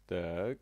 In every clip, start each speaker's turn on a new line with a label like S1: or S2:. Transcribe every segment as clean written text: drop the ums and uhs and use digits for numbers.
S1: Так.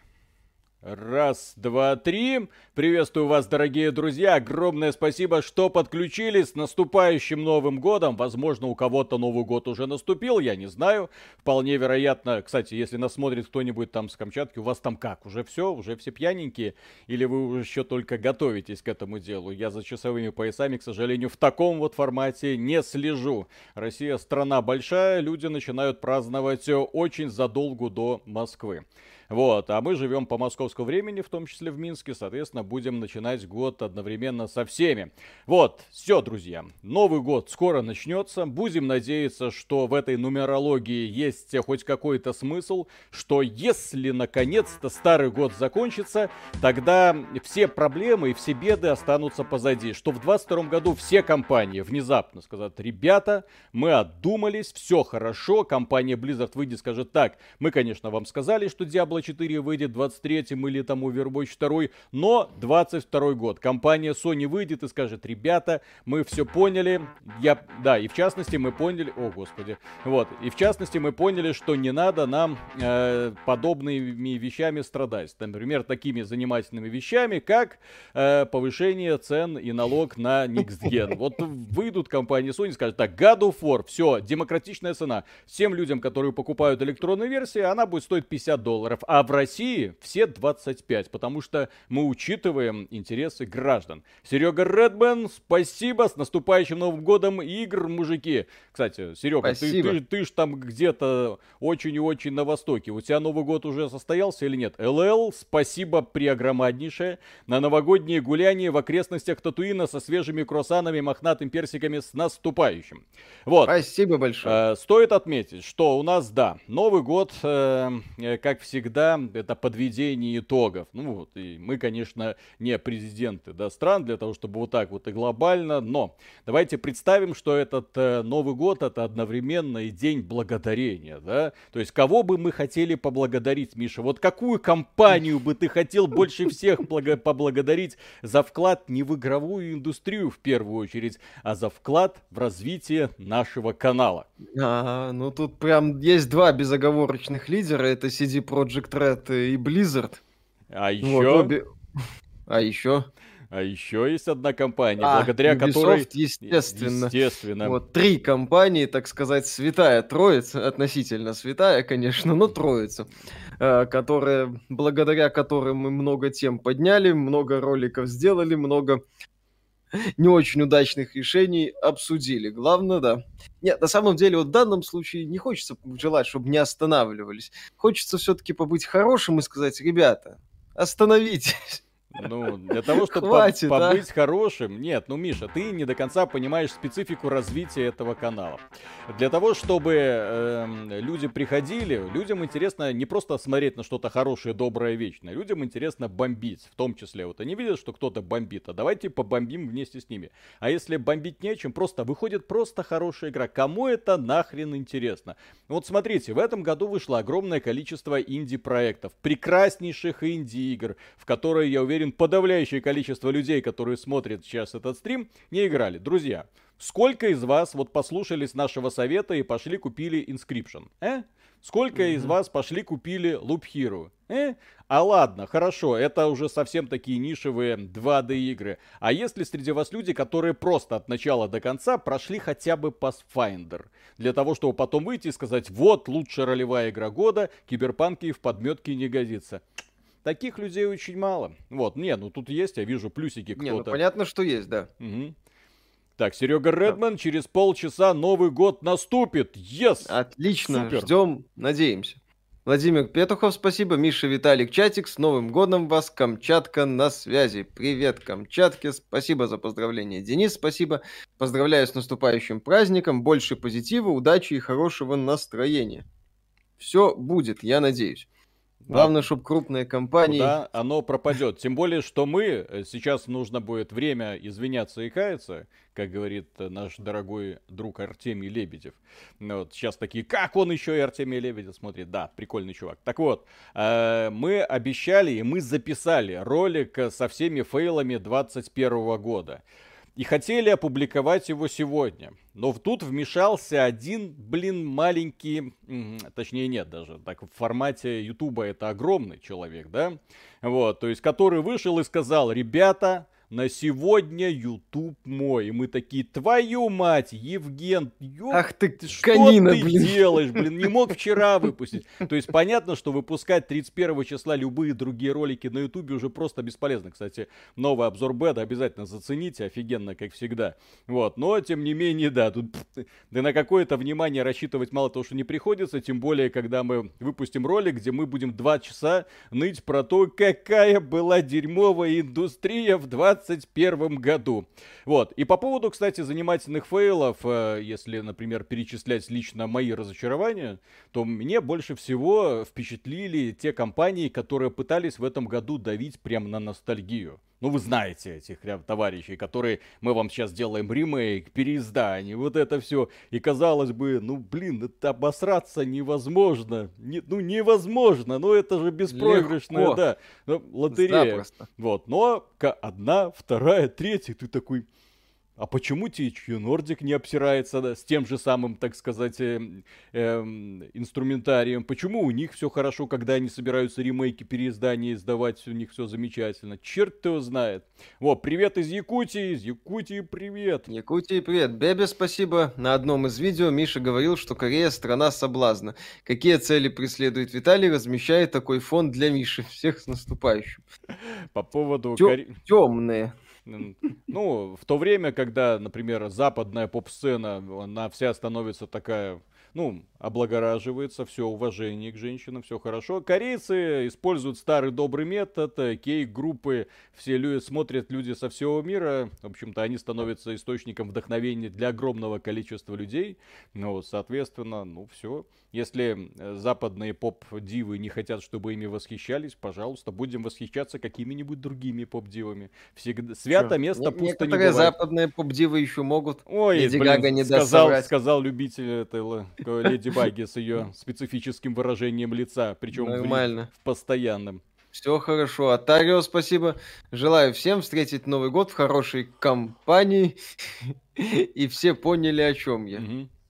S1: Раз, два, три. Приветствую вас, дорогие друзья. Огромное спасибо, что подключились. С наступающим Новым годом. Возможно, у кого-то Новый год уже наступил, я не знаю. Вполне вероятно. Кстати, если нас смотрит кто-нибудь там с Камчатки, у вас там как? Уже все? Уже все пьяненькие? Или вы уже еще только готовитесь к этому делу? Я за часовыми поясами, к сожалению, в таком вот формате не слежу. Россия страна большая, люди начинают праздновать очень задолго до Москвы. Вот, а мы живем по московскому времени, в том числе в Минске, соответственно, будем начинать год одновременно со всеми. Вот, все, друзья, Новый год скоро начнется, будем надеяться, что в этой нумерологии есть хоть какой-то смысл, что если наконец-то старый год закончится, тогда все проблемы и все беды останутся позади, что в 22 году все компании внезапно скажут: ребята, мы отдумались, все хорошо, компания Blizzard выйдет и скажет: так, мы, конечно, вам сказали, что Diablo 4 выйдет в 23-м или там Overwatch 2, но 22 год. Компания Sony выйдет и скажет: ребята, мы все поняли. Да, и в частности мы поняли, о господи, вот, и в частности мы поняли, что не надо нам подобными вещами страдать. Например, такими занимательными вещами, как повышение цен и налог на Next Gen. Вот выйдут компании Sony и скажут: так, God of War, все, демократичная цена. Всем людям, которые покупают электронную версию, она будет стоить $50. А в России все 25, потому что мы учитываем интересы граждан. Серега Редман, спасибо, с наступающим Новым годом игр, мужики. Кстати, Серега, ты ж там где-то очень и очень на востоке. У тебя Новый год уже состоялся или нет? ЛЛ, спасибо преогромаднейшее. На новогодние гуляния в окрестностях Татуина со свежими круассанами, мохнатым персиками, с наступающим. Вот.
S2: Спасибо большое.
S1: Стоит отметить, что у нас, да, Новый год, как всегда, это подведение итогов. Ну вот, и мы, конечно, не президенты, да, стран для того, чтобы вот так вот и глобально, но давайте представим, что этот Новый год — это одновременно и День Благодарения, да. То есть кого бы мы хотели поблагодарить, Миша? Вот какую компанию бы ты хотел больше всех поблагодарить за вклад не в игровую индустрию в первую очередь, а за вклад в развитие нашего канала?
S2: Ну тут прям есть два безоговорочных лидера, это CD Projekt Red и Blizzard.
S1: А
S2: Вот
S1: еще...
S2: обе. А еще?
S1: А еще есть одна компания, благодаря которой...
S2: Ubisoft, естественно.
S1: Естественно.
S2: Вот три компании, так сказать, святая троица, относительно святая, конечно, но троица, благодаря которым мы много тем подняли, много роликов сделали, много не очень удачных решений обсудили. Главное, да. Нет, на самом деле, вот в данном случае не хочется желать, чтобы не останавливались. Хочется все-таки побыть хорошим и сказать: ребята, остановитесь.
S1: Ну, для того, чтобы
S2: Хватит,
S1: побыть хорошим... Нет, ну, Миша, ты не до конца понимаешь специфику развития этого канала. Для того, чтобы люди приходили, людям интересно не просто смотреть на что-то хорошее, доброе, вечное. Людям интересно бомбить, в том числе. Вот они видят, что кто-то бомбит, а давайте побомбим вместе с ними. А если бомбить нечем, просто выходит просто хорошая игра. Кому это нахрен интересно? Вот смотрите, в этом году вышло огромное количество инди-проектов, прекраснейших инди-игр, в которые, я уверен, подавляющее количество людей, которые смотрят сейчас этот стрим, не играли. Друзья, сколько из вас вот послушались нашего совета и пошли купили Inscription? Сколько из вас пошли купили Loop Hero? А ладно, хорошо, это уже совсем такие нишевые 2D игры. А есть ли среди вас люди, которые просто от начала до конца прошли хотя бы Pathfinder? Для того, чтобы потом выйти и сказать: вот, лучшая ролевая игра года, Киберпанк и в подметке не годится. Таких людей очень мало. Вот, не, ну тут есть, я вижу плюсики кто-то.
S2: Не, ну понятно, что есть, да.
S1: Угу. Так, Серега Редман, через полчаса Новый год наступит. Yes!
S2: Отлично,
S1: Супер.
S2: ждем, надеемся. Владимир Петухов, спасибо. Миша, Виталик, Чатик, с Новым годом вас. Камчатка на связи. Привет, Камчатке. Спасибо за поздравление. Денис, спасибо. Поздравляю с наступающим праздником. Больше позитива, удачи и хорошего настроения. Все будет, я надеюсь. Главное, чтобы крупные компании...
S1: Куда оно пропадет. Тем более, что мы, сейчас нужно будет время извиняться и каяться, как говорит наш дорогой друг Артемий Лебедев. Вот сейчас такие: как он еще и Артемия Лебедев смотрит? Да, прикольный чувак. Так вот, мы обещали и мы записали ролик со всеми фейлами 21 года. И хотели опубликовать его сегодня. Но тут вмешался один, маленький, точнее нет даже, так в формате Ютуба это огромный человек, да? Вот, то есть, который вышел и сказал: ребята, на сегодня YouTube мой. И мы такие: твою мать, Евген,
S2: Ах ты,
S1: что
S2: конина,
S1: ты делаешь, не мог вчера выпустить. То есть понятно, что выпускать 31 числа любые другие ролики на YouTube уже просто бесполезно. Кстати, новый обзор бета обязательно зацените, офигенно, как всегда. Вот, но тем не менее, да, тут да на какое-то внимание рассчитывать мало того, что не приходится, тем более, когда мы выпустим ролик, где мы будем 2 часа ныть про то, какая была дерьмовая индустрия в 2021 году. Вот. И по поводу, кстати, занимательных фейлов, если, например, перечислять лично мои разочарования, то мне больше всего впечатлили те компании, которые пытались в этом году давить прямо на ностальгию. Ну, вы знаете этих товарищей, которые: мы вам сейчас делаем ремейк, переиздание, вот это все. И казалось бы, это обосраться невозможно. Невозможно, это же беспроигрышная,
S2: Легко.
S1: да, лотерея.
S2: Запросто.
S1: Вот, но одна, вторая, третья, ты такой: а почему THQ Nordic не обсирается, да, с тем же самым, так сказать, инструментарием? Почему у них все хорошо, когда они собираются ремейки, переиздания издавать, у них все замечательно? Черт его знает. Вот, привет из Якутии привет.
S2: Якутии привет. Бебе спасибо. На одном из видео Миша говорил, что Корея страна соблазна. Какие цели преследует Виталий, размещая такой фон для Миши. Всех с наступающим.
S1: По поводу...
S2: Темные.
S1: Ну, в то время, когда, например, западная поп-сцена, она вся становится такая, облагораживается, все уважение к женщинам, все хорошо. Корейцы используют старый добрый метод, кей-группы, все люди смотрят, люди со всего мира, в общем-то, они становятся источником вдохновения для огромного количества людей, соответственно, все. Если западные поп-дивы не хотят, чтобы ими восхищались, пожалуйста, будем восхищаться какими-нибудь другими поп-дивами. Всегда свято место пусто не бывает.
S2: Некоторые западные поп-дивы еще могут.
S1: Ой,
S2: Леди Гага не даст
S1: сказал любитель этой Леди Баги с ее специфическим выражением лица, причем
S2: нормально.
S1: В постоянном.
S2: Все хорошо. Атарио, спасибо. Желаю всем встретить Новый год в хорошей компании. И все поняли, о чем я.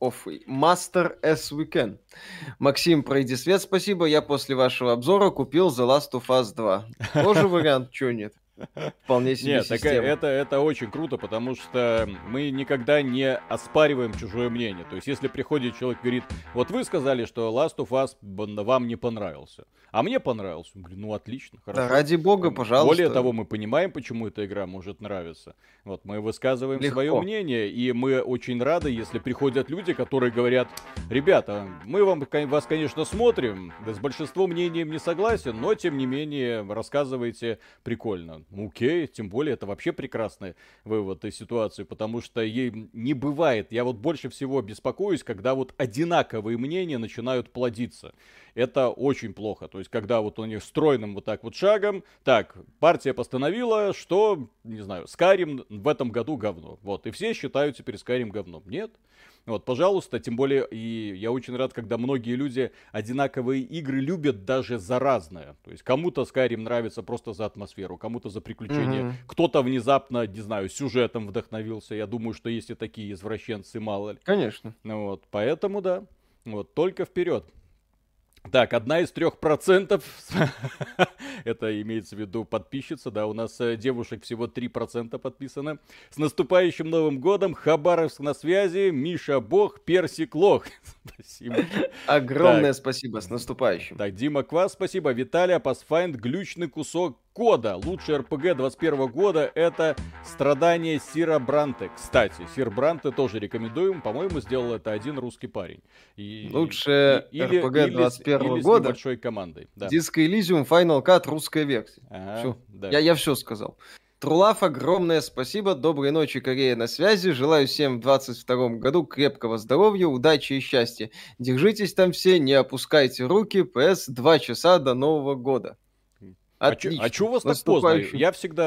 S2: Master as we can. Максим, пройди свет, спасибо. Я после вашего обзора купил The Last of Us 2. Тоже вариант, чё нет? Вполне себе
S1: Нет,
S2: система.
S1: Это очень круто, потому что мы никогда не оспариваем чужое мнение. То есть, если приходит человек и говорит: вот вы сказали, что Last of Us вам не понравился, а мне понравился. Я говорю: отлично, хорошо.
S2: Да, ради бога, пожалуйста.
S1: Более того, мы понимаем, почему эта игра может нравиться. Вот, мы высказываем свое мнение, и мы очень рады, если приходят люди, которые говорят: ребята, мы вас, конечно, смотрим, с большинством мнением не согласен, но, тем не менее, рассказываете прикольно. Окей, тем более, это вообще прекрасный вывод из ситуации, потому что ей не бывает. Я больше всего беспокоюсь, когда одинаковые мнения начинают плодиться. Это очень плохо. То есть, когда у них стройным шагом, так, партия постановила, что, не знаю, Skyrim в этом году говно. И все считают теперь Skyrim говном. Нет. Пожалуйста, тем более, и я очень рад, когда многие люди одинаковые игры любят даже за разное. То есть, кому-то Skyrim нравится просто за атмосферу, кому-то за приключения, кто-то внезапно, не знаю, сюжетом вдохновился. Я думаю, что есть и такие извращенцы, мало ли.
S2: Конечно.
S1: Поэтому, да, только вперед. Так, 1 из 3%, это имеется в виду подписчица, да, у нас девушек всего 3% подписано. С наступающим Новым годом, Хабаровск на связи, Миша Бог, Персик Лох. Спасибо.
S2: Огромное спасибо, с наступающим.
S1: Так, Дима Квас, спасибо, Виталий, Pathfind, глючный кусок кода. Лучший РПГ 21 года это «Страдания Сира Бранте». Кстати, Сир Бранте тоже рекомендуем. По-моему, сделал это один русский парень.
S2: Лучшее РПГ 21 года.
S1: С небольшой командой. Да.
S2: Disco Elysium Final Cut русская версия. Все.
S1: Да.
S2: Я все сказал. Трулав, огромное спасибо. Доброй ночи, Корея на связи. Желаю всем в 2022 году крепкого здоровья, удачи и счастья. Держитесь там все, не опускайте руки. ПС 2 часа до Нового года. Отлично.
S1: Чё у вас так поздно?
S2: Наступающим.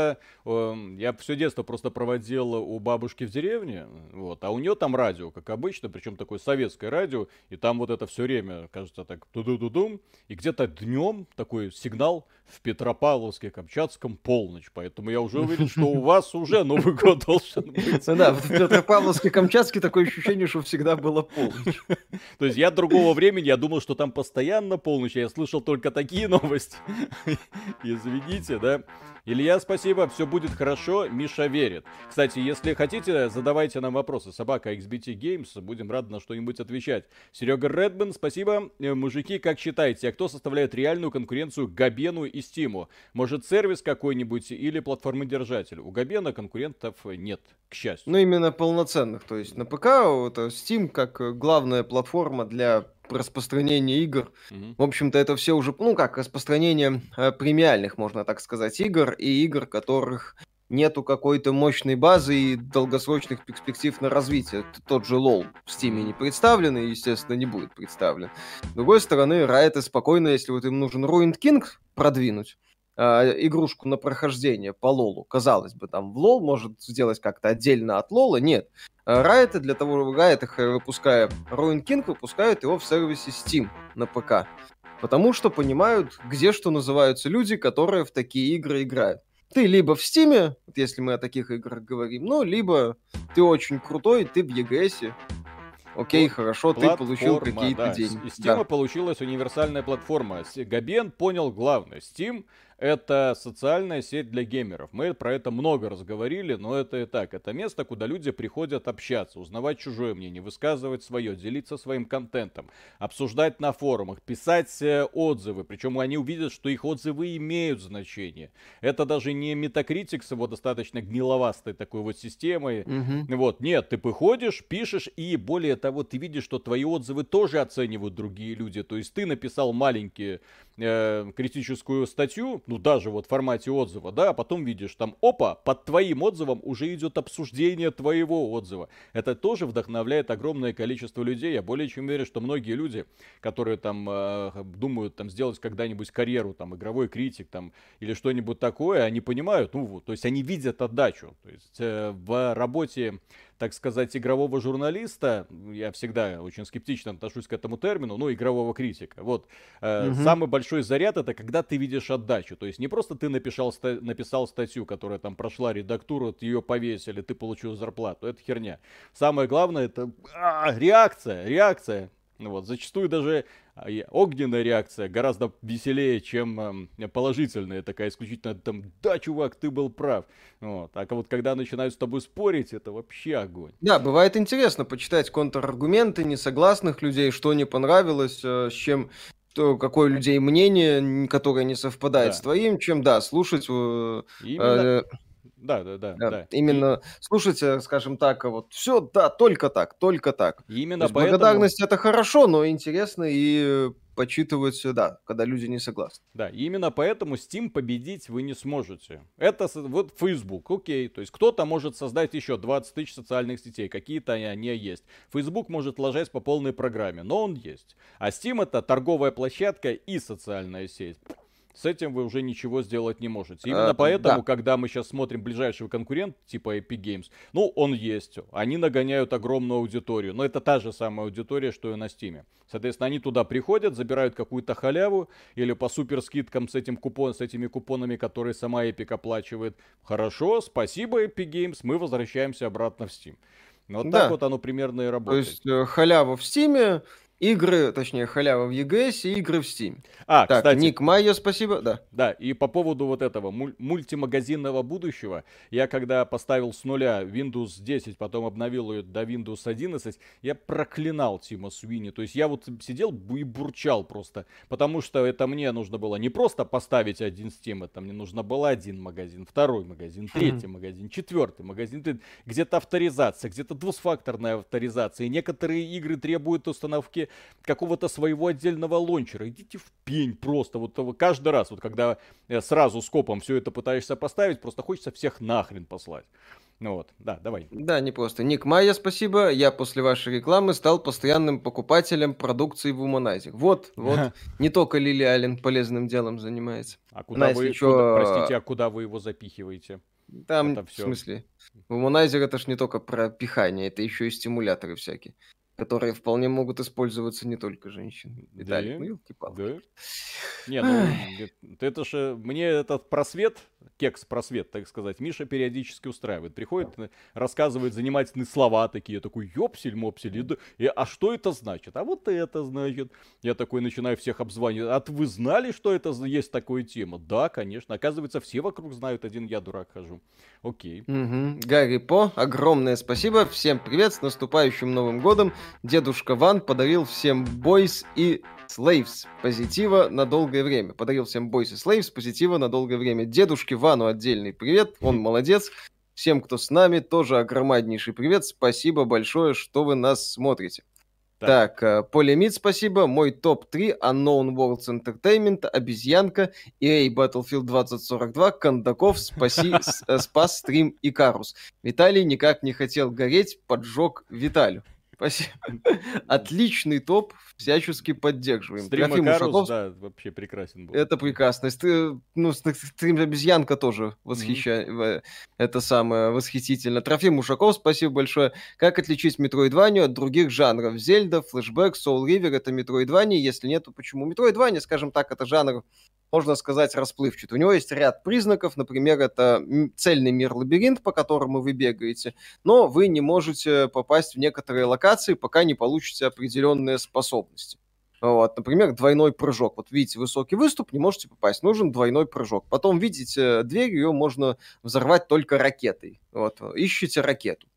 S1: Я все детство просто проводил у бабушки в деревне, вот, а у нее там радио, как обычно, причем такое советское радио, и там вот это все время, кажется, так ту-ду-ду-дум, и где-то днем такой сигнал в Петропавловске, Камчатском полночь, поэтому я уже уверен, что у вас уже Новый год должен быть.
S2: Ну да, в Петропавловске-Камчатске такое ощущение, что всегда было полночь.
S1: То есть я другого времени, я думал, что там постоянно полночь, а я слышал только такие новости. Извините, да. Илья, спасибо, все будет хорошо, Миша верит. Кстати, если хотите, задавайте нам вопросы. Собака XBT Games, будем рады на что-нибудь отвечать. Серега Редман, спасибо. Мужики, как считаете, а кто составляет реальную конкуренцию Габену и Стиму? Может, сервис какой-нибудь или платформодержатель? У Габена конкурентов нет, к счастью.
S2: Ну, именно полноценных. То есть на ПК вот, Steam как главная платформа для распространения игр.
S1: Мгм.
S2: В общем-то, это все уже, ну как, распространение премиальных, можно так сказать, игр и игр, которых нету какой-то мощной базы и долгосрочных перспектив на развитие. Тот же LoL в Steam не представлен и, естественно, не будет представлен. С другой стороны, Riot спокойно, если вот им нужен Ruined King продвинуть, игрушку на прохождение по Лолу, казалось бы, там в Лол может сделать как-то отдельно от Лола, нет. Riot для того, Riot, выпуская Ruined King, выпускают его в сервисе Steam на ПК. Потому что понимают, где что называются люди, которые в такие игры играют. Ты либо в Стиме, вот если мы о таких играх говорим, ну, либо ты очень крутой, ты в EGS. Окей, хорошо, ты получил какие-то
S1: да.
S2: деньги.
S1: Из Steam получилась универсальная платформа. Габен понял главное. Steam — это социальная сеть для геймеров. Мы про это много разговорили, но это и так. Это место, куда люди приходят общаться, узнавать чужое мнение, высказывать свое, делиться своим контентом, обсуждать на форумах, писать отзывы. Причем они увидят, что их отзывы имеют значение. Это даже не Metacritic с его достаточно гниловастой такой вот системой.
S2: Мгм.
S1: Вот, нет, ты выходишь, пишешь, и более того, ты видишь, что твои отзывы тоже оценивают другие люди. То есть ты написал маленькую критическую статью, ну даже вот в формате отзыва, да, а потом видишь там, опа, под твоим отзывом уже идет обсуждение твоего отзыва. Это тоже вдохновляет огромное количество людей. Я более чем уверен, что многие люди, которые там думают там сделать когда-нибудь карьеру, там, игровой критик, там, или что-нибудь такое, они понимают, ну вот, то есть они видят отдачу. То есть в работе, так сказать, игрового журналиста, я всегда очень скептично отношусь к этому термину, ну, игрового критика. Вот,
S2: Мгм.
S1: самый большой заряд — это когда ты видишь отдачу. То есть не просто ты написал статью, которая там прошла редактуру, ее повесили, ты получил зарплату. Это херня. Самое главное — это реакция. Ну вот, зачастую даже огненная реакция гораздо веселее, чем положительная такая исключительно там, да, чувак, ты был прав. Вот. А вот когда начинают с тобой спорить, это вообще огонь.
S2: Да, бывает интересно почитать контраргументы несогласных людей, что не понравилось, с чем, какое у людей мнение, которое не совпадает с
S1: Да.
S2: твоим, чем, да, слушать,
S1: И именно,
S2: э, да,
S1: да.
S2: именно слушать, скажем так, вот все, да, только так, только так.
S1: И
S2: То
S1: именно
S2: есть
S1: поэтому
S2: благодарность это хорошо, но интересно и почитывать, да, когда люди не согласны.
S1: Да, и именно поэтому Steam победить вы не сможете. Это вот Facebook, окей. То есть кто-то может создать еще 20 тысяч социальных сетей, какие-то они есть. Facebook может ложась по полной программе, но он есть. А Steam — это торговая площадка и социальная сеть. С этим вы уже ничего сделать не можете. Именно поэтому,
S2: Да.
S1: когда мы сейчас смотрим ближайшего конкурента, типа Epic Games, ну, он есть. Они нагоняют огромную аудиторию. Но это та же самая аудитория, что и на Steam. Соответственно, они туда приходят, забирают какую-то халяву или по супер скидкам с этими купонами, которые сама Epic оплачивает. Хорошо, спасибо, Epic Games, мы возвращаемся обратно в Steam. Вот так
S2: Да.
S1: вот оно примерно и
S2: То
S1: работает.
S2: есть халява в Стиме, игры, точнее, халява в EGS и игры в Steam. Так,
S1: Кстати,
S2: Ник Майя, спасибо, да.
S1: да, и по поводу вот этого мультимагазинного будущего, я когда поставил с нуля Windows 10, потом обновил ее до Windows 11, я проклинал Тима Суини. То есть я вот сидел и бурчал просто, потому что это мне нужно было не просто поставить один Steam, это мне нужно было один магазин, второй магазин, третий магазин, четвертый магазин. Где-то авторизация, где-то двухфакторная авторизация. И некоторые игры требуют установки какого-то своего отдельного лончера. Идите в пень просто. Вот каждый раз, вот когда сразу скопом все это пытаешься поставить, просто хочется всех нахрен послать. Ну вот, да, давай.
S2: Да, не просто. Ник Майя, спасибо. Я после вашей рекламы стал постоянным покупателем продукции в Womanizer. Вот, не только Лили Аллен полезным делом занимается.
S1: А
S2: Она,
S1: куда
S2: если
S1: вы, простите,
S2: что,
S1: а куда вы его запихиваете?
S2: там,
S1: Это
S2: в
S1: все.
S2: смысле, Womanizer это ж не только про пихание, это еще и стимуляторы всякие, которые вполне могут использоваться не только женщинами.
S1: Да,
S2: Виталик, ну елки-палки.
S1: да. Не, ну, это же, мне этот просвет, кекс-просвет, так сказать, Миша периодически устраивает. Приходит, рассказывает занимательные слова такие, такой, ёпсель-мопсель, а что это значит? А вот это значит. Я такой начинаю всех обзванивать. А вы знали, что это есть такая тема? Да, конечно. Оказывается, все вокруг знают, один я дурак хожу. Окей.
S2: Мгм. Гарри По, огромное спасибо. Всем привет, с наступающим Новым годом. Дедушка Ван подарил всем Boys и Slaves позитива на долгое время. Подарил всем Boys и Slaves позитива на долгое время. Дедушке Вану отдельный привет, он молодец. Всем, кто с нами, тоже огромнейший привет. Спасибо большое, что вы нас смотрите.
S1: Так.
S2: Так, Полимид, спасибо. Мой топ-3: Unknown Worlds Entertainment, Обезьянка, EA Battlefield 2042, Кондаков, Спас Стрим и Карус. Виталий никак не хотел гореть, поджег Виталю. Спасибо. Отличный топ, всячески поддерживаем.
S1: Стрим
S2: Трофим
S1: Карус,
S2: Ушаков,
S1: да, вообще прекрасен был.
S2: это прекрасно. Стрим Обезьянка тоже восхищает. Это самое восхитительно. Трофим Ушаков, спасибо большое. Как отличить Метроидванию от других жанров? Зельда, Флэшбэк, Soul River — это Метроидвания. Если нет, то почему? Метроидвания, скажем так, это жанр, можно сказать, расплывчатый. У него есть ряд признаков. Например, это цельный мир-лабиринт, по которому вы бегаете, но вы не можете попасть в некоторые локации, пока не получите определенные способности. Вот, например, двойной прыжок. Вот видите высокий выступ, не можете попасть, нужен двойной прыжок. Потом видите дверь, ее можно взорвать только ракетой. Вот, ищите ракету.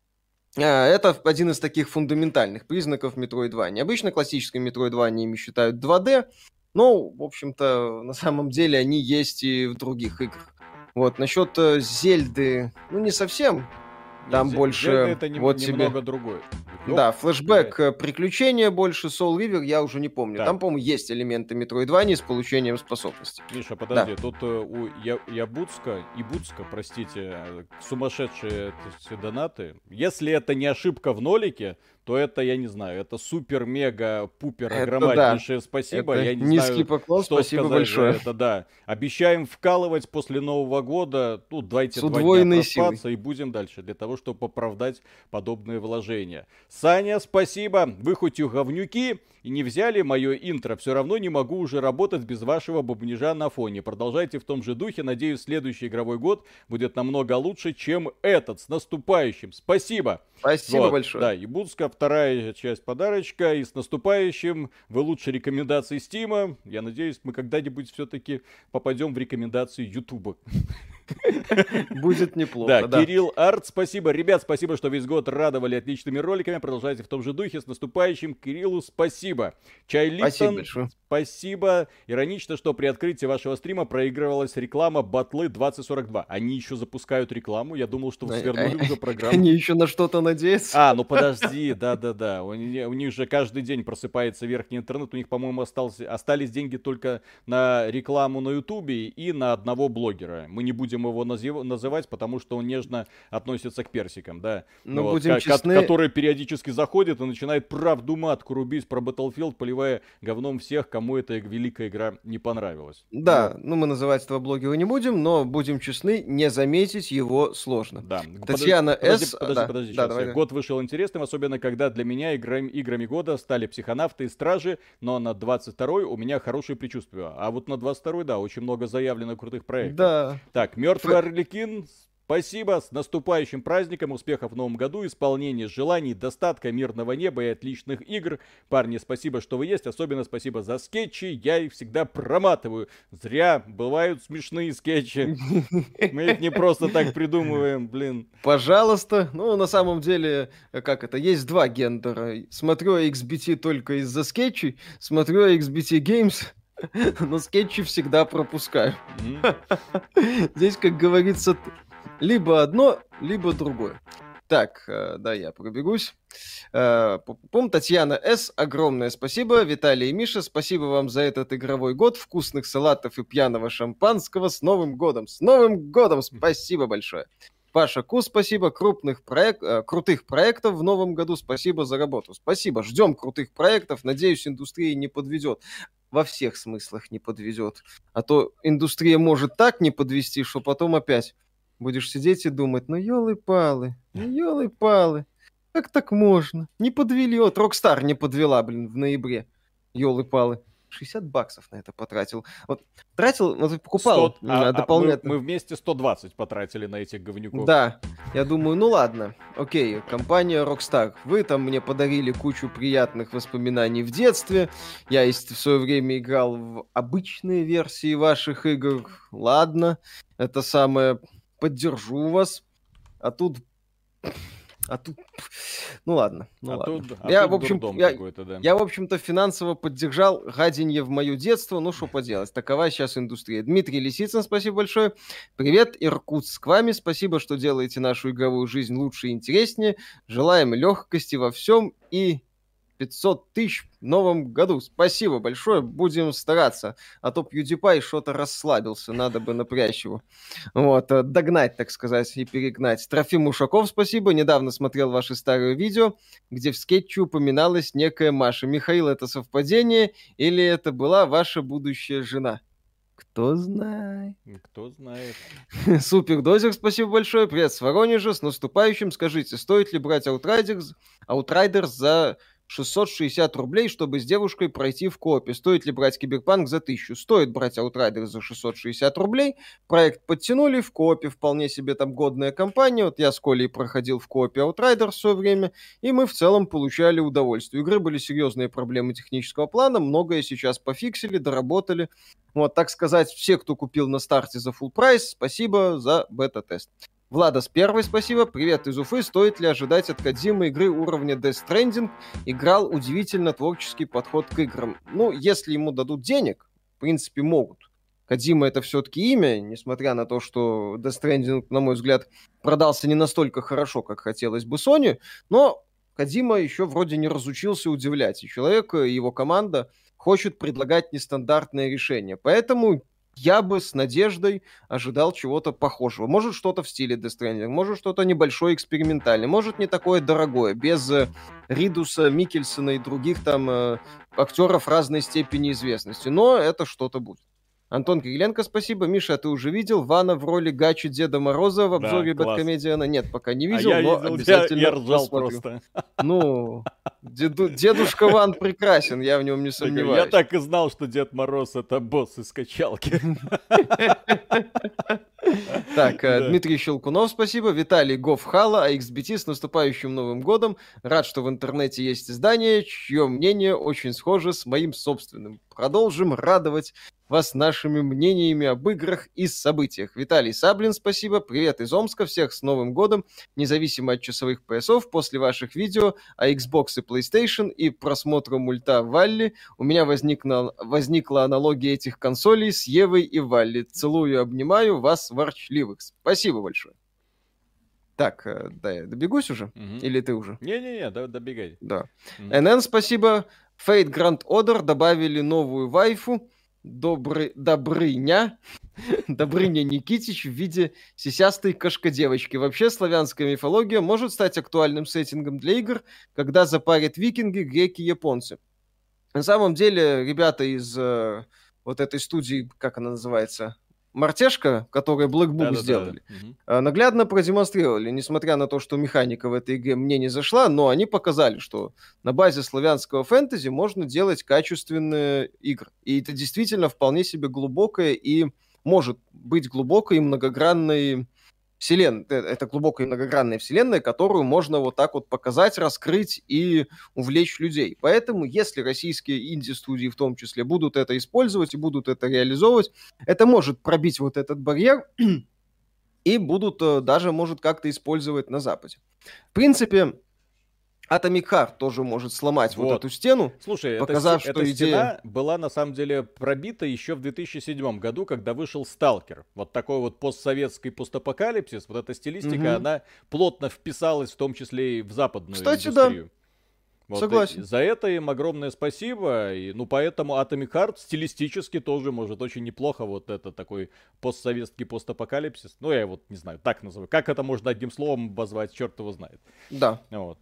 S2: Это один из таких фундаментальных признаков Metroidvania. Обычно классическими Metroidvania'ми считают 2D, но, в общем-то, на самом деле они есть и в других играх. Вот, насчет Зельды, ну, не совсем. Там больше
S1: Зельда это
S2: вот тебе...
S1: немного другое.
S2: Да, флешбэк, приключения больше, Soul River я уже не помню.
S1: Так.
S2: Там, по-моему, есть элементы Metroidvania с получением способностей.
S1: Миша, подожди, тут у Ябуцка, простите, сумасшедшие донаты. Если это не ошибка в нолике, то это, я не знаю, это супер-мега-пупер огромнейшее спасибо.
S2: Это
S1: я не
S2: низкий
S1: знаю,
S2: поклон,
S1: что
S2: спасибо
S1: сказать
S2: большое.
S1: за это, да. Обещаем вкалывать после Нового года, давайте
S2: С
S1: 2 дня
S2: удвоенной
S1: проспаться и будем дальше, для того, чтобы оправдать подобные вложения. Саня, спасибо, вы хоть и говнюки, и не взяли мое интро, все равно не могу уже работать без вашего бубнижа на фоне. Продолжайте в том же духе, надеюсь, следующий игровой год будет намного лучше, чем этот. С наступающим, спасибо!
S2: Спасибо большое.
S1: Да, и Буцка, вторая часть подарочка, и с наступающим, вы лучше рекомендации Стима. Я надеюсь, мы когда-нибудь все-таки попадем в рекомендации Ютуба.
S2: Будет неплохо,
S1: да. Кирилл Арт, спасибо. Ребят, спасибо, что весь год радовали отличными роликами. Продолжайте в том же духе. С наступающим. Кириллу спасибо. Чай Липтон, спасибо. Иронично, что при открытии вашего стрима проигрывалась реклама Батлы 2042. Они еще запускают рекламу. Я думал, что вы свернули уже программу.
S2: Они еще на что-то надеются.
S1: Ну подожди, да. У них же каждый день просыпается верхний интернет. У них, по-моему, остались деньги только на рекламу на Ютубе и на одного блогера. Мы не будем его называть, потому что он нежно относится к персикам, да.
S2: Но будем честны...
S1: Который периодически заходит и начинает правду матку рубить про Battlefield, поливая говном всех, кому эта великая игра не понравилась.
S2: Да, мы называть этого блогера не будем, но будем честны, не заметить его сложно.
S1: Да.
S2: Татьяна С.
S1: Подожди, Год вышел интересным, особенно когда для меня играми года стали Психонавты и Стражи, но на 22-й у меня хорошие предчувствия. А вот на 22-й, да, очень много заявлено крутых проектов.
S2: Да.
S1: Так, Мертвый Арлекин, спасибо, с наступающим праздником, успехов в новом году, исполнения желаний, достатка, мирного неба и отличных игр. Парни, спасибо, что вы есть, особенно спасибо за скетчи, я их всегда проматываю. Зря, бывают смешные скетчи. Мы их не просто так придумываем, блин.
S2: Пожалуйста. На самом деле, есть два гендера. Смотрю XBT только из-за скетчей, смотрю XBT Games, но скетчи всегда пропускаю. Здесь, как говорится, либо одно, либо другое. Так, да, я пробегусь. Татьяна С. Огромное спасибо. Виталий и Миша, спасибо вам за этот игровой год. Вкусных салатов и пьяного шампанского. С Новым годом! С Новым годом! Спасибо большое. Паша Ку, спасибо. Крутых проектов в новом году. Спасибо за работу. Спасибо. Ждем крутых проектов. Надеюсь, индустрия не подведет. Во всех смыслах не подведет. А то индустрия может так не подвести, что потом опять будешь сидеть и думать, ну елы-палы, как так можно? Не подвели. Вот Rockstar не подвела, блин, в ноябре. Елы-палы. $60 на это потратил. Вот тратил, вот покупал
S1: 100,
S2: дополнительно.
S1: мы вместе 120 потратили на этих говнюков.
S2: Да, я думаю, ну ладно, окей, компания Rockstar, вы там мне подарили кучу приятных воспоминаний в детстве, я в свое время играл в обычные версии ваших игр, ладно, это самое, поддержу вас, а тут, ну ладно, ну ладно. Я, в общем,
S1: да.
S2: Я, в общем-то, финансово поддержал гаденье в мое детство, ну что поделать, такова сейчас индустрия. Дмитрий Лисицын, спасибо большое. Привет, Иркутск, к вами, спасибо, что делаете нашу игровую жизнь лучше и интереснее. Желаем легкости во всем и 500 тысяч в новом году. Спасибо большое, будем стараться. А то PewDiePie что-то расслабился, надо бы напрячь его. Вот, догнать, так сказать, и перегнать. Трофим Ушаков, спасибо. Недавно смотрел ваши старые видео, где в скетче упоминалась некая Маша. Михаил, это совпадение или это была ваша будущая жена? Кто знает.
S1: Кто знает.
S2: Супердозер, спасибо большое. Привет с Воронежа, с наступающим. Скажите, стоит ли брать Outriders за 660 рублей, чтобы с девушкой пройти в коопе? Стоит ли брать Киберпанк за 1000? Стоит брать Outriders за 660 рублей. Проект подтянули в коопе, вполне себе там годная компания. Вот я с Колей проходил в коопе Outriders в свое время, и мы в целом получали удовольствие. У игры были серьезные проблемы технического плана, многое сейчас пофиксили, доработали. Вот, так сказать, все, кто купил на старте за full прайс, спасибо за бета-тест. Владос первый, спасибо. Привет из Уфы. Стоит ли ожидать от Кодзимы игры уровня Death Stranding? Играл удивительно творческий подход к играм. Ну, если ему дадут денег, в принципе, могут. Кодзима это все-таки имя, несмотря на то, что Death Stranding, на мой взгляд, продался не настолько хорошо, как хотелось бы Sony, но Кодзима еще вроде не разучился удивлять. И человек, и его команда хочет предлагать нестандартные решения. Поэтому я бы с надеждой ожидал чего-то похожего. Может, что-то в стиле Death Stranding, может, что-то небольшое, экспериментальное, может, не такое дорогое, без Ридуса, Микельсона и других там актеров разной степени известности. Но это что-то будет. Антон Кириленко, спасибо. Миша, ты уже видел Вана в роли Гачи Деда Мороза в обзоре Бэдкомедиана? Нет, пока не видел, но
S1: видел,
S2: обязательно
S1: я ржал
S2: посмотрю.
S1: просто.
S2: Ну, дедушка Ван прекрасен, я в нем не сомневаюсь.
S1: Я так и знал, что Дед Мороз это босс из качалки.
S2: Так, Дмитрий Щелкунов, спасибо. Виталий Гофхала, AXBT с наступающим Новым годом. Рад, что в интернете есть издание, чье мнение очень схоже с моим собственным. Продолжим радовать вас нашими мнениями об играх и событиях. Виталий Саблин, спасибо. Привет из Омска. Всех с Новым годом. Независимо от часовых поясов, после ваших видео о Xbox и PlayStation и просмотра мульта Валли, у меня возникла аналогия этих консолей с Евой и Валли. Целую и обнимаю вас, ворчливых. Спасибо большое. Так, да, я добегусь уже? Или ты уже?
S1: Не-не-не, добегай.
S2: Да. НН, спасибо. Fate Grand Order добавили новую вайфу. Добрыня Никитич в виде сисястой кошка-девочки. Вообще, славянская мифология может стать актуальным сеттингом для игр, когда запарят викинги, греки, японцы. На самом деле, ребята из вот этой студии, как она называется, Мартешка, которые Black Book сделали, наглядно продемонстрировали, несмотря на то, что механика в этой игре мне не зашла, но они показали, что на базе славянского фэнтези можно делать качественные игры. И это действительно вполне себе глубокая и может быть глубокой и многогранной вселенной. Это глубокая и многогранная вселенная, которую можно вот так вот показать, раскрыть и увлечь людей. Поэтому, если российские инди-студии в том числе будут это использовать и будут это реализовывать, это может пробить вот этот барьер и будут даже, может, как-то использовать на Западе. В принципе, Atomic Heart тоже может сломать вот эту стену,
S1: слушай,
S2: показав, что
S1: эта
S2: идея
S1: стена была на самом деле пробита еще в 2007 году, когда вышел Сталкер. Вот такой вот постсоветский постапокалипсис, вот эта стилистика, она плотно вписалась в том числе и в западную индустрию. Вот
S2: Согласен.
S1: за это им огромное спасибо. И, ну, поэтому Atomic Heart стилистически тоже может очень неплохо. Вот это такой постсоветский постапокалипсис. Ну, я вот не знаю, так назову. Как это можно одним словом обозвать, черт его знает.
S2: Да.
S1: Вот.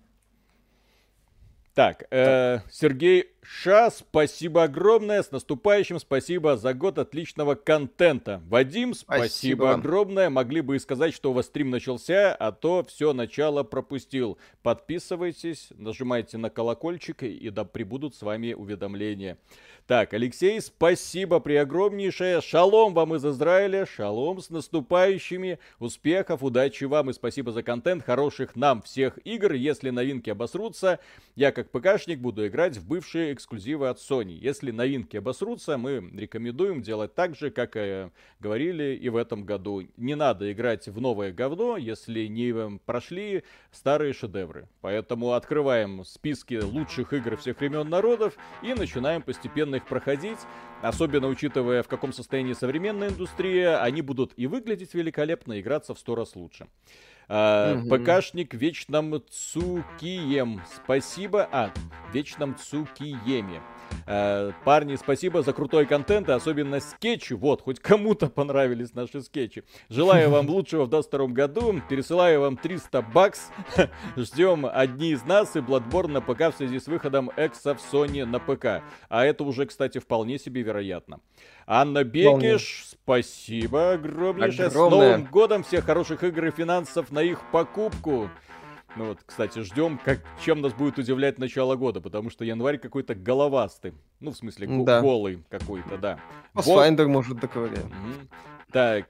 S1: Так,
S2: Так.
S1: Сергей Ша, спасибо огромное, с наступающим, спасибо за год отличного контента. Вадим,
S2: Спасибо
S1: спасибо
S2: вам.
S1: огромное, могли бы и сказать, что у вас стрим начался, а то все начало пропустил. Подписывайтесь, нажимайте на колокольчик, и да прибудут с вами уведомления. Так, Алексей, спасибо преогромнейшее. Шалом вам из Израиля, шалом с наступающими, успехов, удачи вам и спасибо за контент, хороших нам всех игр. Если новинки обосрутся, я как ПКшник буду играть в бывшие эксклюзивы от Sony. Если новинки обосрутся, мы рекомендуем делать так же, как говорили и в этом году. Не надо играть в новое говно, если не прошли старые шедевры. Поэтому открываем списки лучших игр всех времен народов и начинаем постепенно их проходить. Особенно учитывая, в каком состоянии современная индустрия, они будут и выглядеть великолепно, и играться в 100 раз лучше. ПКшник Вечном Цукием. Спасибо. Вечном Цукиеме. Парни, спасибо за крутой контент, и особенно скетчи. Вот, хоть кому-то понравились наши скетчи. Желаю вам лучшего в 2022 году. Пересылаю вам 300 бакс. Ждем одни из нас и Bloodborne на ПК в связи с выходом Экса в Sony на ПК. А это уже, кстати, вполне себе вероятно. Анна Бекиш, спасибо огромнейшее. С Новым годом, всех хороших игр и финансов на их покупку. Ну вот, кстати, ждем, чем нас будет удивлять начало года, потому что январь какой-то головастый. Ну, в смысле, голый какой-то, да.
S2: Pathfinder может доковырять.
S1: Так,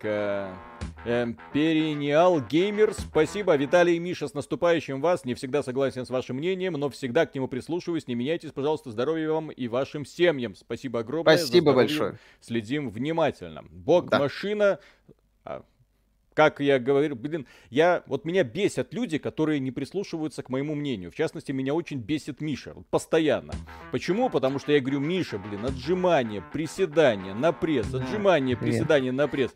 S1: Периниал Геймер, спасибо. Виталий и Миша, с наступающим вас. Не всегда согласен с вашим мнением, но всегда к нему прислушиваюсь. Не меняйтесь, пожалуйста, здоровья вам и вашим семьям. Спасибо огромное.
S2: Спасибо большое.
S1: Следим внимательно. Бог-машина... Как я говорю, вот меня бесят люди, которые не прислушиваются к моему мнению. В частности, меня очень бесит Миша. Вот постоянно. Почему? Потому что я говорю, Миша, отжимание, приседание на пресс. Отжимание, приседание на пресс.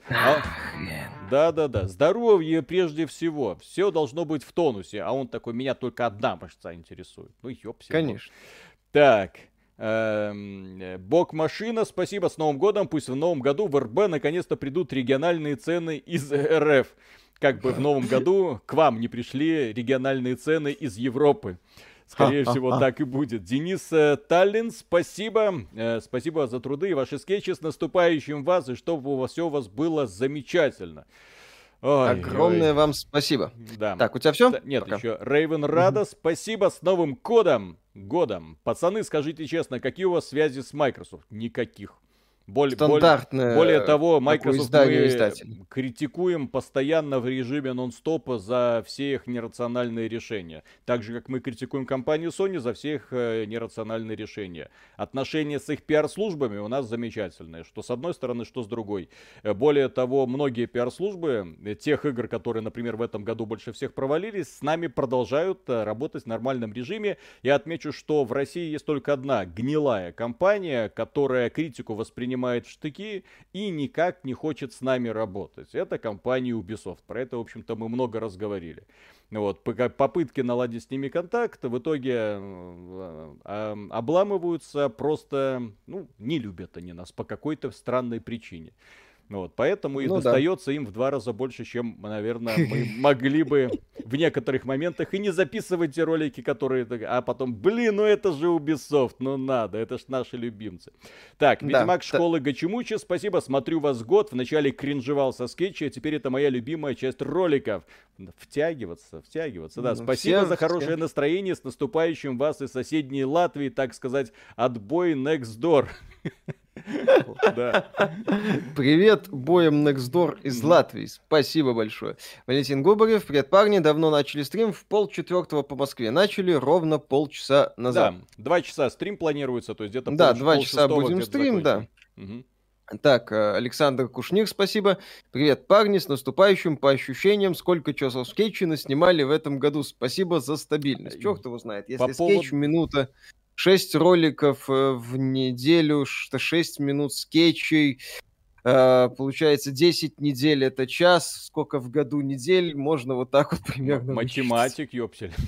S1: Да. Здоровье прежде всего. Все должно быть в тонусе. А он такой, меня только одна мышца интересует. Ну, ёпсель.
S2: Конечно.
S1: Так. Бог-машина, спасибо, с Новым годом. Пусть в Новом году в РБ наконец-то придут региональные цены из РФ. Как бы в Новом году к вам не пришли региональные цены из Европы. Скорее всего, так и будет. Денис Таллин, спасибо. Спасибо за труды и ваши скетчи. С наступающим вас, и чтобы все у вас было замечательно.
S2: Огромное вам спасибо.
S1: Да.
S2: Так, у тебя все?
S1: Нет, еще Рейвен Рада, спасибо, с Новым годом. Пацаны, скажите честно, какие у вас связи с Microsoft? Никаких.
S2: Стандартное.
S1: Более того, Microsoft мы критикуем постоянно в режиме нон-стопа за все их нерациональные решения. Так же, как мы критикуем компанию Sony за все их нерациональные решения. Отношения с их пиар-службами у нас замечательные. Что с одной стороны, что с другой. Более того, многие пиар-службы тех игр, которые, например, в этом году больше всех провалились, с нами продолжают работать в нормальном режиме. Я отмечу, что в России есть только одна гнилая компания, которая критику воспринимает в штыки и никак не хочет с нами работать. Это компания Ubisoft. Про это, в общем-то, мы много раз говорили. Вот. Попытки наладить с ними контакт в итоге обламываются, просто не любят они нас по какой-то странной причине. Вот, поэтому и достается им в 2 раза больше, чем, наверное, мы могли бы в некоторых моментах. И не записывать те ролики, которые... А потом, это же Ubisoft, надо, это ж наши любимцы. Так, Ведьмак школы Гачимучи, спасибо, смотрю вас год. Вначале кринжевал со скетча, а теперь это моя любимая часть роликов. Втягиваться, да. Спасибо за хорошее настроение, с наступающим вас из соседней Латвии, так сказать, отбой next door.
S2: Привет, боем Next Door из Латвии. Спасибо большое. Валентин Губарев, привет, парни. Давно начали стрим, в 3:30 по Москве. Начали ровно полчаса назад.
S1: Да, 2 часа стрим планируется, то есть где-то
S2: 2 часа будем стрим, да. Так, Александр Кушник, спасибо. Привет, парни, с наступающим. По ощущениям, сколько часов скетчи наснимали в этом году. Спасибо за стабильность. Черт его знает, если скетч минута... 6 роликов в неделю, 6 минут скетчей, получается 10 недель это час, сколько в году недель, можно вот так вот примерно.
S1: Математик, ёпсель.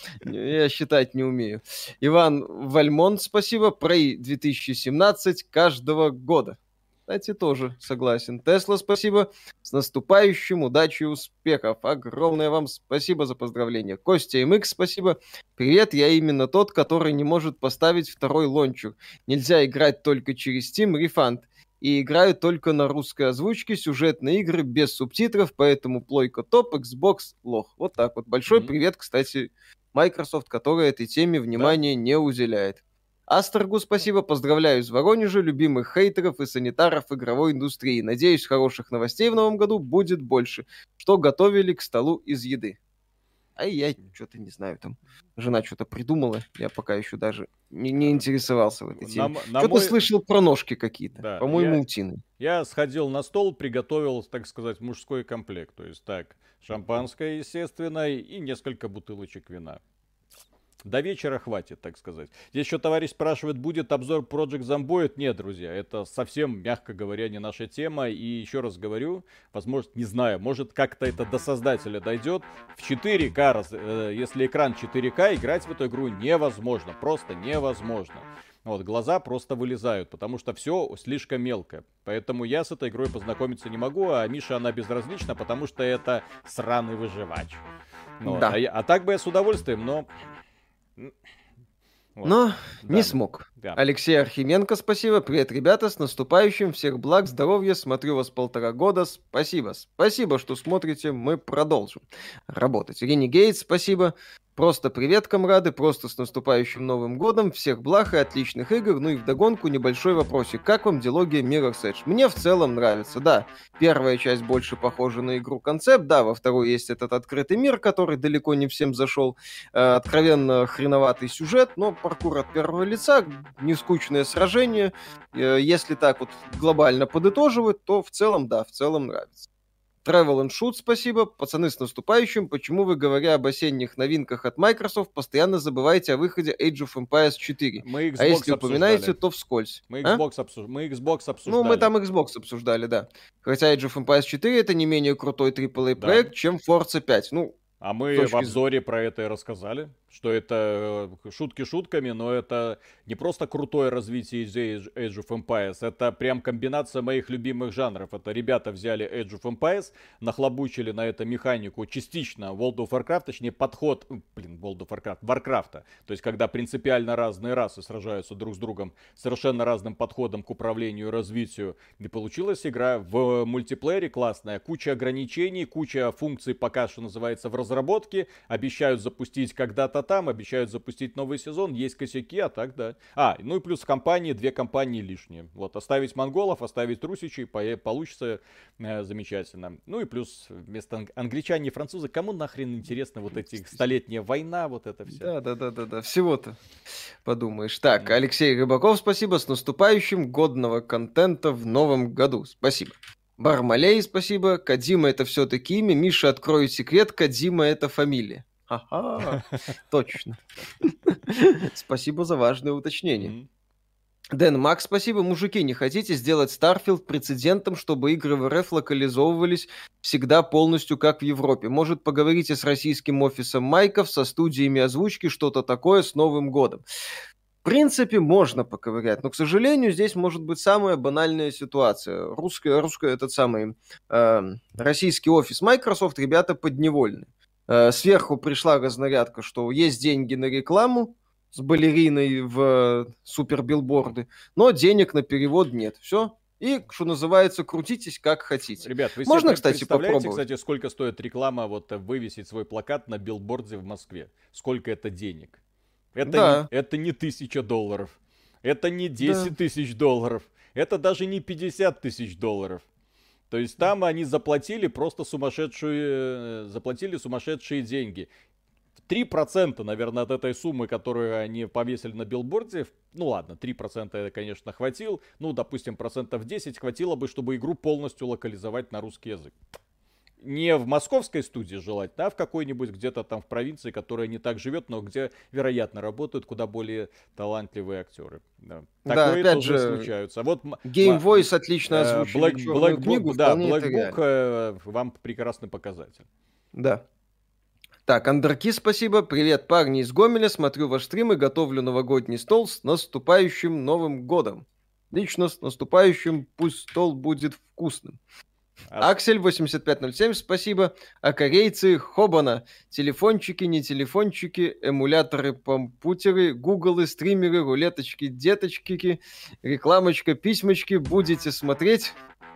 S2: Я считать не умею. Иван Вальмонт, спасибо. Prey 2017 каждого года. Кстати, тоже согласен. Тесла, спасибо. С наступающим, удачи и успехов. Огромное вам спасибо за поздравления. Костя МХ, спасибо. Привет, я именно тот, который не может поставить второй лончер. Нельзя играть только через Steam Refund. И играю только на русской озвучке, сюжетные игры без субтитров, поэтому плойка топ, Xbox лох. Вот так вот. Большой привет, кстати, Microsoft, которая этой теме внимания не уделяет. Астрогу спасибо, поздравляю из Воронежа, любимых хейтеров и санитаров игровой индустрии. Надеюсь, хороших новостей в новом году будет больше. Что готовили к столу из еды? А я что-то не знаю, там жена что-то придумала, я пока еще даже не интересовался в этой теме. Что-то слышал про ножки какие-то,
S1: да,
S2: по-моему, утиные.
S1: Я сходил на стол, приготовил, так сказать, мужской комплект. То есть так, шампанское, естественно, и несколько бутылочек вина. До вечера хватит, так сказать. Здесь еще товарищ спрашивает, будет обзор Project Zomboid? Нет, друзья, это совсем, мягко говоря, не наша тема. И еще раз говорю, возможно, не знаю, может как-то это до создателя дойдет. В 4К, если экран 4К, играть в эту игру невозможно, просто невозможно. Вот, глаза просто вылезают, потому что все слишком мелко. Поэтому я с этой игрой познакомиться не могу, а Миша она безразлична, потому что это сраный выживач. Вот.
S2: Да.
S1: А так бы я с удовольствием, но...
S2: Вот. Но не смог. Да. Алексей Архименко, спасибо. Привет, ребята, с наступающим. Всех благ, здоровья. Смотрю вас 1,5 года. Спасибо. Спасибо, что смотрите. Мы продолжим работать. Ирине Гейтс, спасибо. Просто привет, комрады, просто с наступающим Новым годом, всех благ и отличных игр, ну и вдогонку небольшой вопросик. Как вам дилогия Mirror's Edge? Мне в целом нравится, да. Первая часть больше похожа на игру-концепт, да, во второй есть этот открытый мир, который далеко не всем зашел. Откровенно хреноватый сюжет, но паркур от первого лица, нескучное сражение. Если так вот глобально подытоживать, то в целом, да, в целом нравится. Travel and Shoot, спасибо. Пацаны, с наступающим. Почему вы, говоря об осенних новинках от Microsoft, постоянно забываете о выходе Age of Empires 4?
S1: Мы Xbox
S2: а если упоминаете,
S1: обсуждали.
S2: То вскользь.
S1: Мы Xbox обсуждали.
S2: Ну, мы там Xbox обсуждали, да. Хотя Age of Empires 4 это не менее крутой AAA проект, чем Forza 5. Ну,
S1: а мы в обзоре про это и рассказали, что это шутки шутками, но это не просто крутое развитие Age of Empires, это прям комбинация моих любимых жанров. Это ребята взяли Age of Empires, нахлобучили на это механику частично World of Warcraft, точнее подход, World of Warcraft, Warcraft. То есть когда принципиально разные расы сражаются друг с другом, совершенно разным подходом к управлению и развитию. И получилась игра в мультиплеере классная, куча ограничений, куча функций пока что называется в разработке, обещают запустить когда-то там, обещают запустить новый сезон, есть косяки, а так да. Ну и плюс в компании, 2 компании лишние. Вот, оставить монголов, оставить русичей, получится замечательно. Ну и плюс вместо англичане и французы, кому нахрен интересно вот эти столетняя война, вот это все.
S2: Да, всего-то подумаешь. Так, Алексей Рыбаков, спасибо, с наступающим, годного контента в новом году. Спасибо. Бармалей, спасибо. Кодзима это все-таки имя. Миша, открою секрет. Кодзима это фамилия. Ага, точно. Спасибо за важное уточнение. Дэн Макс, спасибо. Мужики, не хотите сделать Starfield прецедентом, чтобы игры в РФ локализовывались всегда полностью как в Европе? Может, поговорите с российским офисом Майков, со студиями озвучки, что-то такое с Новым годом? В принципе, можно поковырять, но, к сожалению, здесь может быть самая банальная ситуация. Российский офис Microsoft, ребята подневольны. Сверху пришла разнарядка, что есть деньги на рекламу с балериной в супербилборды, но денег на перевод нет. Все. И, что называется, крутитесь как хотите.
S1: Ребят, вы
S2: можно,
S1: себе
S2: кстати,
S1: представляете,
S2: попробовать?
S1: сколько стоит реклама, вот вывесить свой плакат на билборде в Москве? Сколько это денег? Это не $1000. Это не 10 тысяч долларов. Это даже не 50 тысяч долларов. То есть там они заплатили сумасшедшие деньги. 3%, наверное, от этой суммы, которую они повесили на билборде, ну ладно, 3% это, конечно, хватил. Ну, допустим, 10% хватило бы, чтобы игру полностью локализовать на русский язык. Не в московской студии желательно, а в какой-нибудь где-то там в провинции, которая не так живет, но где, вероятно, работают куда более талантливые актеры. Да. Такое
S2: опять
S1: тоже
S2: же,
S1: случаются. Вот
S2: Game Voice отлично озвучили черную книгу.
S1: Да, Black Book вам прекрасный показатель.
S2: Да. Так, Андерки, спасибо. Привет, парни из Гомеля. Смотрю ваш стрим и готовлю новогодний стол с наступающим Новым годом. Лично с наступающим, пусть стол будет вкусным. Аксель 8507, спасибо. А корейцы Хобана. Телефончики, не телефончики, эмуляторы, помпутеры, гуглы, стримеры, рулеточки, деточки, рекламочка, письмочки. Будете смотреть?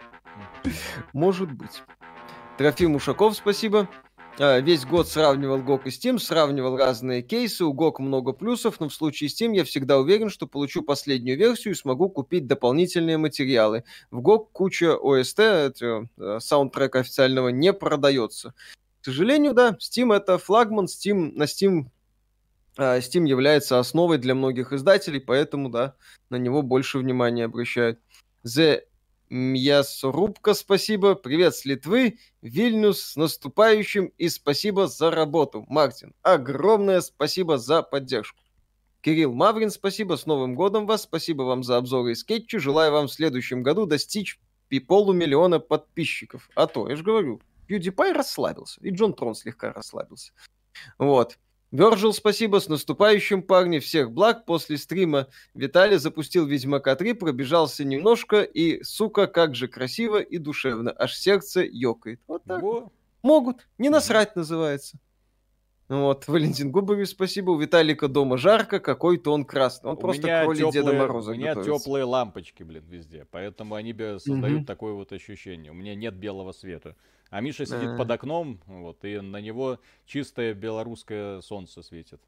S2: Может быть. Трофим Ушаков, спасибо. Весь год сравнивал GOG и Steam, сравнивал разные кейсы, у GOG много плюсов, но в случае Steam я всегда уверен, что получу последнюю версию и смогу купить дополнительные материалы. В GOG куча OST, саундтрека официального, не продается. К сожалению, да, Steam это флагман, Steam является основой для многих издателей, поэтому, да, на него больше внимания обращают. The Мясорубка, спасибо. Привет с Литвы. Вильнюс, с наступающим и спасибо за работу. Мартин, огромное спасибо за поддержку. Кирилл Маврин, спасибо. С Новым годом вас. Спасибо вам за обзоры и скетчи. Желаю вам в следующем году достичь полумиллиона подписчиков. А то, я же говорю, PewDiePie расслабился. И Джон Трон слегка расслабился. Вот. Вержил, спасибо, с наступающим, парни, всех благ. После стрима Виталий запустил Ведьмака 3, пробежался немножко, и, сука, как же красиво и душевно, аж сердце ёкает. Вот так. Могут, не насрать называется. Вот, Валентин Губарев, спасибо. У Виталика дома жарко, какой-то он красный. Он просто к роли Деда Мороза
S1: У меня
S2: готовится.
S1: теплые лампочки, блин, везде, поэтому они создают такое вот ощущение. У меня нет белого света. А Миша сидит под окном, вот, и на него чистое белорусское солнце светит.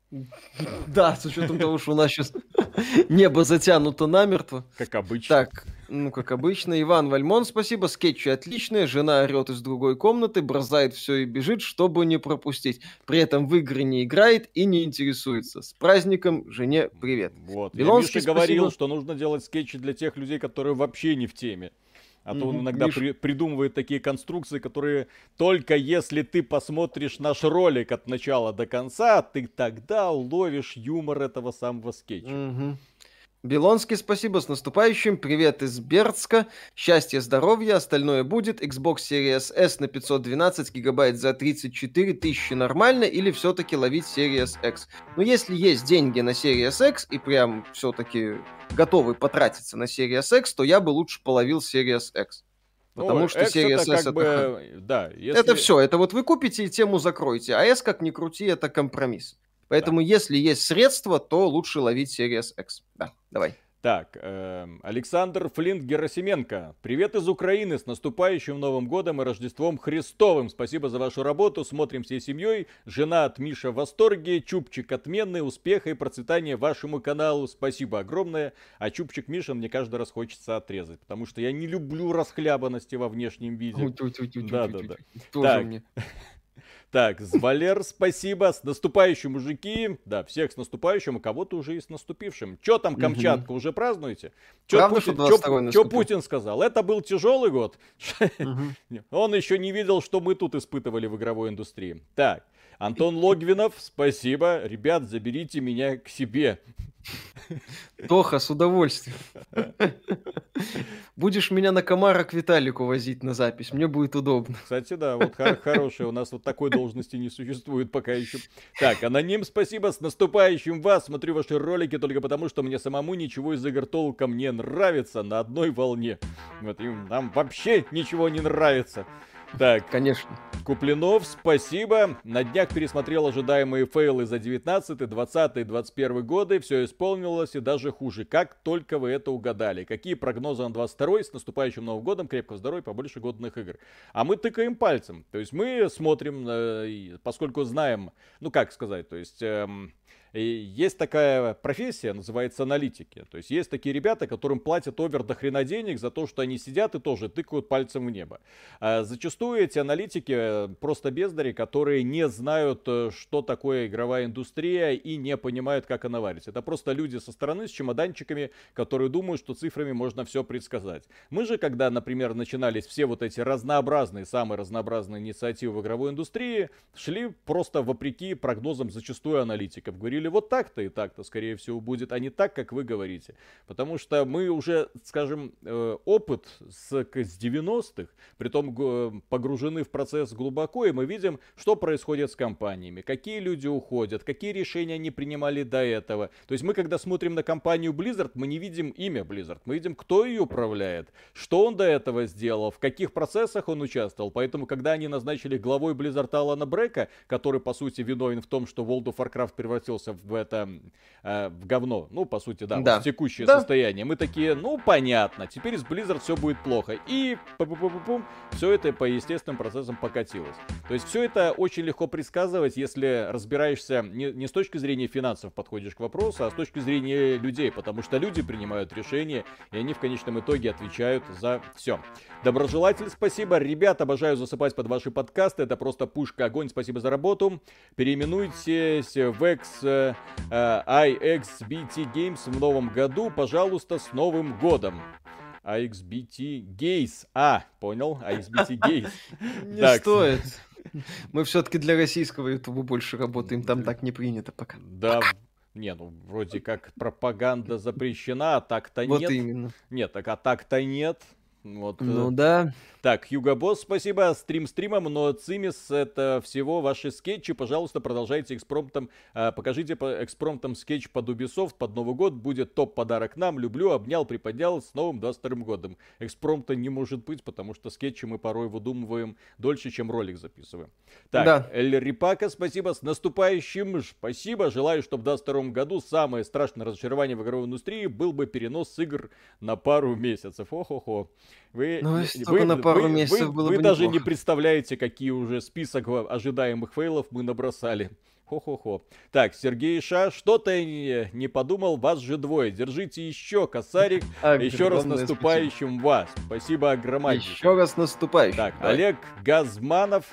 S2: Да, с учетом того, что у нас сейчас небо затянуто намертво.
S1: Как обычно.
S2: Так, как обычно. Иван Вальмон, спасибо. Скетчи отличные. Жена орет из другой комнаты, бросает все и бежит, чтобы не пропустить. При этом в игры не играет и не интересуется. С праздником, жене привет.
S1: Вот.
S2: Белонский,
S1: я Мише говорил, что нужно делать скетчи для тех людей, которые вообще не в теме. А то он иногда придумывает такие конструкции, которые только если ты посмотришь наш ролик от начала до конца, ты тогда уловишь юмор этого самого скетча.
S2: Белонский, спасибо, с наступающим. Привет из Бердска. Счастья, здоровья, остальное будет. Xbox Series S на 512 гигабайт за 34 тысячи нормально или все-таки ловить Series X? Но если есть деньги на Series X и прям все-таки готовы потратиться на Series X, то я бы лучше половил Series X. Потому что
S1: X
S2: Series
S1: это
S2: S
S1: как бы, да, если...
S2: Это все, это вот вы купите и тему закроете, а S, как ни крути, это компромисс. Поэтому, если есть средства, то лучше ловить Series X. Да, давай.
S1: Так, Александр Флинт Герасименко. Привет из Украины, с наступающим Новым годом и Рождеством Христовым. Спасибо за вашу работу, смотрим всей семьей. Жена от Миша в восторге, чупчик отменный, успеха и процветания вашему каналу. Спасибо огромное. А чупчик Миша мне каждый раз хочется отрезать, потому что я не люблю расхлябанности во внешнем виде. Да.
S2: Тоже мне.
S1: Так, Звалер, спасибо. С наступающим, мужики. Да, всех с наступающим, а кого-то уже и с наступившим. Чё там, Камчатка, уже празднуете? Чё Путин сказал? Это был тяжелый год. Он еще не видел, что мы тут испытывали в игровой индустрии. Так, Антон Логвинов, спасибо. Ребят, заберите меня к себе.
S2: Тоха, с удовольствием. Будешь меня на Комара к Виталику возить на запись, мне будет удобно.
S1: Кстати, да, вот хорошая, у нас вот такой должности не существует пока еще. Так, Аноним, спасибо, с наступающим вас. Смотрю ваши ролики только потому, что мне самому ничего из игр толком не нравится на одной волне. Вот, и нам вообще ничего не нравится. Так,
S2: конечно.
S1: Куплинов, спасибо. На днях пересмотрел ожидаемые фейлы за 19, 20 и 21 годы. Все исполнилось и даже хуже. Как только вы это угадали. Какие прогнозы на 22 с наступающим Новым годом? Крепкого здоровья, побольше годных игр. А мы тыкаем пальцем. То есть мы смотрим, поскольку знаем, ну как сказать, то есть... Есть такая профессия, называется аналитики. То есть есть такие ребята, которым платят овер до хрена денег за то, что они сидят и тоже тыкают пальцем в небо. Зачастую эти аналитики просто бездари, которые не знают, что такое игровая индустрия и не понимают, как она варится. Это просто люди со стороны с чемоданчиками, которые думают, что цифрами можно все предсказать. Мы же, когда, например, начинались все вот эти разнообразные, самые разнообразные инициативы в игровой индустрии, шли просто вопреки прогнозам зачастую аналитиков. Говорили, говорили вот так-то и так-то, скорее всего, будет, а не так, как вы говорите. Потому что мы уже, скажем, опыт с 90-х, притом погружены в процесс глубоко, и мы видим, что происходит с компаниями, какие люди уходят, какие решения они принимали до этого. То есть мы, когда смотрим на компанию Blizzard, мы не видим имя Blizzard, мы видим, кто ее управляет, что он до этого сделал, в каких процессах он участвовал. Поэтому, когда они назначили главой Blizzard Алана Брека, который, по сути, виновен в том, что World of Warcraft превратился в это, в говно, ну, по сути, да,
S2: Да.
S1: вот в текущее
S2: Да.
S1: состояние, мы такие, ну, понятно, теперь с Blizzard все будет плохо. И все это по естественным процессам покатилось. То есть все это очень легко предсказывать, если разбираешься не с точки зрения финансов подходишь к вопросу, а с точки зрения людей, потому что люди принимают решения, и они в конечном итоге отвечают за все. Доброжелатель, спасибо. Ребят, обожаю засыпать под ваши подкасты, это просто пушка, огонь, спасибо за работу. Переименуйтесь в IXBT Games в новом году, пожалуйста, с Новым годом. IXBT Gays. Понял, IXBT Gays.
S2: Не стоит. Мы все-таки для российского ютуба больше работаем, там так не принято пока.
S1: Да, не, ну вроде как пропаганда запрещена, а так-то
S2: Вот
S1: нет.
S2: именно.
S1: Нет, так а так-то нет. Вот,
S2: Ну да.
S1: Так, Hugo Boss, спасибо, стрим стримом, но Цимис это всего ваши скетчи, пожалуйста, продолжайте экспромтом, покажите по экспромтом скетч под Ubisoft, под Новый год, будет топ-подарок нам, люблю, обнял, приподнял, с новым 22 годом. Экспромта не может быть, потому что скетчи мы порой выдумываем дольше, чем ролик записываем. Так,
S2: Да.
S1: Эль Рипака, спасибо, с наступающим, спасибо, желаю, чтобы в 22 году самое страшное разочарование в игровой индустрии был бы перенос игр на пару месяцев. Охо-хо. Вы
S2: месяцев было
S1: вы
S2: бы
S1: даже не
S2: неплохо.
S1: представляете, какие уже список ожидаемых фейлов мы набросали. Хо-хо-хо. Так, Сергей Ша, что-то я не подумал, вас же двое. Держите еще, косарик. Еще раз
S2: Огромное
S1: наступающим вас. Спасибо огромнейшее.
S2: Еще раз наступающим.
S1: Так,
S2: Давай.
S1: Олег Газманов,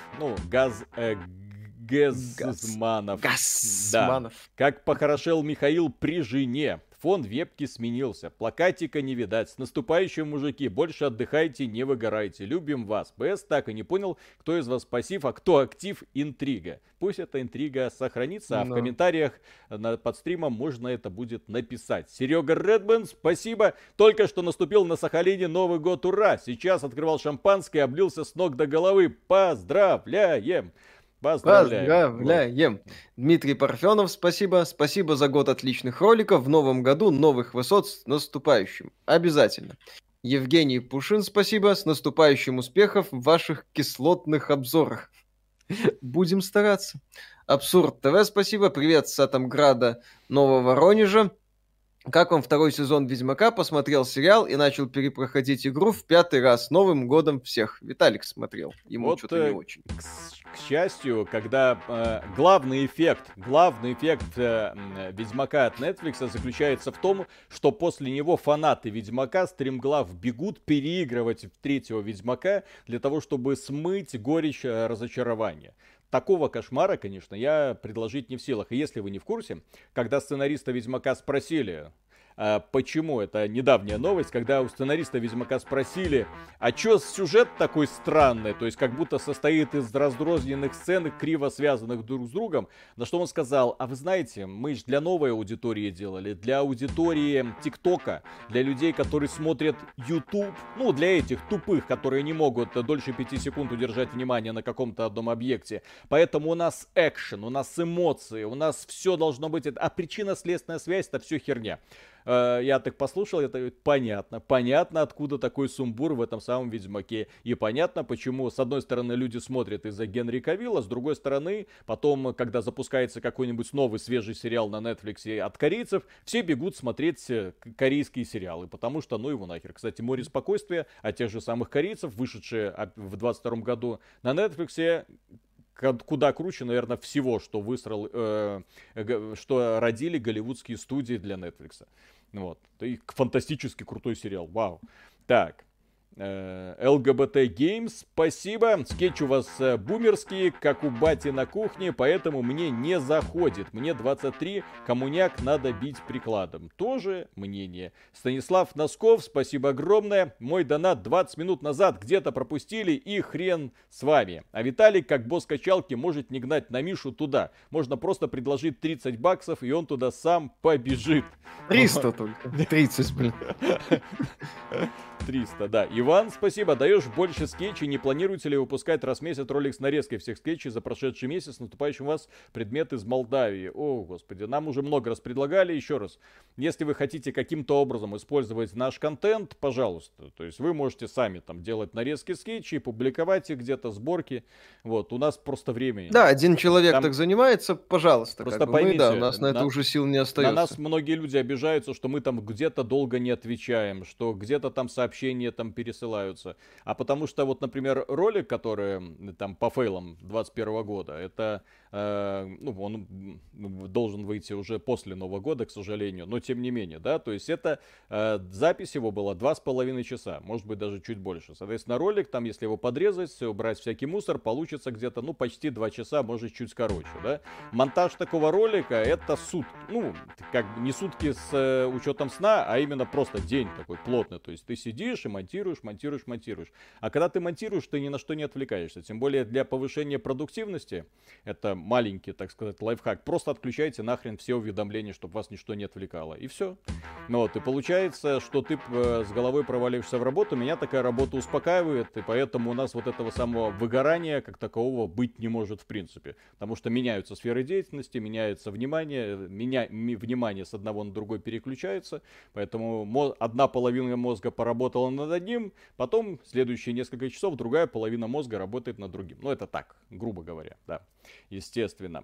S1: Газманов.
S2: Газманов.
S1: Да. Как похорошел Михаил при жене. Фон вебки сменился, плакатика не видать. С наступающим, мужики, больше отдыхайте, не выгорайте. Любим вас. БС так и не понял, кто из вас пассив, а кто актив. Интрига. Пусть эта интрига сохранится, а в комментариях под стримом можно это будет написать. Серега Редман, спасибо. Только что наступил на Сахалине Новый год, ура. Сейчас открывал шампанское, облился с ног до головы. Поздравляем.
S2: Поздравляем. Дмитрий Парфенов, спасибо. Спасибо за год отличных роликов. В новом году новых высот с наступающим. Обязательно. Евгений Пушин, спасибо. С наступающим успехов в ваших кислотных обзорах. Будем стараться. Абсурд ТВ, спасибо. Привет с Атомграда Нового Воронежа. Как вам второй сезон Ведьмака? Посмотрел сериал и начал перепроходить игру в 5-й раз. С Новым годом всех. Виталик смотрел. Ему
S1: вот,
S2: что-то не очень.
S1: К счастью, когда главный эффект Ведьмака от Netflix заключается в том, что после него фанаты Ведьмака стримглав бегут переигрывать в третьего Ведьмака для того, чтобы смыть горечь разочарования. Такого кошмара, конечно, я предложить не в силах. И если вы не в курсе, когда сценариста Ведьмака спросили, почему, это недавняя новость, когда у сценариста Ведьмака спросили, а чё сюжет такой странный, то есть как будто состоит из раздрозненных сцен, криво связанных друг с другом, на что он сказал, а вы знаете, мы же для новой аудитории делали, для аудитории ТикТока, для людей, которые смотрят YouTube, ну для этих тупых, которые не могут дольше 5 секунд удержать внимание на каком-то одном объекте, поэтому у нас экшен, у нас эмоции, у нас все должно быть, а причинно-следственная связь это все херня. Я так послушал, это понятно, откуда такой сумбур в этом самом Ведьмаке. И понятно, почему, с одной стороны, люди смотрят из-за Генри Кавилла, с другой стороны, потом, когда запускается какой-нибудь новый свежий сериал на Netflix от корейцев, все бегут смотреть корейские сериалы, потому что, ну его нахер. Кстати, «Море спокойствия» от тех же самых корейцев, вышедшие в 22 году на Netflix, куда круче, наверное, всего, что что родили голливудские студии для Netflix. Вот. И фантастически крутой сериал. Вау. Так. ЛГБТ Games, спасибо. Скетч у вас бумерские, как у бати на кухне, поэтому мне не заходит. Мне 23, коммуняк надо бить прикладом. Тоже мнение. Станислав Носков, спасибо огромное. Мой донат 20 минут назад где-то пропустили, и хрен с вами. А Виталик, как босс качалки, может не гнать на Мишу туда. Можно просто предложить 30 баксов, и он туда сам побежит.
S2: 300 только. 30, блин.
S1: 300, да. Иван, спасибо. Даешь больше скетчей. Не планируете ли выпускать раз в месяц ролик с нарезкой всех скетчей за прошедший месяц? Наступающим у вас предмет из Молдавии. О, господи, нам уже много раз предлагали. Еще раз, если вы хотите каким-то образом использовать наш контент, пожалуйста. То есть вы можете сами там делать нарезки скетчей, публиковать их где-то, сборки. Вот, у нас просто времени.
S2: Да, один человек
S1: Там...
S2: так занимается, пожалуйста.
S1: Просто поймите,
S2: да, у нас на это уже сил не остается.
S1: На нас многие люди обижаются, что мы там где-то долго не отвечаем, что где-то там сообщения там пересылаются. А потому что вот, например, ролик, который там по фейлам 21 года, это он должен выйти уже после Нового года, к сожалению, но тем не менее, да, то есть это запись его была 2,5 часа, может быть даже чуть больше. Соответственно, ролик там, если его подрезать, убрать всякий мусор, получится где-то, почти 2 часа, может чуть короче, да. Монтаж такого ролика это сутки, как бы не сутки с учетом сна, а именно просто день такой плотный, то есть ты сидишь и монтируешь. А когда ты монтируешь, ты ни на что не отвлекаешься, тем более для повышения продуктивности, это маленький, так сказать, лайфхак. Просто отключайте нахрен все уведомления, чтобы вас ничто не отвлекало. И все. И получается, что ты с головой проваливаешься в работу. Меня такая работа успокаивает. И поэтому у нас вот этого самого выгорания как такового быть не может в принципе. Потому что меняются сферы деятельности, меняется внимание. Внимание с одного на другой переключается. Поэтому одна половина мозга поработала над одним. Потом следующие несколько часов другая половина мозга работает над другим. Это так, грубо говоря, да. Естественно.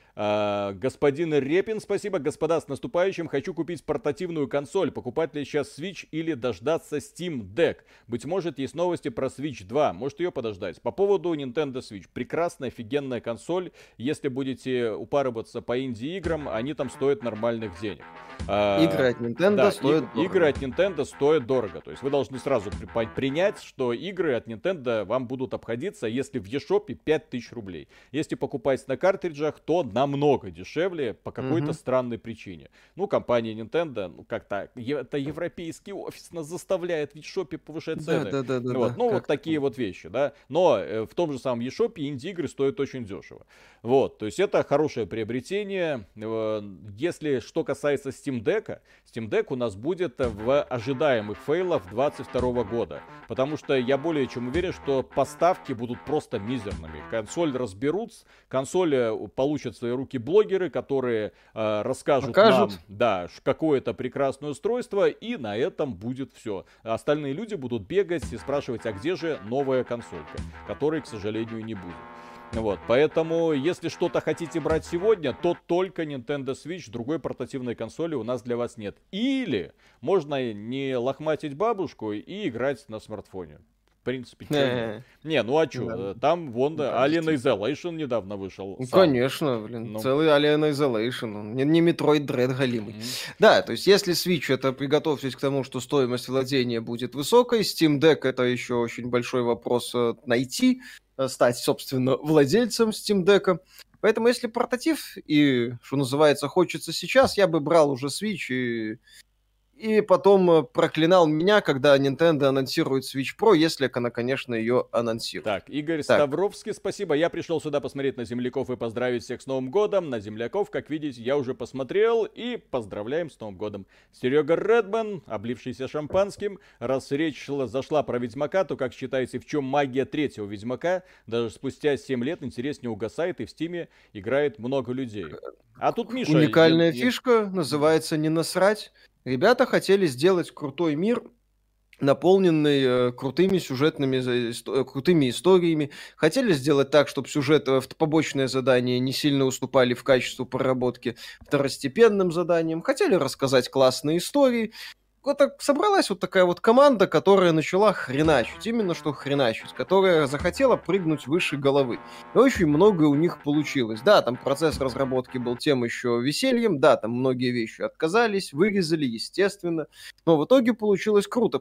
S1: Господин Репин, спасибо. Господа, с наступающим. Хочу купить портативную консоль. Покупать ли сейчас Switch или дождаться Steam Deck? Быть может, есть новости про Switch 2. Может ее подождать. По поводу Nintendo Switch. Прекрасная, офигенная консоль. Если будете упарываться по инди-играм, они там стоят нормальных денег.
S2: Игры от Nintendo стоят дорого.
S1: Игры от Nintendo стоят дорого. То есть вы должны сразу принять, что игры от Nintendo вам будут обходиться, если в eShop 5000 рублей. Если покупать на картриджах, то намного дешевле по какой-то странной причине. Компания Nintendo, как-то, это европейский офис нас заставляет в eShop повышать цены. Вот такие вот вещи, да. Но в том же самом eShop инди-игры стоят очень дешево. То есть это хорошее приобретение. Если что касается Steam Deck у нас будет в ожидаемых фейлах 2022 года. Потому что я более чем уверен, что поставки будут просто мизерными. Консоль разберут, консоль получат в свои руки блогеры, которые расскажут нам, да, какое-то прекрасное устройство, и на этом будет все. Остальные люди будут бегать и спрашивать, а где же новая консолька, которой, к сожалению, не будет. Поэтому, если что-то хотите брать сегодня, то только Nintendo Switch, другой портативной консоли у нас для вас нет. Или можно не лохматить бабушку и играть на смартфоне. В принципе, чё? Там вон Alien Isolation недавно вышел.
S2: Конечно, целый Alien Isolation. Не Metroid Dread галимый. Да, то есть если Switch, это приготовьтесь к тому, что стоимость владения будет высокой. Steam Deck это еще очень большой вопрос найти, стать, собственно, владельцем Steam Deck. Поэтому если портатив и, что называется, хочется сейчас, я бы брал уже Switch и потом проклинал меня, когда Nintendo анонсирует Switch Pro, если она, конечно, ее анонсирует.
S1: Так, Игорь Ставровский, спасибо. Я пришел сюда посмотреть на земляков и поздравить всех с Новым годом. На земляков, как видите, я уже посмотрел, и поздравляем с Новым годом. Серега Редман, облившийся шампанским. Раз речь зашла про Ведьмака, то как считаете, в чем магия третьего Ведьмака? Даже спустя 7 лет интерес не угасает, и в Стиме играет много людей. А тут Миша...
S2: Уникальная фишка, называется «Не насрать». Ребята хотели сделать крутой мир, наполненный крутыми крутыми историями. Хотели сделать так, чтобы сюжет, побочные задания не сильно уступали в качеству проработки второстепенным заданиям. Хотели рассказать классные истории. это собралась вот такая вот команда, которая начала хреначить, именно что хреначить, которая захотела прыгнуть выше головы. И очень многое у них получилось. Да, там процесс разработки был тем еще весельем, да, там многие вещи отказались, вырезали, естественно, но в итоге получилось круто,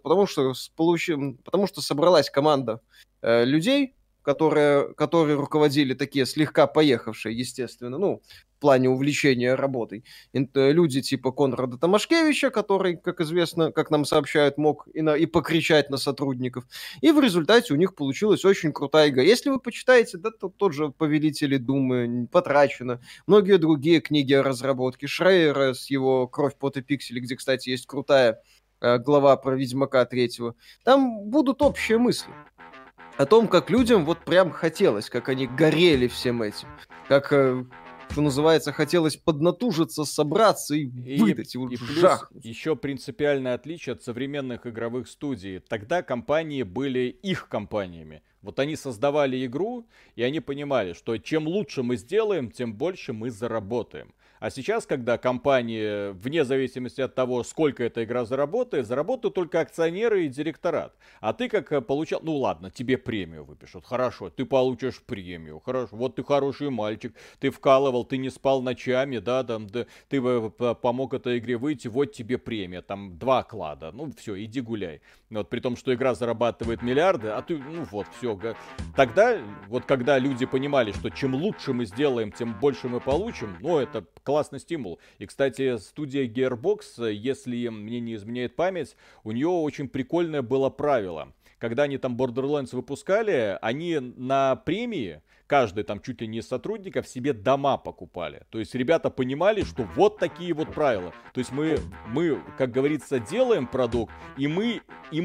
S2: потому что собралась команда людей, которые руководили такие слегка поехавшие, естественно, ну, в плане увлечения работой. Люди типа Конрада Томашкевича, который, как известно, как нам сообщают, мог и покричать на сотрудников. И в результате у них получилась очень крутая игра. Если вы почитаете, да, то тот же «Повелители Думы», «Потрачено», многие другие книги о разработке, Шрейера с его «Кровь, пот и пиксели», где, кстати, есть крутая глава про Ведьмака третьего, там будут общие мысли о том, как людям вот прям хотелось, как они горели всем этим, как, что называется, хотелось поднатужиться, собраться и выдать,
S1: И плюс
S2: жахнуть.
S1: еще принципиальное отличие от современных игровых студий. Тогда компании были их компаниями. Вот они создавали игру, и они понимали, что чем лучше мы сделаем, тем больше мы заработаем. А сейчас, когда компании, вне зависимости от того, сколько эта игра заработает, заработают только акционеры и директорат. А ты как получал... Ну ладно, тебе премию выпишут. Хорошо, ты получишь премию. Хорошо, вот ты хороший мальчик. Ты вкалывал, ты не спал ночами, да, там, да, ты помог этой игре выйти, вот тебе премия. Там 2 оклада. Ну все, иди гуляй. Вот при том, что игра зарабатывает миллиарды, а ты, ну вот, все. Тогда, вот когда люди понимали, что чем лучше мы сделаем, тем больше мы получим, ну это классный стимул. И, кстати, студия Gearbox, если мне не изменяет память, у нее очень прикольное было правило. Когда они там Borderlands выпускали, они на премии, каждый там чуть ли не из сотрудников, себе дома покупали. То есть ребята понимали, что вот такие вот правила. То есть мы как говорится, делаем продукт, и мы,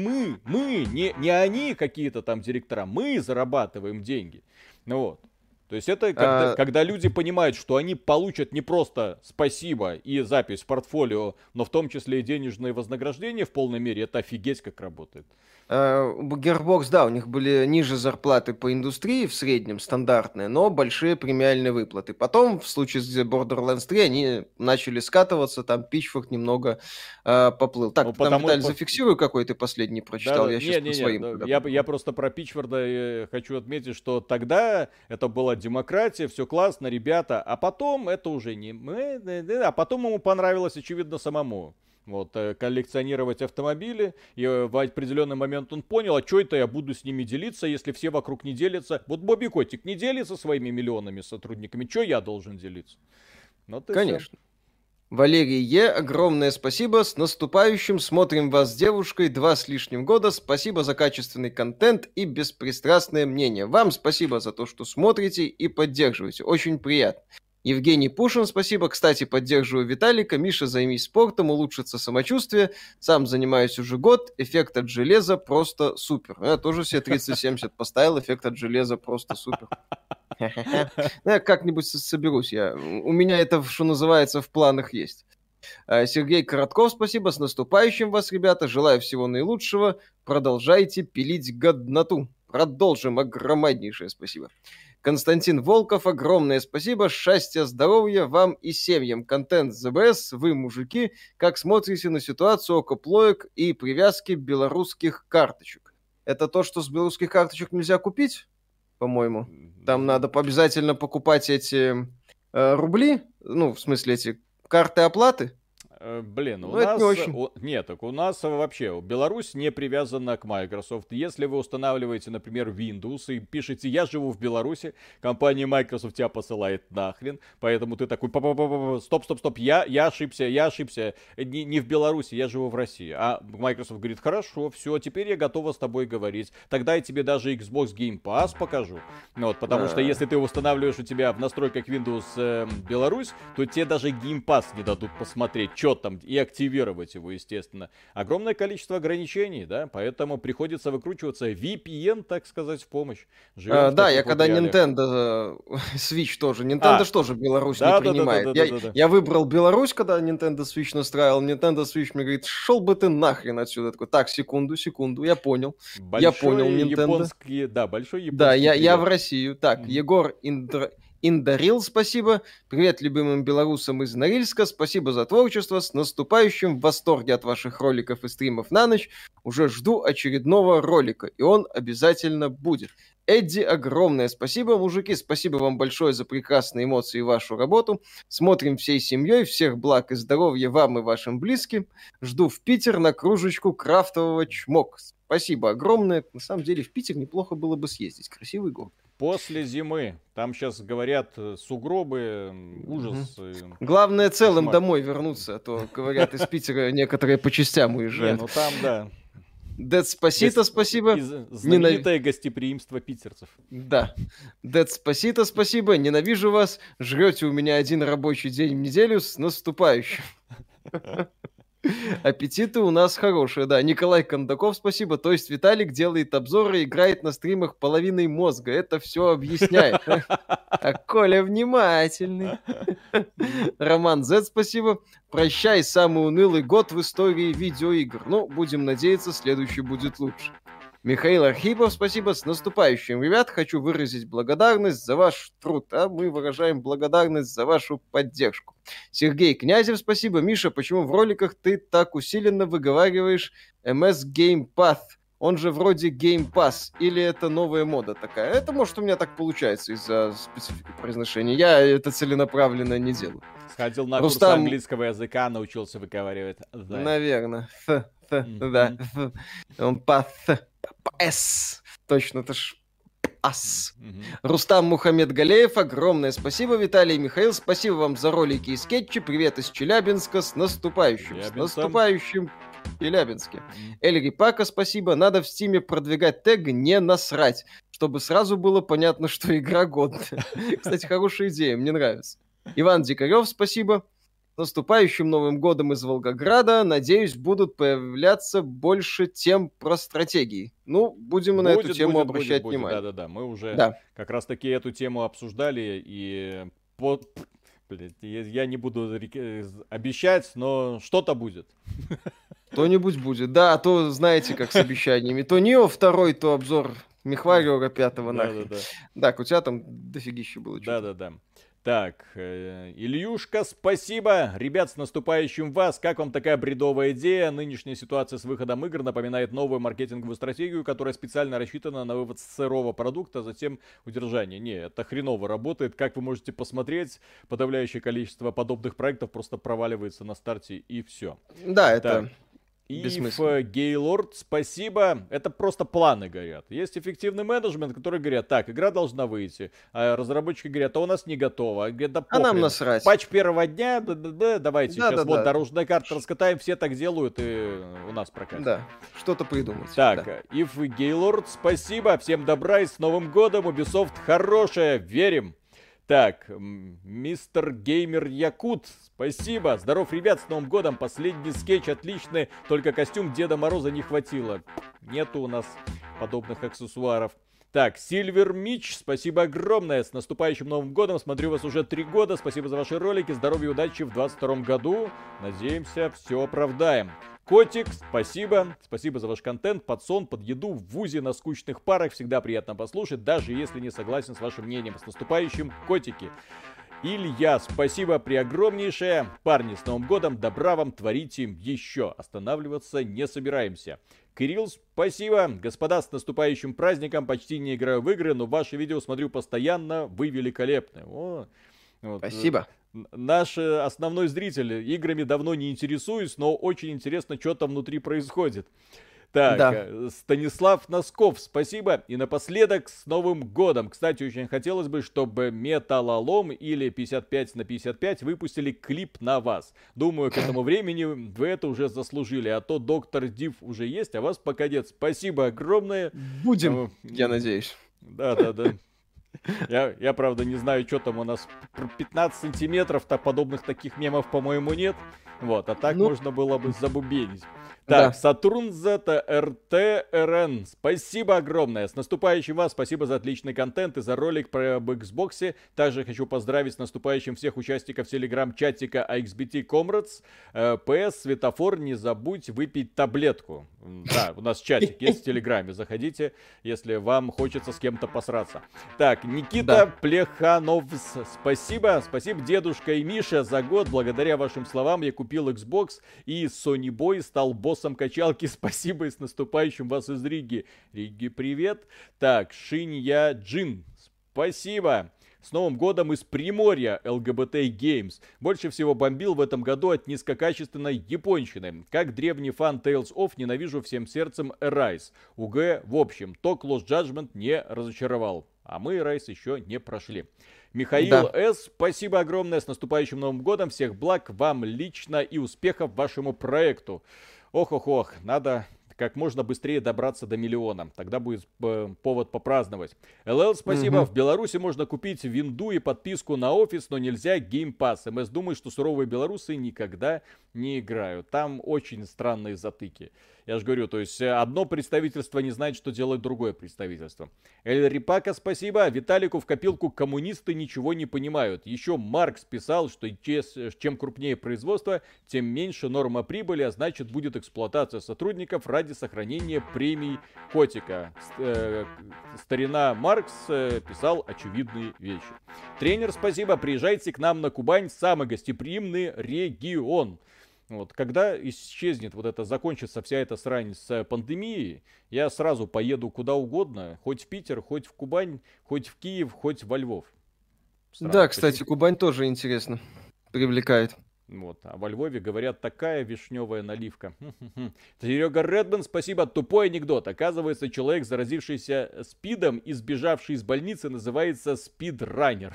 S1: не они какие-то там директора, мы зарабатываем деньги. Ну вот. То есть это когда люди понимают, что они получат не просто спасибо и запись в портфолио, но в том числе и денежные вознаграждения в полной мере, это офигеть как работает.
S2: Gearbox, да, у них были ниже зарплаты по индустрии в среднем, стандартные, но большие премиальные выплаты. Потом, в случае с Borderlands 3, они начали скатываться, там Pitchfork немного поплыл. Так,
S1: Ну,
S2: ты там, Виталий, зафиксируй, какой ты последний прочитал,
S1: да,
S2: я сейчас по своим.
S1: Я просто про Пичфорда хочу отметить, что тогда это была демократия, все классно, ребята, а потом это уже не мы, а потом ему понравилось, очевидно, самому. Вот, коллекционировать автомобили, и в определенный момент он понял, а что это я буду с ними делиться, если все вокруг не делятся. Вот Бобби Котик не делится своими миллионами сотрудниками, что я должен делиться? Ну,
S2: конечно. Валерий Е., огромное спасибо, с наступающим, смотрим вас с девушкой 2 с лишним года, спасибо за качественный контент и беспристрастное мнение. Вам спасибо за то, что смотрите и поддерживаете, очень приятно. Евгений Пушин, спасибо. Кстати, поддерживаю Виталика. Миша, займись спортом, улучшится самочувствие. Сам занимаюсь уже год. Эффект от железа просто супер. Я тоже себе 3070 поставил. Эффект от железа просто супер. Я как-нибудь соберусь. У меня это, что называется, в планах есть. Сергей Коротков, спасибо. С наступающим вас, ребята. Желаю всего наилучшего. Продолжайте пилить годноту. Продолжим. Огромнейшее спасибо. Константин Волков, огромное спасибо. Счастья, здоровья вам и семьям. Контент ЗБС, вы, мужики, как смотрите на ситуацию окоплоек и привязки белорусских карточек? Это то, что с белорусских карточек нельзя купить, по-моему? Там надо обязательно покупать эти рубли, ну, в смысле, эти карты оплаты.
S1: Блин, у нас... Нет, так у нас вообще Беларусь не привязана к Microsoft. Если вы устанавливаете, например, Windows и пишете «Я живу в Беларуси», компания Microsoft тебя посылает нахрен, поэтому ты такой стоп, я ошибся. Не в Беларуси, я живу в России. А Microsoft говорит: хорошо, все, теперь я готова с тобой говорить. Тогда я тебе даже Xbox Game Pass покажу. Вот, потому что если ты устанавливаешь у тебя в настройках Windows Беларусь, то тебе даже Game Pass не дадут посмотреть, что там, и активировать его, естественно. Огромное количество ограничений, да, поэтому приходится выкручиваться. VPN, так сказать, в помощь.
S2: Да, я когда Nintendo Switch тоже. Nintendo тоже Беларусь не принимает. Я выбрал Беларусь, когда Nintendo Switch настраивал. Nintendo Switch мне говорит: шел бы ты нахрен отсюда. Такой: так, секунду, я понял. Я понял, Nintendo.
S1: Да, большой японский.
S2: Да, я в Россию. Так, Егор Индарил, спасибо. Привет любимым белорусам из Норильска. Спасибо за творчество. С наступающим. В восторге от ваших роликов и стримов на ночь. Уже жду очередного ролика, и он обязательно будет. Эдди, огромное спасибо. Мужики, спасибо вам большое за прекрасные эмоции и вашу работу. Смотрим всей семьей. Всех благ и здоровья вам и вашим близким. Жду в Питер на кружечку крафтового чмок. Спасибо огромное. На самом деле в Питер неплохо было бы съездить. Красивый город.
S1: После зимы. Там сейчас говорят сугробы, ужас.
S2: Главное целым
S1: кошмар.
S2: домой вернуться, а то, говорят, из Питера некоторые по частям
S1: Не,
S2: уезжают.
S1: ну там, да.
S2: Дед спасибо.
S1: Знаменитое гостеприимство питерцев.
S2: Да. Дед спасибо. Ненавижу вас. Жрете у меня один рабочий день в неделю. С наступающим. Аппетиты у нас хорошие, да. Николай Кондаков, спасибо. То есть Виталик делает обзоры и играет на стримах половиной мозга. Это все объясняет. А Коля внимательный. Роман Z, спасибо. Прощай, самый унылый год в истории видеоигр. Ну, будем надеяться, следующий будет лучше. Михаил Архипов, спасибо. С наступающим, ребят. Хочу выразить благодарность за ваш труд, а мы выражаем благодарность за вашу поддержку. Сергей Князев, спасибо. Миша, почему в роликах ты так усиленно выговариваешь MS Game Path? Он же вроде Game Pass. Или это новая мода такая? Это, может, у меня так получается из-за специфики произношения. Я это целенаправленно не делаю.
S1: Сходил на курс английского языка, научился выговаривать.
S2: Наверное. Да. Он С. Точно, это ж ас. Рустам Мухаммед Галеев, огромное спасибо. Виталий и Михаил, спасибо вам за ролики и скетчи. Привет из Челябинска. С наступающим. С наступающим в Челябинске. Эльри Пака, спасибо. Надо в стиме продвигать тег «Не насрать», чтобы сразу было понятно, что игра годная. Кстати, хорошая идея, мне нравится. Иван Дикарев, спасибо. С наступающим Новым годом из Волгограда. Надеюсь, будут появляться больше тем про стратегии. Ну, будем на эту тему обращать внимание.
S1: Да-да-да, мы уже как раз-таки эту тему обсуждали, и я не буду обещать, но что-то будет.
S2: Кто-нибудь будет. Да, а то, знаете, как с обещаниями. То Нио 2, то обзор Мехвариора 5 нахрен. Так, у тебя там дофигища было.
S1: Да-да-да. Так, Ильюшка, спасибо. Ребят, с наступающим вас. Как вам такая бредовая идея? Нынешняя ситуация с выходом игр напоминает новую маркетинговую стратегию, которая специально рассчитана на вывод сырого продукта, а затем удержание. Не, это хреново работает. Как вы можете посмотреть, подавляющее количество подобных проектов просто проваливается на старте, и все.
S2: Да, это...
S1: Так. If Gaylord, спасибо. Это просто планы горят. Есть эффективный менеджмент, который говорят, так, игра должна выйти. А разработчики говорят, а у нас не готово. Говорят, да похрен.
S2: А нам насрать.
S1: Патч первого дня, давайте сейчас вот дорожная карта раскатаем, все так делают, и у нас прокатит.
S2: Да, что-то придумать.
S1: Так, If Gaylord, спасибо. Всем добра и с Новым годом. Ubisoft хорошая, верим. Так, мистер Геймер Якут, спасибо. Здоров, ребят, с Новым годом. Последний скетч отличный, только костюм Деда Мороза не хватило. Нету у нас подобных аксессуаров. Так, Сильвер Мич, спасибо огромное. С наступающим Новым годом. Смотрю вас уже 3 года. Спасибо за ваши ролики. Здоровья и удачи в 22 году. Надеемся, все оправдаем. Котик, спасибо. Спасибо за ваш контент, под сон, под еду, в вузе, на скучных парах. Всегда приятно послушать, даже если не согласен с вашим мнением. С наступающим, котики. Илья, спасибо преогромнейшее. Парни, с Новым годом, добра вам, творите еще. Останавливаться не собираемся. Кирилл, спасибо. Господа, с наступающим праздником. Почти не играю в игры, но ваши видео смотрю постоянно. Вы великолепны. Вот,
S2: спасибо.
S1: Наш основной зритель. Играми давно не интересуюсь, но очень интересно, что там внутри происходит. Так, Станислав Носков, спасибо. И напоследок, с Новым годом. Кстати, очень хотелось бы, чтобы Металлолом или 55/55 выпустили клип на вас. Думаю, к этому времени вы это уже заслужили. А то Доктор Див уже есть, а вас пока нет. Спасибо огромное.
S2: Будем, я надеюсь.
S1: Да. Я, правда, не знаю, что там у нас. 15 сантиметров, подобных таких мемов, по-моему, нет. Вот, а так можно было бы забубенить. Так,
S2: Да.
S1: Сатурн Зета РТРН, спасибо огромное. С наступающим вас, спасибо за отличный контент и за ролик про об Xbox. Также хочу поздравить с наступающим всех участников телеграм-чатика AXBT Comrades. ПС, светофор, не забудь выпить таблетку. Да, у нас чатик есть в телеграме, заходите, если вам хочется с кем-то посраться. Так, Никита Плеханов, спасибо дедушка и Миша за год. Благодаря вашим словам я купил Xbox и Sony Boy стал боссом качалки. Спасибо и с наступающим вас из Риги. Риги, привет. Так, Шинья Джин, спасибо. С Новым годом из Приморья LGBT Games. Больше всего бомбил в этом году от низкокачественной японщины. Как древний фан Tales of ненавижу всем сердцем Arise. УГ, в общем, Ток Lost Judgment не разочаровал. А мы Arise еще не прошли. Михаил С., спасибо огромное, с наступающим Новым годом. Всех благ вам лично и успехов вашему проекту. Ох-ох-ох, надо как можно быстрее добраться до миллиона. Тогда будет повод попраздновать. ЛЛ, спасибо. В Беларуси можно купить винду и подписку на офис, но нельзя Game Pass. МС думает, что суровые белорусы никогда не играют. Там очень странные затыки. Я же говорю, то есть одно представительство не знает, что делает другое представительство. Эль Рипака, спасибо. Виталику в копилку коммунисты ничего не понимают. Еще Маркс писал, что чем крупнее производство, тем меньше норма прибыли, а значит будет эксплуатация сотрудников ради сохранения премий котика. Старина Маркс писал очевидные вещи. Тренер, спасибо. Приезжайте к нам на Кубань, самый гостеприимный регион. Вот, когда исчезнет вот это, закончится вся эта срань с пандемией, я сразу поеду куда угодно, хоть в Питер, хоть в Кубань, хоть в Киев, хоть во Львов. Сразу.
S2: Да, кстати, Кубань тоже интересно привлекает.
S1: Вот, а во Львове, говорят, такая вишневая наливка. Серега Редман, спасибо. Тупой анекдот. Оказывается, человек, заразившийся спидом и сбежавший из больницы, называется спидранер.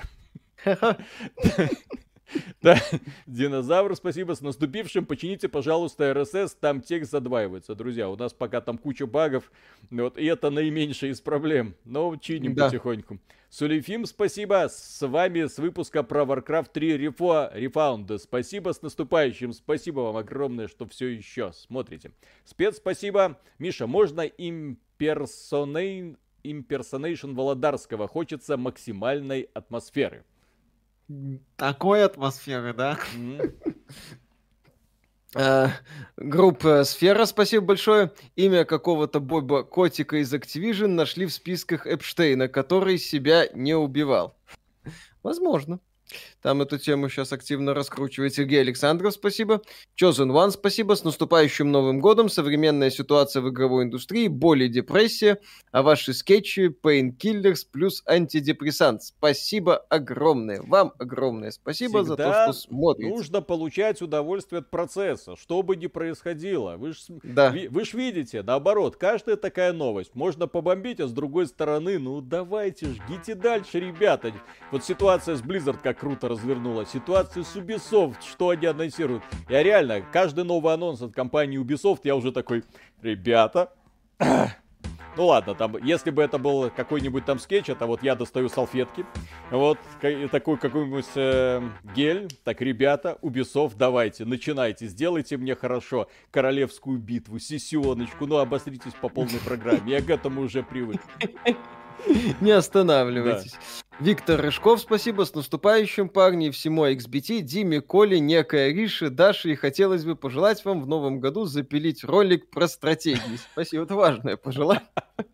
S1: Да, Динозавр, спасибо, с наступившим. Почините, пожалуйста, RSS, там текст задваивается. Друзья, у нас пока там куча багов, вот, и это наименьшая из проблем. Но чиним потихоньку. Сулейфим, спасибо, с вами с выпуска про Warcraft 3 Refound. Спасибо, с наступающим. Спасибо вам огромное, что все еще смотрите. Спец, спасибо. Миша, можно имперсонейшн Володарского? Хочется максимальной атмосферы.
S2: Такой атмосферы, да? Группа Сфера, спасибо большое. Имя какого-то Боба Котика из Activision нашли в списках Эпштейна, который себя не убивал. Возможно. Там эту тему сейчас активно раскручивает Сергей Александров, спасибо. Chosen One, спасибо. С наступающим Новым годом. Современная ситуация в игровой индустрии, боль и депрессия. А ваши скетчи, Painkillers плюс антидепрессант. Спасибо огромное. Вам огромное спасибо
S1: Всегда
S2: за то, что смотрите.
S1: Нужно получать удовольствие от процесса, что бы ни происходило. Вы ж видите, наоборот, каждая такая новость. Можно побомбить, а с другой стороны, ну давайте, жгите дальше, ребята. Вот ситуация с Blizzard как круто развернула. Ситуация с Ubisoft, что они анонсируют. Я реально, каждый новый анонс от компании Ubisoft, я уже такой, ребята... Ну ладно, там, если бы это был какой-нибудь там скетч, это вот я достаю салфетки, вот, такой какой-нибудь гель, так, ребята, Ubisoft, давайте, начинайте, сделайте мне хорошо королевскую битву, сессионочку, ну, обостритесь по полной программе, я к этому уже привык.
S2: Не останавливайтесь. Да. Виктор Рыжков, спасибо. С наступающим, парни, всему XBT, Диме, Коле, некой Арише, Даше. И хотелось бы пожелать вам в новом году запилить ролик про стратегии. Спасибо, это важное пожелание.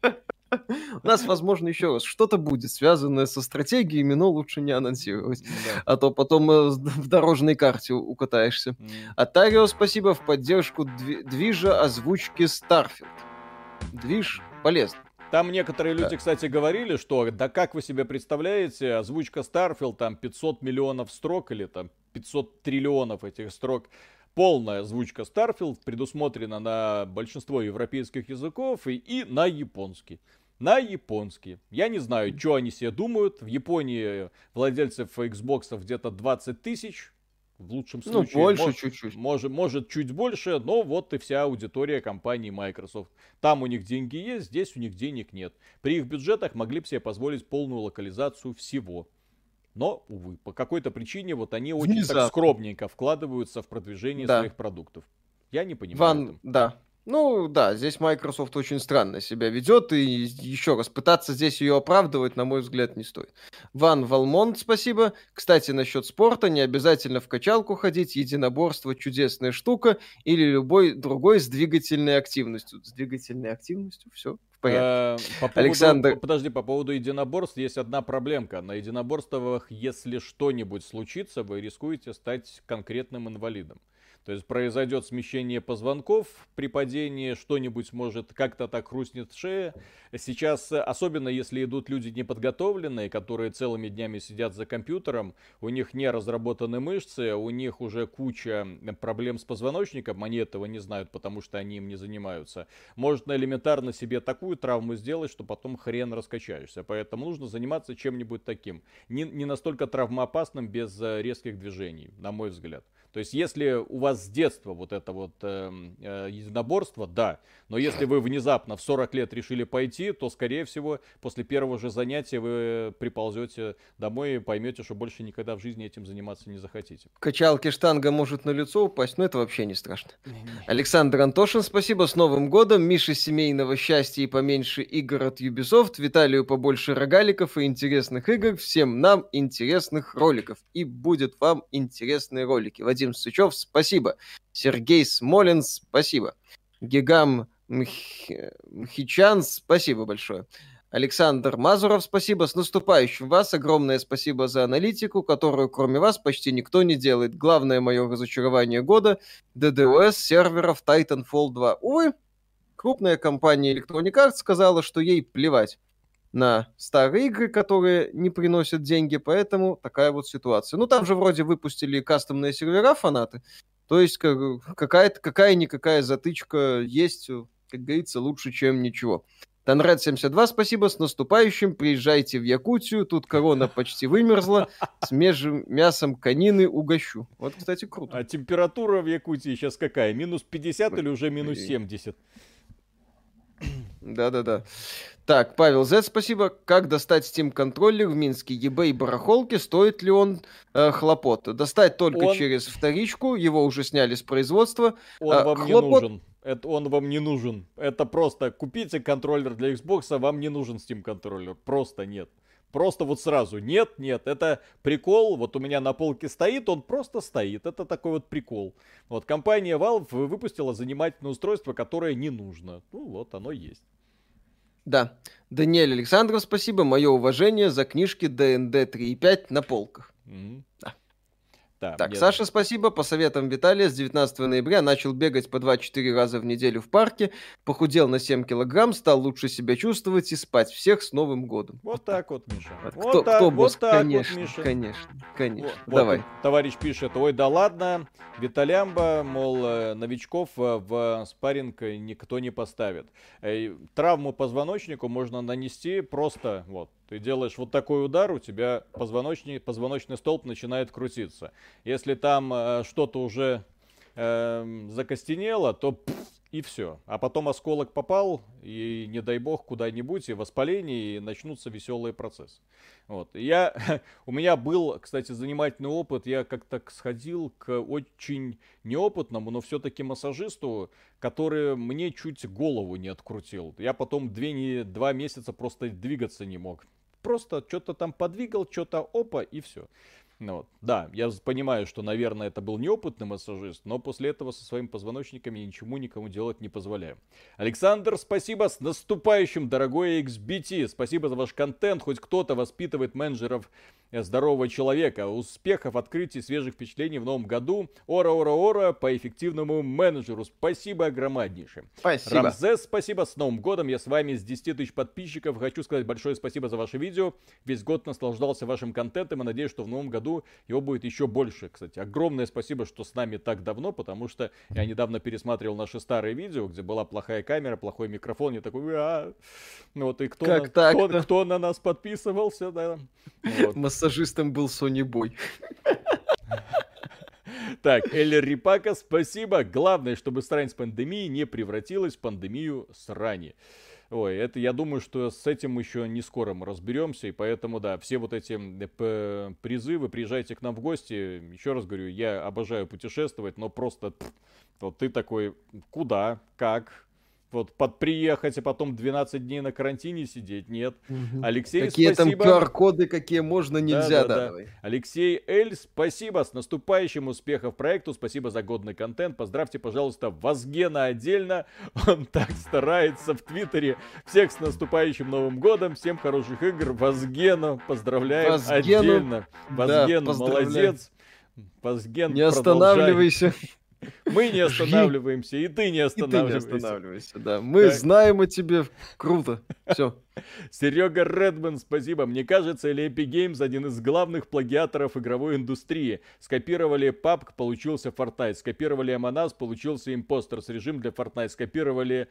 S2: У нас, возможно, еще раз что-то будет связанное со стратегиями, но лучше не анонсировать. Да. А то потом в дорожной карте укатаешься. А Тарио, спасибо, в поддержку движа озвучки Starfield. Движ полезный.
S1: Там некоторые люди, кстати, говорили, что да как вы себе представляете, озвучка Starfield, там 500 миллионов строк или там 500 триллионов этих строк. Полная озвучка Starfield предусмотрена на большинство европейских языков и на японский. На японский. Я не знаю, что они себе думают. В Японии владельцев Xbox где-то 20 тысяч. В лучшем случае.
S2: Ну, больше чуть-чуть.
S1: Может, чуть больше, но вот и вся аудитория компании Microsoft. Там у них деньги есть, здесь у них денег нет. При их бюджетах могли бы себе позволить полную локализацию всего. Но, увы, по какой-то причине вот они очень так скромненько вкладываются в продвижение своих продуктов. Я не понимаю.
S2: Да. Ну да, здесь Microsoft очень странно себя ведет, и еще раз, пытаться здесь ее оправдывать, на мой взгляд, не стоит. Ван Валмонт, спасибо. Кстати, насчет спорта, не обязательно в качалку ходить, единоборство чудесная штука, или любой другой с двигательной активностью. С двигательной активностью все в порядке. Александр,
S1: По поводу единоборств есть одна проблемка. На единоборствах, если что-нибудь случится, вы рискуете стать конкретным инвалидом. То есть произойдет смещение позвонков при падении, что-нибудь может как-то так хрустнет шея. Сейчас, особенно если идут люди неподготовленные, которые целыми днями сидят за компьютером, у них не разработаны мышцы, у них уже куча проблем с позвоночником, они этого не знают, потому что они им не занимаются. Можно элементарно себе такую травму сделать, что потом хрен раскачаешься. Поэтому нужно заниматься чем-нибудь таким. Не настолько травмоопасным, без резких движений, на мой взгляд. То есть, если у вас с детства вот это вот единоборство, да. Но если вы внезапно в 40 лет решили пойти, то, скорее всего, после первого же занятия вы приползете домой и поймете, что больше никогда в жизни этим заниматься не захотите.
S2: в качалке штанга может на лицо упасть, но это вообще не страшно. Александр Антошин, спасибо, с Новым годом. Мише семейного счастья и поменьше игр от Ubisoft. Виталию побольше рогаликов и интересных игр. Всем нам интересных роликов. И будет вам интересные ролики. Вадим Сычев, спасибо. Сергей Смолин, спасибо. Гигам Мхичан, спасибо большое. Александр Мазуров, спасибо. С наступающим вас. Огромное спасибо за аналитику, которую кроме вас почти никто не делает. Главное мое разочарование года — DDoS серверов Titanfall 2. Увы, крупная компания Electronic Arts сказала, что ей плевать на старые игры, которые не приносят деньги, поэтому такая вот ситуация. Ну, там же вроде выпустили кастомные сервера фанаты, то есть какая-никакая затычка есть, как говорится, лучше, чем ничего. Танред 72, спасибо, с наступающим, приезжайте в Якутию, тут корона почти вымерзла, свежим мясом конины угощу. Вот, кстати, круто.
S1: А температура в Якутии сейчас какая? Минус 50 или уже минус 70?
S2: Да-да-да. Так, Павел Z, спасибо. Как достать Steam контроллер в Минске? eBay барахолки, стоит ли он хлопот? Достать только через вторичку, его уже сняли с производства.
S1: Он вам не нужен. Он вам не нужен. Это просто купите контроллер для Xbox, а вам не нужен Steam контроллер. Просто нет. Просто вот сразу нет. Это прикол. Вот у меня на полке стоит, он просто стоит. Это такой вот прикол. Вот компания Valve выпустила занимательное устройство, которое не нужно. Ну вот, оно есть.
S2: Да. Даниэль Александров, спасибо. Мое уважение за книжки ДНД 3.5 на полках. Да.
S1: Да,
S2: так, Саша, спасибо. По советам Виталия с 19 ноября начал бегать по 2-4 раза в неделю в парке, похудел на 7 килограмм, стал лучше себя чувствовать и спать. Всех с Новым годом.
S1: Вот так вот, Миша.
S2: Кто босс?
S1: Конечно,
S2: Миша. Конечно. Вот,
S1: давай. Вот товарищ пишет, ой, да ладно, Виталямба, мол, новичков в спарринг никто не поставит. Травму позвоночнику можно нанести просто, вот. Ты делаешь вот такой удар, у тебя позвоночный столб начинает крутиться. Если там что-то уже закостенело, то и все. А потом осколок попал, и не дай бог куда-нибудь, и воспаление, и начнутся веселые процессы. Вот. У меня был, кстати, занимательный опыт. Я как-то сходил к очень неопытному, но все-таки массажисту, который мне чуть голову не открутил. Я потом 2 месяца просто двигаться не мог. Просто что-то там подвигал, что-то опа, и все. Ну, вот. Да, я понимаю, что, наверное, это был неопытный массажист, но после этого со своими позвоночниками я ничему никому делать не позволяю. Александр, спасибо, с наступающим, дорогой XBT. Спасибо за ваш контент, хоть кто-то воспитывает менеджеров здорового человека. Успехов, открытий, свежих впечатлений в новом году. Ора по эффективному менеджеру. Спасибо огромнейшее.
S2: Спасибо.
S1: Рамзес, спасибо. С Новым годом. Я с вами с 10 тысяч подписчиков. Хочу сказать большое спасибо за ваше видео. Весь год наслаждался вашим контентом и надеюсь, что в новом году его будет еще больше. Кстати, огромное спасибо, что с нами так давно, потому что я недавно пересматривал наши старые видео, где была плохая камера, плохой микрофон. Я такой, вот и кто на нас подписывался, да. Вот.
S2: Массажистом был Sony Boy.
S1: Так, Эллер Рипака, спасибо. Главное, чтобы срань с пандемией не превратилась в пандемию срани. Ой, это я думаю, что с этим еще не скоро мы разберемся, и поэтому, да, все вот эти призывы, приезжайте к нам в гости, еще раз говорю, я обожаю путешествовать, но просто вот ты такой, куда, как, вот приехать, а потом 12 дней на карантине сидеть, нет.
S2: Мгм.
S1: Алексей,
S2: Какие там
S1: спасибо.
S2: QR-коды, какие можно, нельзя, да,
S1: Да.
S2: давай.
S1: Алексей Эль, спасибо, с наступающим, успехов проекту, спасибо за годный контент, поздравьте, пожалуйста, Вазгена отдельно, он так старается в Твиттере, всех с наступающим Новым годом, всем хороших игр, Вазгена, поздравляем
S2: Вазгену,
S1: отдельно,
S2: да,
S1: Вазген,
S2: поздравляю.
S1: молодец, Вазген,
S2: Не
S1: продолжай,
S2: останавливайся.
S1: мы не
S2: Жги.
S1: останавливаемся, и ты не
S2: И ты не
S1: останавливайся.
S2: останавливайся, да. Мы
S1: Так.
S2: знаем о тебе. Круто. Все.
S1: Серега Редман, спасибо. Мне кажется, или Epic Games один из главных плагиаторов игровой индустрии. Скопировали PUBG, получился Fortnite. Скопировали Among Us, получился Imposters режим для Fortnite. Скопировали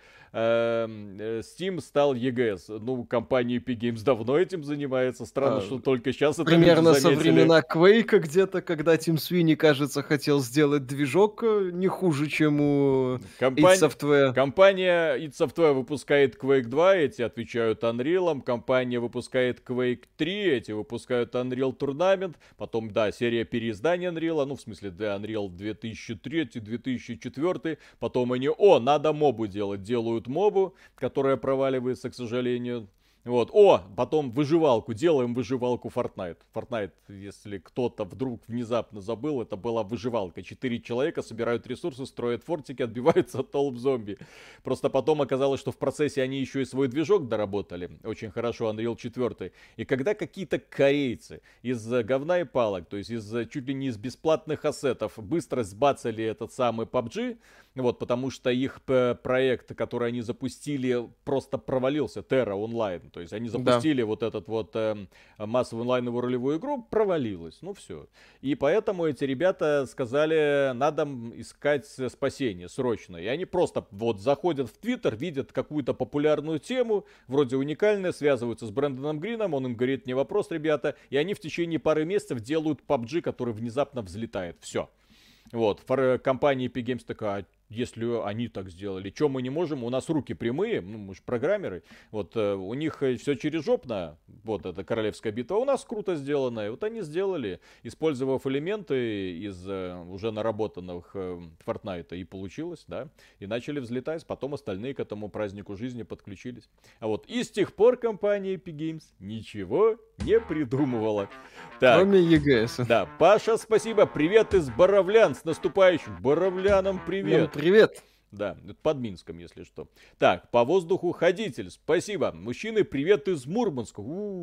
S1: Steam, стал EGS. Ну, компания Epic Games давно этим занимается. Странно, что только сейчас это люди
S2: Примерно со
S1: заметили.
S2: времена Quake где-то, когда Тим Свини, кажется, хотел сделать движок не хуже, чем у id Software.
S1: Компания id Software выпускает Quake 2, эти отвечают Unreal. Компания выпускает Quake 3, эти выпускают Unreal Tournament. Потом, да, серия переиздания Unreal, ну, в смысле, да, Unreal 2003, 2004. Потом они, надо мобу делать. Делают мобу, которая проваливается, к сожалению. Вот. Потом выживалку. Делаем выживалку Fortnite. Fortnite, если кто-то вдруг внезапно забыл, это была выживалка. 4 человека собирают ресурсы, строят фортики, отбиваются от толп зомби. Просто потом оказалось, что в процессе они еще и свой движок доработали. Очень хорошо, Unreal 4. И когда какие-то корейцы из говна и палок, то есть чуть ли не из бесплатных ассетов, быстро сбацали этот самый PUBG, вот, потому что их проект, который они запустили, просто провалился, Terra Online. То есть они запустили вот этот вот массовую онлайновую ролевую игру, провалилась. Ну все. И поэтому эти ребята сказали, надо искать спасение срочно. И они просто вот заходят в Твиттер, видят какую-то популярную тему, вроде уникальная, связываются с Брэндоном Грином, он им говорит, не вопрос, ребята. И они в течение пары месяцев делают PUBG, который внезапно взлетает. Все. Вот, компания Epic Games такая, если они так сделали, что мы не можем, у нас руки прямые, ну, мы же программеры, вот, у них все через жопно, вот, это королевская битва, у нас круто сделано, и вот они сделали, использовав элементы из уже наработанных Fortnite, и получилось, да, и начали взлетать, потом остальные к этому празднику жизни подключились. А вот, и с тех пор компания Epic Games ничего не придумывала. Так.
S2: Кроме EGS.
S1: Да, Паша, спасибо, привет из Боровлян, с наступающим, Боровлянам привет.
S2: Привет.
S1: Да, это под Минском, если что. Так, по воздуху ходитель, спасибо. Мужчины, привет из Мурманска.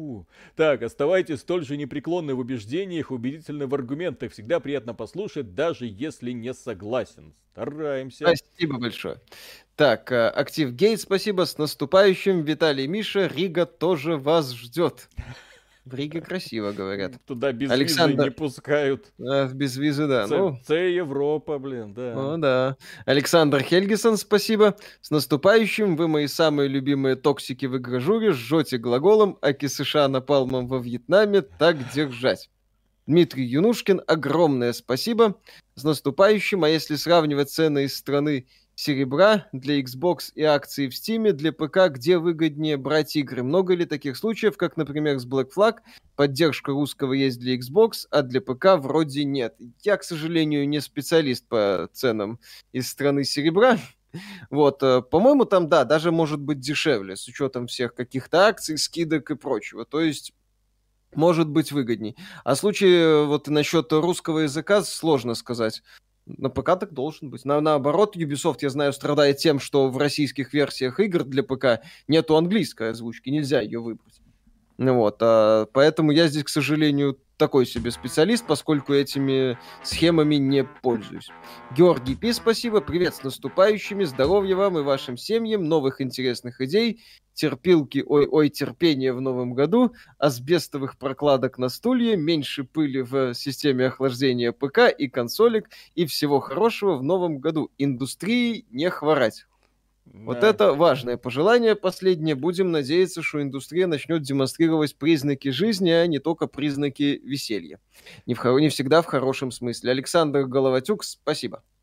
S1: Так, оставайтесь столь же непреклонны в убеждениях, убедительны в аргументах. Всегда приятно послушать, даже если не согласен. Стараемся.
S2: Спасибо большое. Так, Актив Гейт, спасибо. С наступающим. Виталий, Миша, Рига тоже вас ждет. В Риге красиво, говорят.
S1: Туда без
S2: Александр...
S1: визы не пускают.
S2: Без визы, да.
S1: Европа, блин, да.
S2: Ну да. Александр Хельгисон, спасибо. С наступающим. Вы мои самые любимые токсики в игражуре. Жжете глаголом. Аки США напалмом во Вьетнаме. Так держать. Дмитрий Юнушкин, огромное спасибо. С наступающим. А если сравнивать цены из страны серебра для Xbox и акции в Steam, для ПК, где выгоднее брать игры? Много ли таких случаев, как, например, с Black Flag? Поддержка русского есть для Xbox, а для ПК вроде нет. Я, к сожалению, не специалист по ценам из страны серебра. Вот, по-моему, там, да, даже может быть дешевле, с учетом всех каких-то акций, скидок и прочего. То есть может быть выгодней. А в случае вот насчет русского языка сложно сказать. На ПК так должен быть. Наоборот, Ubisoft, я знаю, страдает тем, что в российских версиях игр для ПК нету английской озвучки, нельзя ее выбрать. Вот, поэтому я здесь, к сожалению, такой себе специалист, поскольку этими схемами не пользуюсь. Георгий Пи, спасибо, привет с наступающими, здоровья вам и вашим семьям, новых интересных идей, терпилки, ой, терпения в новом году, асбестовых прокладок на стулья, меньше пыли в системе охлаждения ПК и консолек, и всего хорошего в новом году. Индустрии не хворать. Вот это важное пожелание последнее. Будем надеяться, что индустрия начнет демонстрировать признаки жизни, а не только признаки веселья. Не всегда в хорошем смысле. Александр Головатюк, спасибо.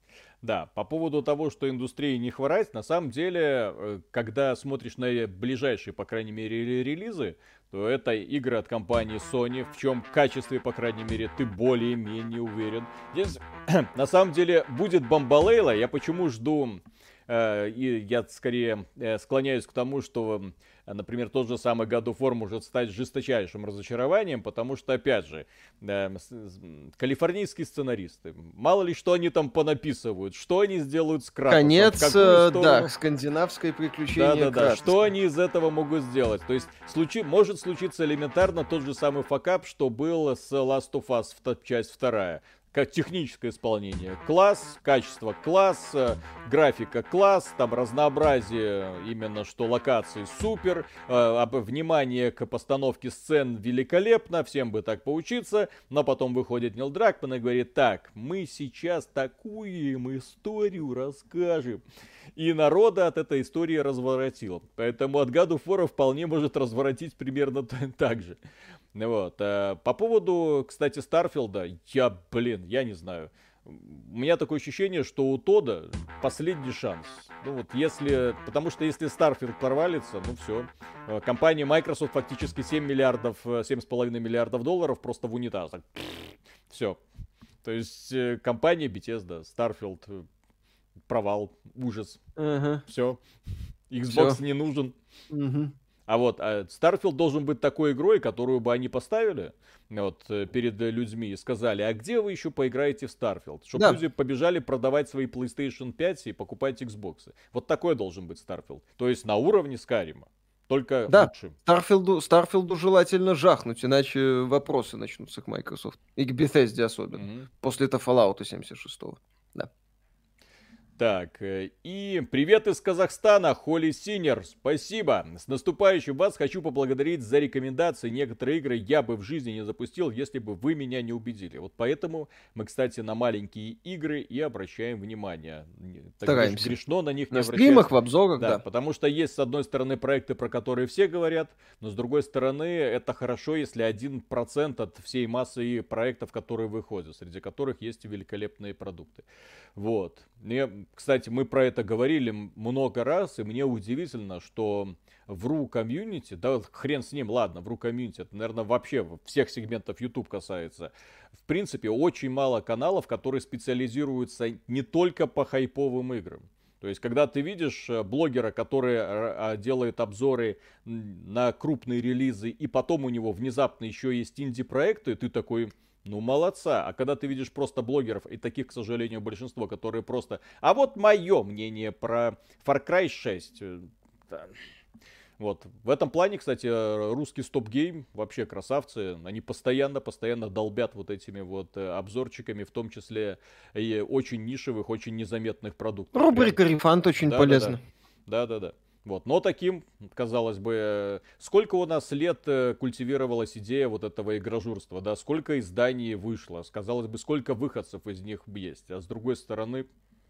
S1: Да, по поводу того, что индустрии не хворать, на самом деле, когда смотришь на ближайшие, по крайней мере, релизы, то это игры от компании Sony, в чем качестве, по крайней мере, ты более-менее уверен. Здесь, на самом деле, будет бомбалейла. Я почему жду, и я скорее склоняюсь к тому, что, например, тот же самый God of War может стать жесточайшим разочарованием, потому что, опять же, калифорнийские сценаристы, мало ли что они там понаписывают, что они сделают с Кратосом,
S2: Конец,
S1: в какую сторону...
S2: да, скандинавское приключение Кратоса.
S1: Что они из этого могут сделать? То есть может случиться элементарно тот же самый факап, что был с Last of Us, часть вторая. Как техническое исполнение класс, качество класс, графика класс, там разнообразие именно что локаций супер, внимание к постановке сцен великолепно, всем бы так поучиться, но потом выходит Нил Дракман и говорит: так, мы сейчас такую им историю расскажем. И народа от этой истории разворотил. Поэтому от God of War вполне может разворотить примерно так же. Вот. По поводу, кстати, Старфилда, я не знаю. У меня такое ощущение, что у Тодда последний шанс. Ну вот, потому что если Starfield провалится, ну все. Компания Microsoft фактически 7,5 миллиардов долларов просто в унитаз. Все. То есть компания Bethesda, Starfield, провал, ужас. Все. Xbox не нужен. А вот Starfield должен быть такой игрой, которую бы они поставили вот, перед людьми и сказали: а где вы еще поиграете в Starfield? Чтобы люди побежали продавать свои PlayStation 5 и покупать Xbox. Вот такой должен быть Starfield. То есть на уровне Skyrim. Только лучше.
S2: Старфилду желательно жахнуть, иначе вопросы начнутся к Microsoft. И к Bethesda особенно. После этого Fallout 76-го. Да.
S1: Так, и привет из Казахстана, Холли Синер, спасибо. С наступающим вас, хочу поблагодарить за рекомендации. Некоторые игры я бы в жизни не запустил, если бы вы меня не убедили. Вот поэтому мы, кстати, на маленькие игры и обращаем внимание.
S2: Стараемся.
S1: Грешно на них не
S2: обращать. На стримах, в обзорах, да.
S1: Потому что есть, с одной стороны, проекты, про которые все говорят, но с другой стороны, это хорошо, если 1% от всей массы проектов, которые выходят, среди которых есть великолепные продукты. Вот. Кстати, мы про это говорили много раз, и мне удивительно, что в RU комьюнити, да хрен с ним, ладно, в RU комьюнити, это, наверное, вообще всех сегментов YouTube касается. В принципе, очень мало каналов, которые специализируются не только по хайповым играм. То есть, когда ты видишь блогера, который делает обзоры на крупные релизы, и потом у него внезапно еще есть инди-проекты, ты такой... Ну, молодца. А когда ты видишь просто блогеров, и таких, к сожалению, большинство, которые просто... А вот мое мнение про Far Cry 6. Вот. В этом плане, кстати, русский стоп-гейм вообще красавцы. Они постоянно долбят вот этими вот обзорчиками, в том числе и очень нишевых, очень незаметных продуктов.
S2: Рубрика «Рефанд» очень полезна.
S1: Да. Вот. Но таким, казалось бы, сколько у нас лет культивировалась идея вот этого игражурства, да, сколько изданий вышло, казалось бы, сколько выходцев из них есть, а с другой стороны,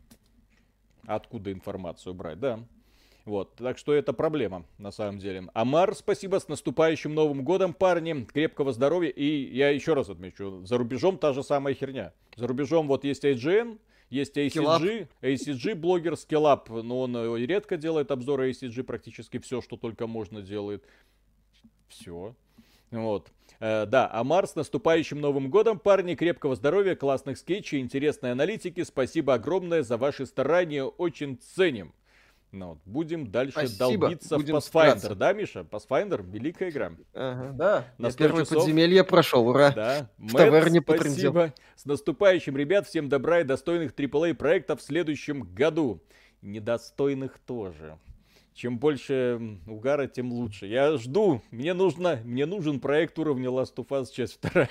S1: откуда информацию брать, да. Вот, так что это проблема, на самом деле. Амар, спасибо, с наступающим Новым годом, парни, крепкого здоровья, и я еще раз отмечу, за рубежом та же самая херня. За рубежом вот есть IGN, есть ACG блогер Skillup, но он редко делает обзоры ACG, практически все, что только можно делает. Все. Вот. Да, Амар, с наступающим Новым годом, парни, крепкого здоровья, классных скетчей, интересной аналитики. Спасибо огромное за ваши старания, очень ценим. Ну, вот, будем дальше долбиться в Pathfinder,
S2: стараться.
S1: Да, Миша? Pathfinder, великая игра.
S2: Ага, да,
S1: на
S2: я первое подземелье прошел, ура.
S1: Да.
S2: В таверне потрындел.
S1: Спасибо. С наступающим, ребят, всем добра и достойных AAA проектов в следующем году. Недостойных тоже. Чем больше угара, тем лучше. Я жду, мне нужен проект уровня Last of Us часть 2.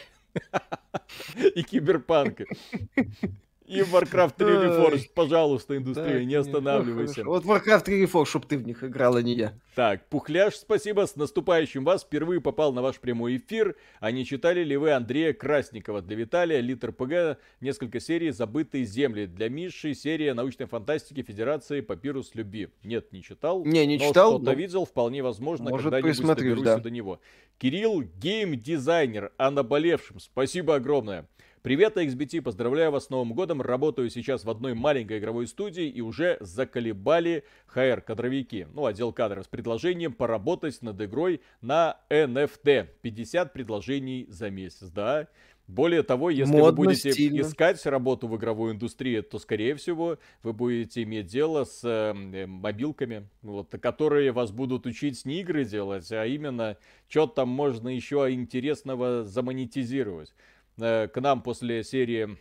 S1: И Киберпанка. И Warcraft 3 Reforged, пожалуйста, индустрия,
S2: Так,
S1: не останавливайся.
S2: Вот Warcraft 3 Reforged, чтоб ты в них играл, а не я.
S1: Так, Пухляш, спасибо, с наступающим вас. Впервые попал на ваш прямой эфир. А не читали ли вы Андрея Красникова? Для Виталия, Литр ПГ, несколько серий «Забытые земли». Для Миши серия научной фантастики Федерации «Папирус любви». Нет, не читал.
S2: Не
S1: но
S2: читал.
S1: что-то видел, вполне возможно,
S2: может,
S1: когда-нибудь доберусь
S2: да.
S1: до него. Кирилл, гейм-дизайнер, о наболевшем. Спасибо огромное. Привет, XBT, поздравляю вас с Новым годом. Работаю сейчас в одной маленькой игровой студии и уже заколебали HR-кадровики. Ну, отдел кадров с предложением поработать над игрой на NFT. 50 предложений за месяц, да? Более того, если вы
S2: Модно,
S1: будете
S2: стильно.
S1: искать работу в игровой индустрии, то, скорее всего, вы будете иметь дело с мобилками, вот, которые вас будут учить не игры делать, а именно, что там можно еще интересного замонетизировать. К нам после серии,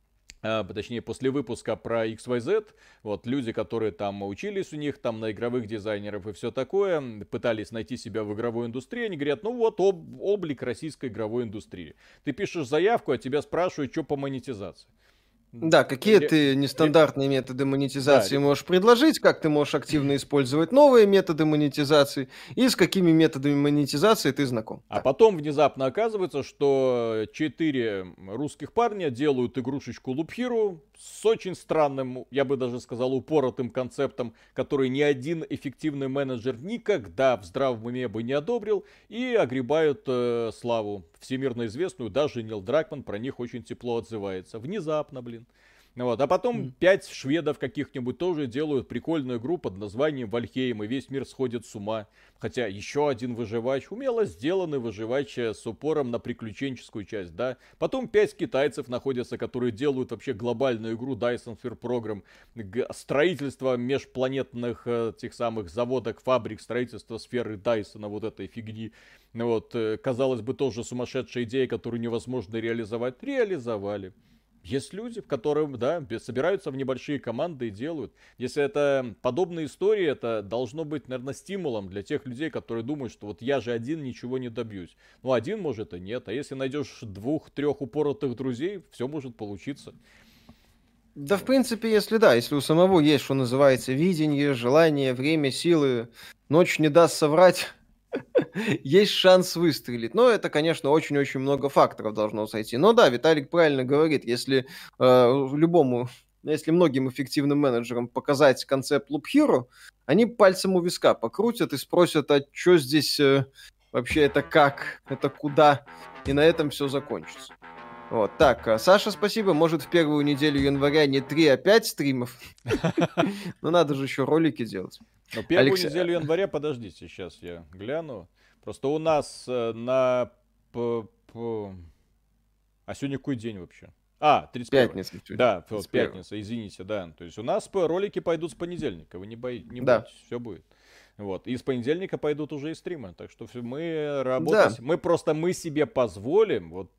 S1: точнее, после выпуска про XYZ, вот, люди, которые там учились у них, там, на игровых дизайнеров и все такое, пытались найти себя в игровой индустрии, они говорят, ну вот, облик российской игровой индустрии. Ты пишешь заявку, а тебя спрашивают, что по монетизации.
S2: Да, какие
S1: Ре-
S2: ты нестандартные методы
S1: Да,
S2: монетизации можешь предложить, как ты можешь активно использовать новые методы монетизации и с какими методами монетизации ты знаком.
S1: а
S2: Да.
S1: потом внезапно оказывается, что 4 русских парня делают игрушечку Loop Hero с очень странным, я бы даже сказал, упоротым концептом, который ни один эффективный менеджер никогда в здравом уме бы не одобрил, и огребают славу всемирно известную, даже Нил Дракман про них очень тепло отзывается. Внезапно, блин. Вот. А потом 5 шведов каких-нибудь тоже делают прикольную игру под названием Вальхейм, и весь мир сходит с ума. Хотя еще один выживач, умело сделанный выживач с упором на приключенческую часть, да. Потом 5 китайцев находятся, которые делают вообще глобальную игру Dyson Sphere Program. Строительство межпланетных тех самых заводок, фабрик, строительство сферы Дайсона, вот этой фигни. Вот, казалось бы, тоже сумасшедшая идея, которую невозможно реализовать. Реализовали. Есть люди, которые, да, собираются в небольшие команды и делают. Если это подобные истории, это должно быть, наверное, стимулом для тех людей, которые думают, что вот я же один ничего не добьюсь. Ну, один может и нет. А если найдешь 2-3 упоротых друзей, все может получиться.
S2: Да, в принципе, если да, если у самого есть, что называется, видение, желание, время, силы, ночь не даст соврать, есть шанс выстрелить. Но это, конечно, очень-очень много факторов должно сойти. Но да, Виталик правильно говорит, если если многим эффективным менеджерам показать концепт Loop Hero, они пальцем у виска покрутят и спросят, а что здесь вообще, это как, это куда, и на этом все закончится. Вот, так, Саша, спасибо. Может, в первую неделю января не 3, а 5 стримов? Но надо же еще ролики делать.
S1: Но первую неделю января, подождите, сейчас я гляну. Просто у нас А сегодня какой день вообще? 31.
S2: Пятница.
S1: Да, вот,
S2: 31.
S1: пятница, извините, да. То есть у нас ролики пойдут с понедельника, вы не
S2: Да.
S1: бойтесь, все будет. Вот. И с понедельника пойдут уже и стримы. Так что мы
S2: Да.
S1: работаем. Мы себе позволим вот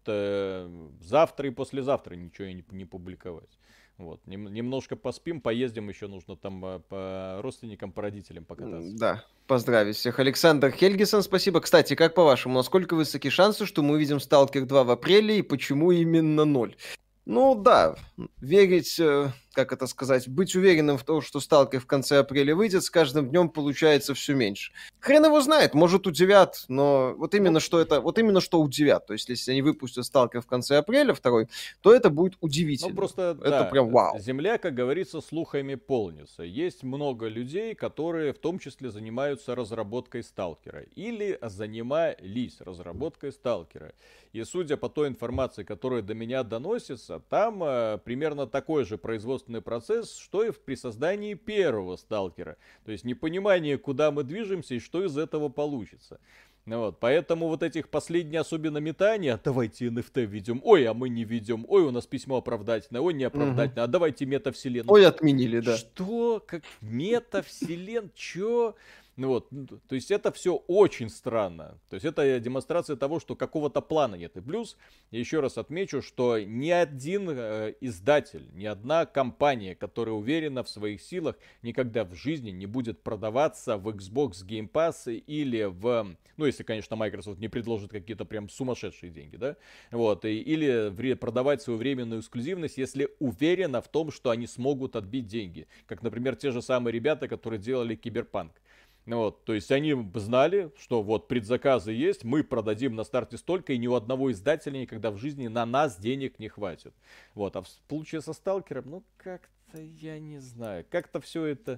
S1: завтра и послезавтра ничего не публиковать. Вот. Немножко поспим, поездим, еще нужно там по родственникам, по родителям покататься.
S2: Да, поздравить всех. Александр Хельгисон, спасибо. Кстати, как по-вашему, насколько высоки шансы, что мы увидим Сталкер 2 в апреле и почему именно 0? Ну да, верить, как это сказать, быть уверенным в том, что Сталкер в конце апреля выйдет, с каждым днем получается все меньше. Хрен его знает, может удивят, но вот именно что удивят. То есть, если они выпустят Сталкер в конце апреля второй, то это будет удивительно.
S1: Ну, просто,
S2: это
S1: да,
S2: прям вау.
S1: Земля, как говорится, слухами полнится. Есть много людей, которые в том числе занимаются разработкой Сталкера. Или занимались разработкой Сталкера. И судя по той информации, которая до меня доносится, там примерно такой же производственный процесс, что и при создании первого Сталкера. То есть непонимание, куда мы движемся и что из этого получится. Вот, поэтому вот этих последних особенно метания, давайте NFT ведем, ой, а мы не ведем, ой, у нас письмо оправдательное, ой, не оправдательное, а давайте метавселенную.
S2: Ой, отменили, да.
S1: Что? Как метавселен? Чё? Ну вот, то есть это все очень странно. То есть это демонстрация того, что какого-то плана нет. И плюс, я еще раз отмечу, что ни один издатель, ни одна компания, которая уверена в своих силах, никогда в жизни не будет продаваться в Xbox Game Pass или ну, если, конечно, Microsoft не предложит какие-то прям сумасшедшие деньги, да? Вот, или продавать свою временную эксклюзивность, если уверена в том, что они смогут отбить деньги. Как, например, те же самые ребята, которые делали Киберпанк. Вот, то есть они знали, что вот предзаказы есть, мы продадим на старте столько, и ни у одного издателя никогда в жизни на нас денег не хватит. Вот, а в случае со Сталкером, ну как-то я не знаю, как-то все это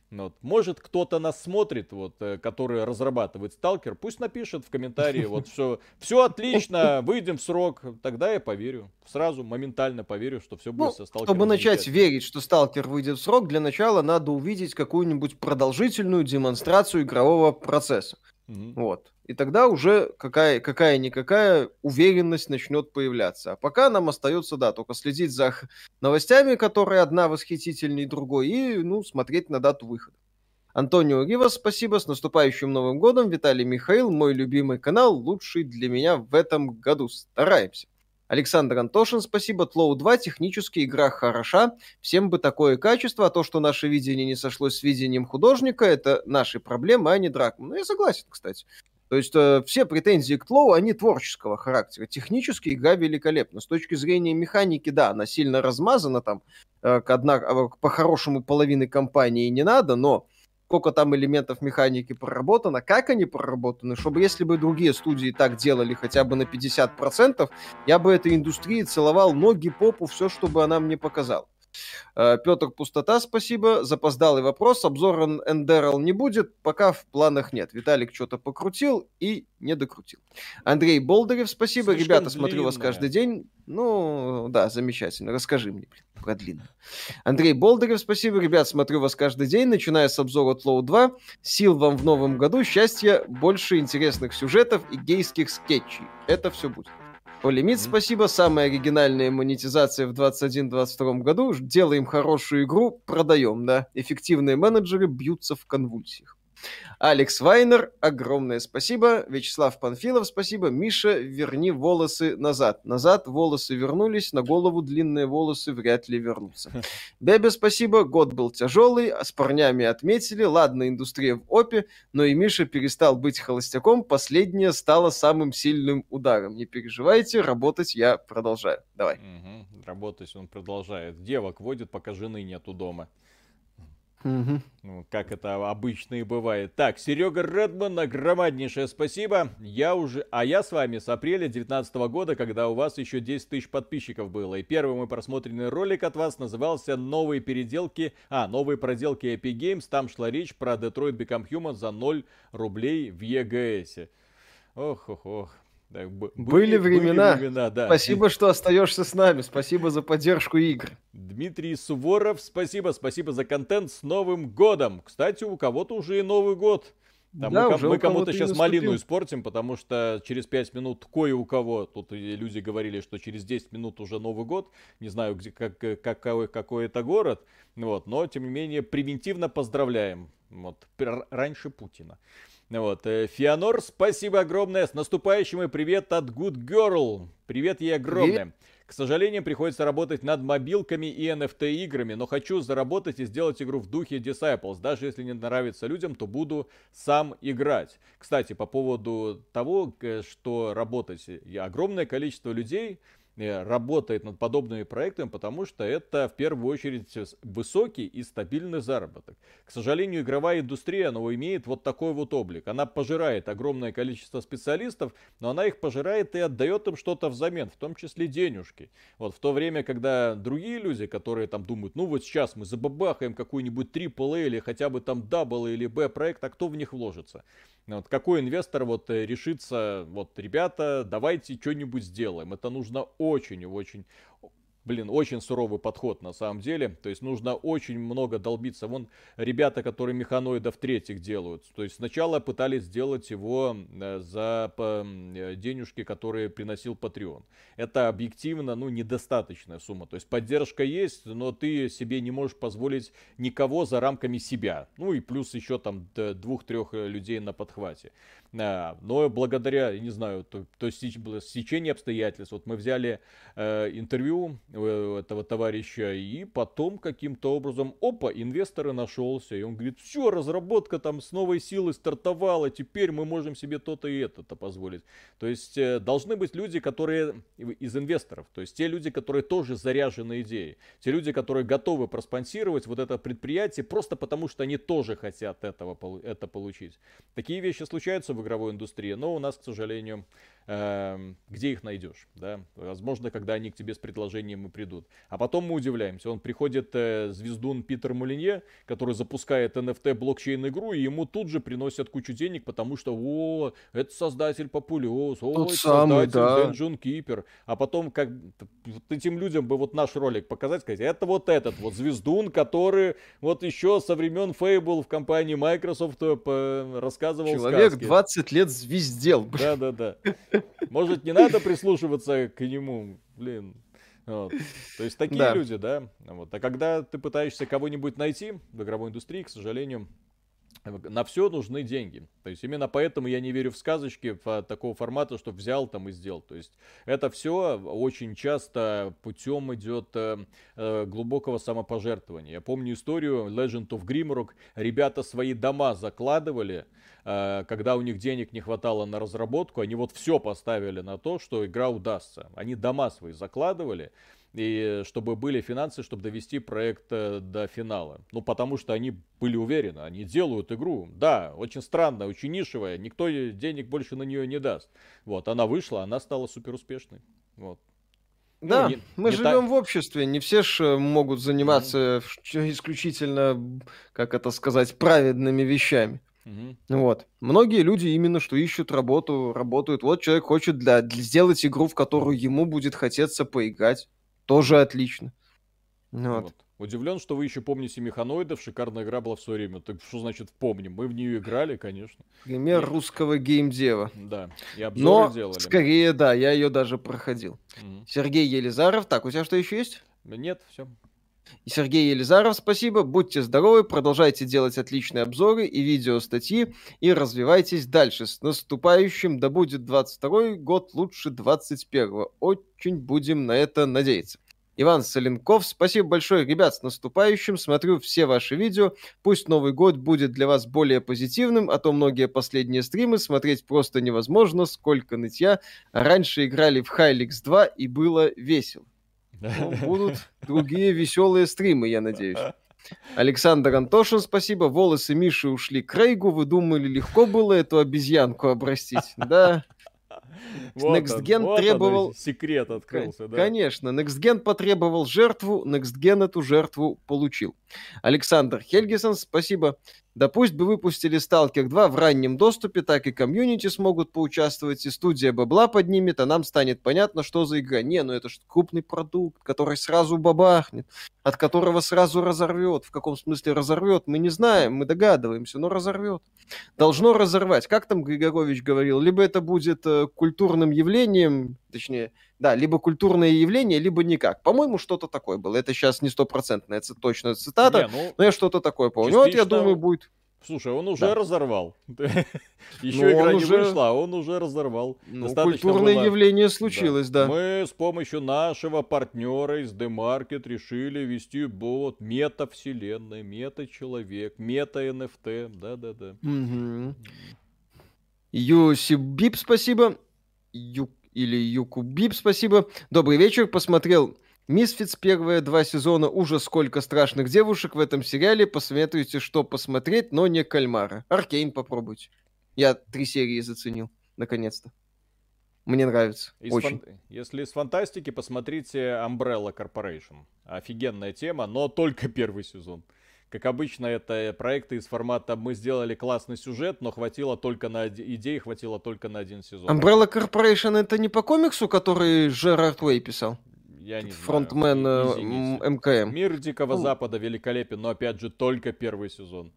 S1: Вот. Может, кто-то нас смотрит, вот, который разрабатывает Сталкер, пусть напишет в комментарии, вот, все отлично, выйдем в срок, тогда я поверю. Сразу, моментально поверю, что все будет
S2: Ну,
S1: со
S2: чтобы
S1: Сталкером
S2: начать
S1: замечательно.
S2: верить, что Сталкер выйдет в срок, для начала надо увидеть какую-нибудь продолжительную демонстрацию игрового процесса.
S1: Мгм.
S2: Вот. И тогда уже какая-никакая уверенность начнет появляться. А пока нам остается, да, только следить за новостями, которые одна восхитительней другой, и, ну, смотреть на дату выхода. Антонио Ривас, спасибо, с наступающим Новым годом. Виталий Михаил, мой любимый канал, лучший для меня в этом году. Стараемся. Александр Антошин, спасибо. Тлоу 2, технически игра хороша. Всем бы такое качество, а то, что наше видение не сошлось с видением художника, это наши проблемы, а не Дракман. Ну, я согласен, кстати. То есть все претензии к Тлоу, они творческого характера. Технически игра великолепна. С точки зрения механики, да, она сильно размазана там. По-хорошему половины компании не надо, но сколько там элементов механики проработано, как они проработаны, чтобы если бы другие студии так делали хотя бы на 50%, я бы этой индустрии целовал ноги, попу, все, чтобы она мне показала. Петр Пустота, спасибо. Запоздалый вопрос. Обзора Эндерал не будет, пока в планах нет. Виталик что-то покрутил и не докрутил. Андрей Болдырев, спасибо.
S1: Слишком
S2: Ребята, смотрю вас
S1: длинная.
S2: каждый день. Ну, да, замечательно. Расскажи мне, блин, про длинную. Андрей Болдырев, спасибо. Ребят, смотрю вас каждый день, начиная с обзора Тлоу 2. Сил вам в новом году, счастья, больше интересных сюжетов и гейских скетчей. Это все будет. Полимит,
S1: Мгм.
S2: спасибо. Самая оригинальная монетизация в 2021-2022 году. Делаем хорошую игру, продаем, да. Эффективные менеджеры бьются в конвульсиях. Алекс Вайнер, огромное спасибо. Вячеслав Панфилов, спасибо. Миша, верни волосы назад. Назад волосы вернулись, на голову длинные волосы вряд ли вернутся. Бебе, спасибо. Год был тяжелый, а с парнями отметили. Ладно, индустрия в опе, но и Миша перестал быть холостяком. Последнее стало самым сильным ударом. Не переживайте, работать я продолжаю. Давай.
S1: Мгм. Работать он продолжает. Девок водит, пока жены нету дома.
S2: Мгм.
S1: Ну, как это обычно и бывает. Так, Серега Редман, огромнейшее спасибо. Я с вами с апреля 2019 года, когда у вас еще 10 тысяч подписчиков было. И первый мой просмотренный ролик от вас назывался новые проделки Epic Games. Там шла речь про Detroit Become Human за 0 рублей в ЕГСе. Ох. Так,
S2: Были
S1: были
S2: времена.
S1: времена, да.
S2: Спасибо, что остаешься с нами. Спасибо за поддержку игр.
S1: Дмитрий Суворов, спасибо за контент, с Новым годом. Кстати, у кого-то уже и Новый год. Там
S2: Да, уже
S1: мы
S2: у
S1: кому-то
S2: кого-то и
S1: сейчас
S2: наступил.
S1: малину испортим, потому что через 5 минут кое у кого, тут и люди говорили, что через 10 минут уже Новый год, не знаю, где, какой это город, вот, но тем не менее превентивно поздравляем, вот, раньше Путина. Вот, Фианор, спасибо огромное, с наступающим и привет от Good Girl, привет ей огромное. К сожалению, приходится работать над мобилками и NFT играми, но хочу заработать и сделать игру в духе Disciples. Даже если не нравится людям, то буду сам играть. Кстати, по поводу того, что работать. Огромное количество людей работает над подобными проектами, потому что это в первую очередь высокий и стабильный заработок. К сожалению, игровая индустрия, она имеет вот такой вот облик. Она пожирает огромное количество специалистов, но она их пожирает и отдает им что-то взамен, в том числе денежки. Вот в то время, когда другие люди, которые там думают, ну вот сейчас мы забабахаем какой-нибудь AAA или хотя бы там Double или B проект, а кто в них вложится? Вот какой инвестор вот решится, вот, ребята, давайте что-нибудь сделаем. Это нужно очень и очень, очень суровый подход на самом деле. То есть нужно очень много долбиться. Вон ребята, которые механоидов третьих делают. То есть сначала пытались сделать его за денежки, которые приносил Patreon. Это объективно, недостаточная сумма. То есть поддержка есть, но ты себе не можешь позволить никого за рамками себя. Ну и плюс еще там 2-3 людей на подхвате. Но благодаря, не знаю, то стечению обстоятельств. Вот мы взяли интервью этого товарища, и потом каким-то образом, инвесторы нашелся, и он говорит, все, разработка там с новой силой стартовала, теперь мы можем себе то-то и это-то позволить. То есть должны быть люди, которые из инвесторов, то есть те люди, которые тоже заряжены идеей, те люди, которые готовы проспонсировать вот это предприятие просто потому, что они тоже хотят это получить. Такие вещи случаются в игровой индустрии, но у нас, к сожалению, где их найдешь, да? Возможно, когда они к тебе с предложением и придут. А потом мы удивляемся. Он приходит, звездун Питер Молинье, который запускает NFT блокчейн игру, и ему тут же приносят кучу денег, потому что, о, это создатель Популиос, о,
S2: Тот
S1: это
S2: самый,
S1: создатель
S2: да.
S1: Dungeon Keeper. А потом, как вот этим людям бы вот наш ролик показать, сказать, это вот этот вот звездун, который вот еще со времен Fable в компании Microsoft рассказывал
S2: Человек
S1: сказки.
S2: 20 лет звездел.
S1: Да-да-да. Может, не надо прислушиваться к нему, блин. Вот. То есть такие
S2: Да.
S1: люди, да. Вот. А когда ты пытаешься кого-нибудь найти в игровой индустрии, к сожалению, на все нужны деньги. То есть именно поэтому я не верю в сказочки такого формата, что взял там и сделал. То есть это все очень часто путем идет глубокого самопожертвования. Я помню историю Legend of Grimrock. Ребята свои дома закладывали, когда у них денег не хватало на разработку, они вот все поставили на то, что игра удастся. Они дома свои закладывали, и чтобы были финансы, чтобы довести проект до финала. Ну, потому что они были уверены, они делают игру. Да, очень странная, очень нишевая, никто денег больше на нее не даст. Вот, она вышла, она стала супер успешной. Вот.
S2: Да,
S1: Не,
S2: мы
S1: не
S2: живем в обществе, не все ж могут
S1: Мгм.
S2: заниматься исключительно, как это сказать, праведными вещами.
S1: Мгм.
S2: Вот. Многие люди именно что ищут работу, работают. Вот человек хочет сделать игру, в которую ему будет хотеться поиграть. Тоже отлично. Вот.
S1: Вот. Удивлен, что вы еще помните Механоидов. Шикарная игра была в свое время. Так что значит помним? Мы в нее играли, конечно.
S2: Пример
S1: И,
S2: русского геймдева.
S1: да, и обзоры
S2: Но,
S1: делали.
S2: скорее, да, я ее даже проходил.
S1: Мгм.
S2: Сергей Елизаров. Так, у тебя что еще есть?
S1: Нет, все.
S2: И Сергей Елизаров, спасибо. Будьте здоровы, продолжайте делать отличные обзоры и видеостатьи и развивайтесь дальше. С наступающим, да будет 22-й год лучше 21-го. Очень будем на это надеяться. Иван Соленков, спасибо большое, ребят, с наступающим. Смотрю все ваши видео. Пусть Новый год будет для вас более позитивным, а то многие последние стримы смотреть просто невозможно, сколько нытья. А раньше играли в Хайликс 2 и было весело. Ну, будут другие веселые стримы, я надеюсь. Александр Антошин, спасибо. Волосы Миши ушли к Рейгу. Вы думали, легко было эту обезьянку обрастить? Да. NextGen
S1: Вот он,
S2: требовал...
S1: секрет открылся, да.
S2: Конечно, NextGen потребовал жертву, NextGen эту жертву получил. Александр Хельгисон, спасибо. Да пусть бы выпустили Stalker 2 в раннем доступе, так и комьюнити смогут поучаствовать, и студия бабла поднимет, а нам станет понятно, что за игра. Не, ну это же крупный продукт, который сразу бабахнет, от которого сразу разорвет. В каком смысле разорвет, мы не знаем, мы догадываемся, но разорвет. Должно разорвать. Как там Григорович говорил, либо это будет культурным явлением, точнее, да, либо культурное явление, либо никак. По-моему, что-то такое было. Это сейчас не стопроцентная точно цитата,
S1: Не, ну,
S2: но я что-то такое помню. Вот я думаю,
S1: частично,
S2: будет...
S1: слушай, он уже
S2: Да.
S1: разорвал. Еще
S2: Ну,
S1: игра
S2: он
S1: не
S2: уже...
S1: вышла, а он уже разорвал.
S2: Ну,
S1: Достаточно
S2: культурное
S1: было...
S2: явление
S1: Да.
S2: случилось, да.
S1: Мы с помощью нашего партнера из The Market решили вести бот мета-вселенная, мета-человек, мета-NFT. Да-да-да.
S2: Мгм. Юсибип, спасибо. Или Юкубип, спасибо. Добрый вечер. Посмотрел Мисфитс первые 2 сезона. Ужас, сколько страшных девушек в этом сериале. Посоветуйте, что посмотреть, но не Кальмара. Аркейн попробуйте. Я 3 серии заценил, наконец-то. Мне нравится. Очень.
S1: Если из фантастики, посмотрите Umbrella Corporation. Офигенная тема, но только первый сезон. Как обычно, это проекты из формата «мы сделали классный сюжет, но хватило только на идей, хватило только на один сезон».
S2: Umbrella Corporation это не по комиксу, который Жерард Уэй писал?
S1: Я не знаю.
S2: Фронтмен
S1: Извините.
S2: МКМ.
S1: Мир Дикого
S2: Ну,
S1: Запада великолепен, но опять же только первый сезон.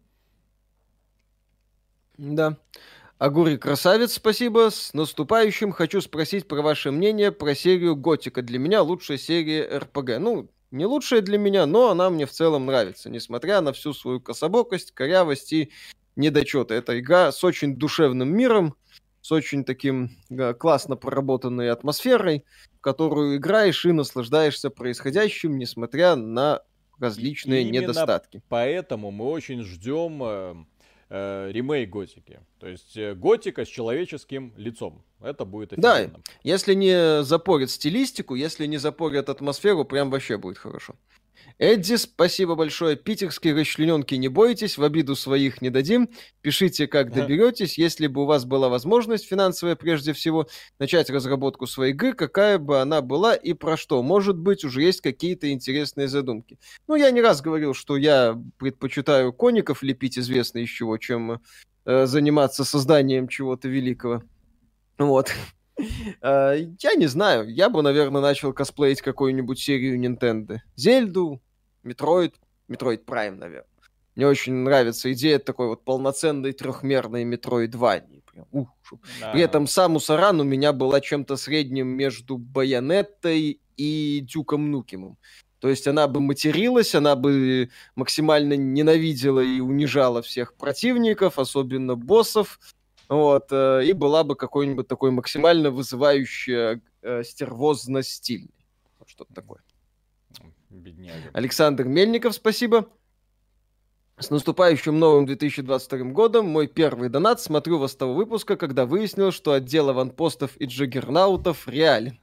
S2: Да. Агури красавец, спасибо. С наступающим. Хочу спросить про ваше мнение про серию Готика. Для меня лучшая серия РПГ. Ну, не лучшая для меня, но она мне в целом нравится, несмотря на всю свою кособокость, корявость и недочеты. Это игра с очень душевным миром, с очень таким классно проработанной атмосферой, в которую играешь и наслаждаешься происходящим, несмотря на различные
S1: И именно
S2: недостатки.
S1: поэтому мы очень ждем ремейк Готики. То есть Готика с человеческим лицом. Это будет
S2: Да,
S1: офигенно.
S2: если не запорят стилистику, если не запорят атмосферу, прям вообще будет хорошо. Эдди, спасибо большое. Питерские расчлененки, не бойтесь, в обиду своих не дадим. Пишите, как доберетесь. Если бы у вас была возможность, финансовая прежде всего, начать разработку своей игры, какая бы она была и про что. Может быть, уже есть какие-то интересные задумки. Ну, я не раз говорил, что я предпочитаю коников лепить, известно из чего, чем заниматься созданием чего-то великого. Вот. Я не знаю. Я бы, наверное, начал косплеить какую-нибудь серию Nintendo. Зельду, Metroid Prime, наверное. Мне очень нравится идея такой вот полноценной трехмерной Metroidvania. При этом Самус Аран у меня была чем-то средним между Байонеттой и Дюком Нукемом. То есть она бы материлась, она бы максимально ненавидела и унижала всех противников, особенно боссов. Вот, и была бы какой-нибудь такой максимально вызывающая стервозно-стильный. Вот что-то такое.
S1: Бедняга.
S2: Александр Мельников, спасибо. С наступающим новым 2022 годом. Мой первый донат. Смотрю вас с того выпуска, когда выяснил, что отдел аванпостов и джаггернаутов реален.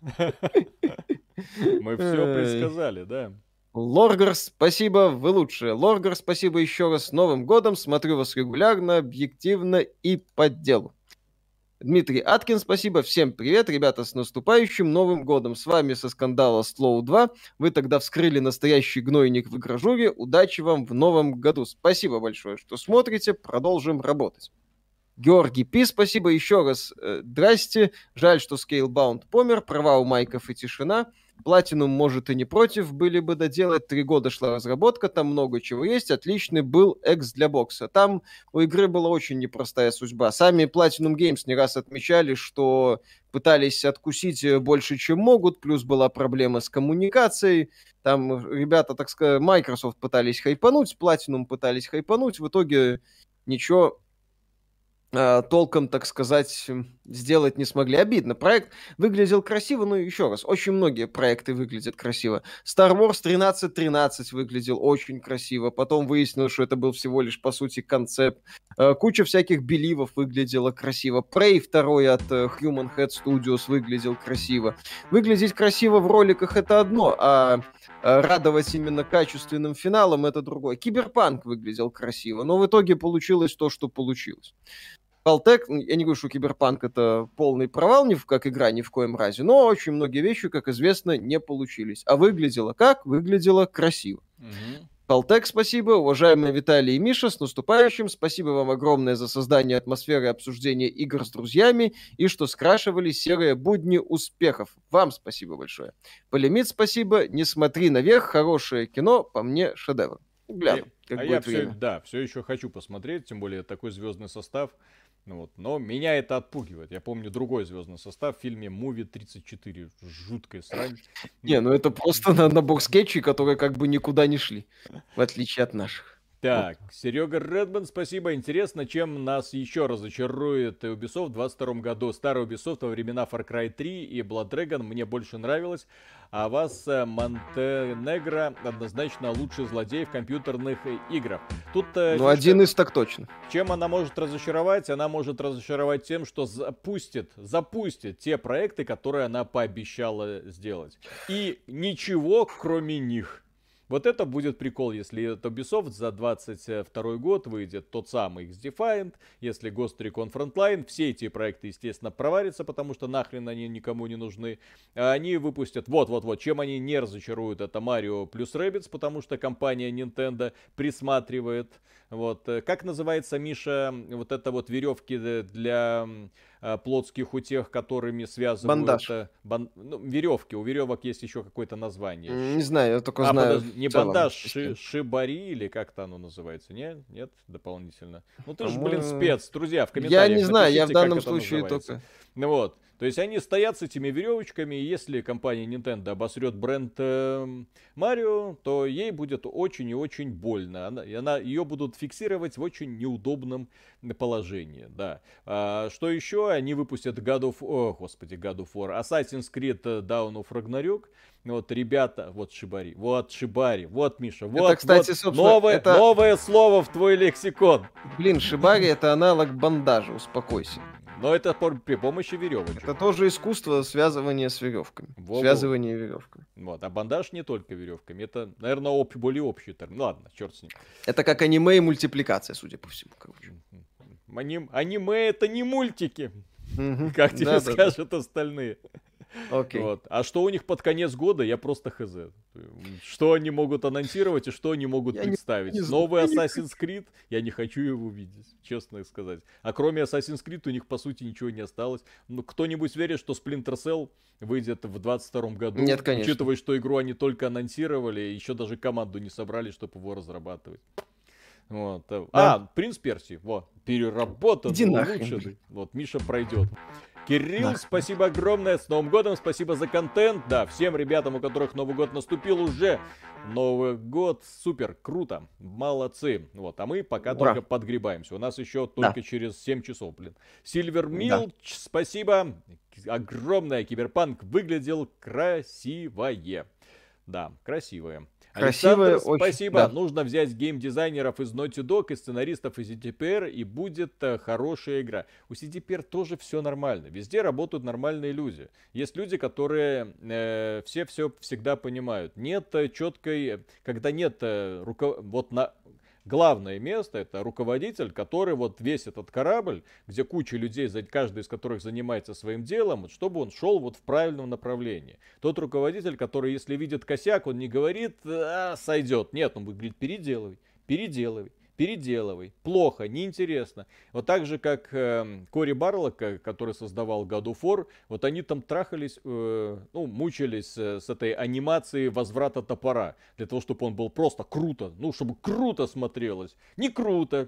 S1: Мы все предсказали, да.
S2: Лоргар, спасибо, вы лучшие. Лоргар, спасибо еще раз. С Новым годом. Смотрю вас регулярно, объективно и по делу. Дмитрий Аткин, спасибо. Всем привет, ребята, с наступающим Новым годом. С вами со скандала Slow 2. Вы тогда вскрыли настоящий гнойник в игражуре. Удачи вам в Новом году. Спасибо большое, что смотрите. Продолжим работать. Георгий Пи, спасибо еще раз. Здрасте. Жаль, что Scalebound помер. Права у Майков и тишина. Platinum, может, и не против были бы доделать. 3 года шла разработка, там много чего есть. Отличный был экс для бокса. Там у игры была очень непростая судьба. Сами Platinum Games не раз отмечали, что пытались откусить больше, чем могут. Плюс была проблема с коммуникацией. Там ребята, так сказать, Microsoft пытались хайпануть, Platinum пытались хайпануть. В итоге ничего толком, так сказать, сделать не смогли. Обидно. Проект выглядел красиво, но еще раз, очень многие проекты выглядят красиво. Star Wars 1313 выглядел очень красиво. Потом выяснилось, что это был всего лишь, по сути, концепт. Куча всяких беливов выглядела красиво. Prey 2 от Human Head Studios выглядел красиво. Выглядеть красиво в роликах — это одно, а радовать именно качественным финалом — это другое. Киберпанк выглядел красиво, но в итоге получилось то, что получилось. Caltech, я не говорю, что Киберпанк — это полный провал, как игра, ни в коем разе, но очень многие вещи, как известно, не получились. А выглядело как? Выглядело красиво. Caltech, спасибо. Уважаемые Виталий и Миша, с наступающим. Спасибо вам огромное за создание атмосферы обсуждения игр с друзьями и что скрашивали серые будни успехов. Вам спасибо большое. Полемит, спасибо. Не смотри наверх, хорошее кино, по мне шедевр. Гляну, как будет время.
S1: Все еще хочу посмотреть, тем более такой звездный состав. Вот. Но меня это отпугивает. Я помню другой звездный состав в фильме «Муви 34». Жуткая срань.
S2: Не, ну это просто набор скетчей, которые как бы никуда не шли, в отличие от наших.
S1: Так, Серега Редман, спасибо. Интересно, чем нас еще разочарует Ubisoft в 2022 году. Старый Ubisoft во времена Far Cry 3 и Blood Dragon мне больше нравилось. А вас Монтенегро однозначно лучший злодей в компьютерных играх. Тут,
S2: ну, один из так точно.
S1: Чем она может разочаровать? Она может разочаровать тем, что запустит те проекты, которые она пообещала сделать. И ничего, кроме них. Вот это будет прикол, если Ubisoft за 22 год выйдет тот самый X-Defiant, если Ghost Recon Frontline, все эти проекты, естественно, проварятся, потому что нахрен они никому не нужны. А они выпустят, вот, чем они не разочаруют, это Mario плюс Rabbids, потому что компания Nintendo присматривает. Вот. Как называется, Миша, вот это вот веревки для плотских утех, которыми связывают...
S2: Бандаж.
S1: Веревки. У веревок есть еще какое-то название.
S2: Не знаю, я только знаю.
S1: Не бандаж, шибари или как-то оно называется? Нет, дополнительно. Ну ты же, спец. Друзья, в комментариях
S2: я не знаю,
S1: напишите,
S2: я в данном случае только...
S1: Ну вот. То есть они стоят с этими веревочками, и если компания Nintendo обосрет бренд Марио, то ей будет очень и очень больно. Ее будут фиксировать в очень неудобном положении. Да. Что еще? Они выпустят God of War, Assassin's Creed Dawn of Ragnarok. Вот, ребята, вот Шибари, вот Миша, вот,
S2: это, кстати,
S1: вот новое слово в твой лексикон.
S2: Блин, Шибари — это аналог бандажа, успокойся.
S1: Но это при помощи веревочек.
S2: Это тоже искусство связывания с веревками. Связывание веревками.
S1: Вот. А бандаж не только веревками. Это, наверное, более общий термин. Ладно, черт с ним.
S2: Это как аниме и мультипликация, судя по всему, короче.
S1: Аниме это не мультики. Как тебе скажут остальные.
S2: Окей.
S1: Вот. А что у них под конец года, я просто хз. Что они могут анонсировать и что они могут представить. Новый Assassin's Creed, я не хочу его видеть, честно сказать. А кроме Assassin's Creed у них по сути ничего не осталось. Ну, кто-нибудь верит, что Splinter Cell выйдет в 22 году?
S2: Нет, конечно.
S1: Учитывая, что игру они только анонсировали, еще даже команду не собрали, чтобы его разрабатывать. Вот. Да. Принц Персии, вот, переработан, улучшенный. Вот, Миша пройдет. Кирилл, спасибо огромное, с Новым годом, спасибо за контент. Да, всем ребятам, у которых Новый год наступил уже. Новый год, супер, круто, молодцы. Вот, а мы пока только подгребаемся. У нас еще только через 7 часов, блин. Сильвер Милч, спасибо огромное. Киберпанк выглядел красивое. Да, красивое.
S2: Красивое,
S1: Александр, спасибо. Нужно взять геймдизайнеров из Naughty Dog и сценаристов из CDPR, и будет хорошая игра. У CDPR тоже все нормально. Везде работают нормальные люди. Есть люди, которые все всегда понимают. Нет четкой, когда нет вот на... Главное место — это руководитель, который вот весь этот корабль, где куча людей, каждый из которых занимается своим делом, вот, чтобы он шел вот в правильном направлении. Тот руководитель, который, если видит косяк, он не говорит, сойдет. Нет, он будет говорить, переделывай. Плохо, неинтересно. Вот так же, как Кори Барлок, который создавал God of War, вот они там трахались, мучились с этой анимацией возврата топора. Для того, чтобы он был просто круто, чтобы круто смотрелось. Не круто.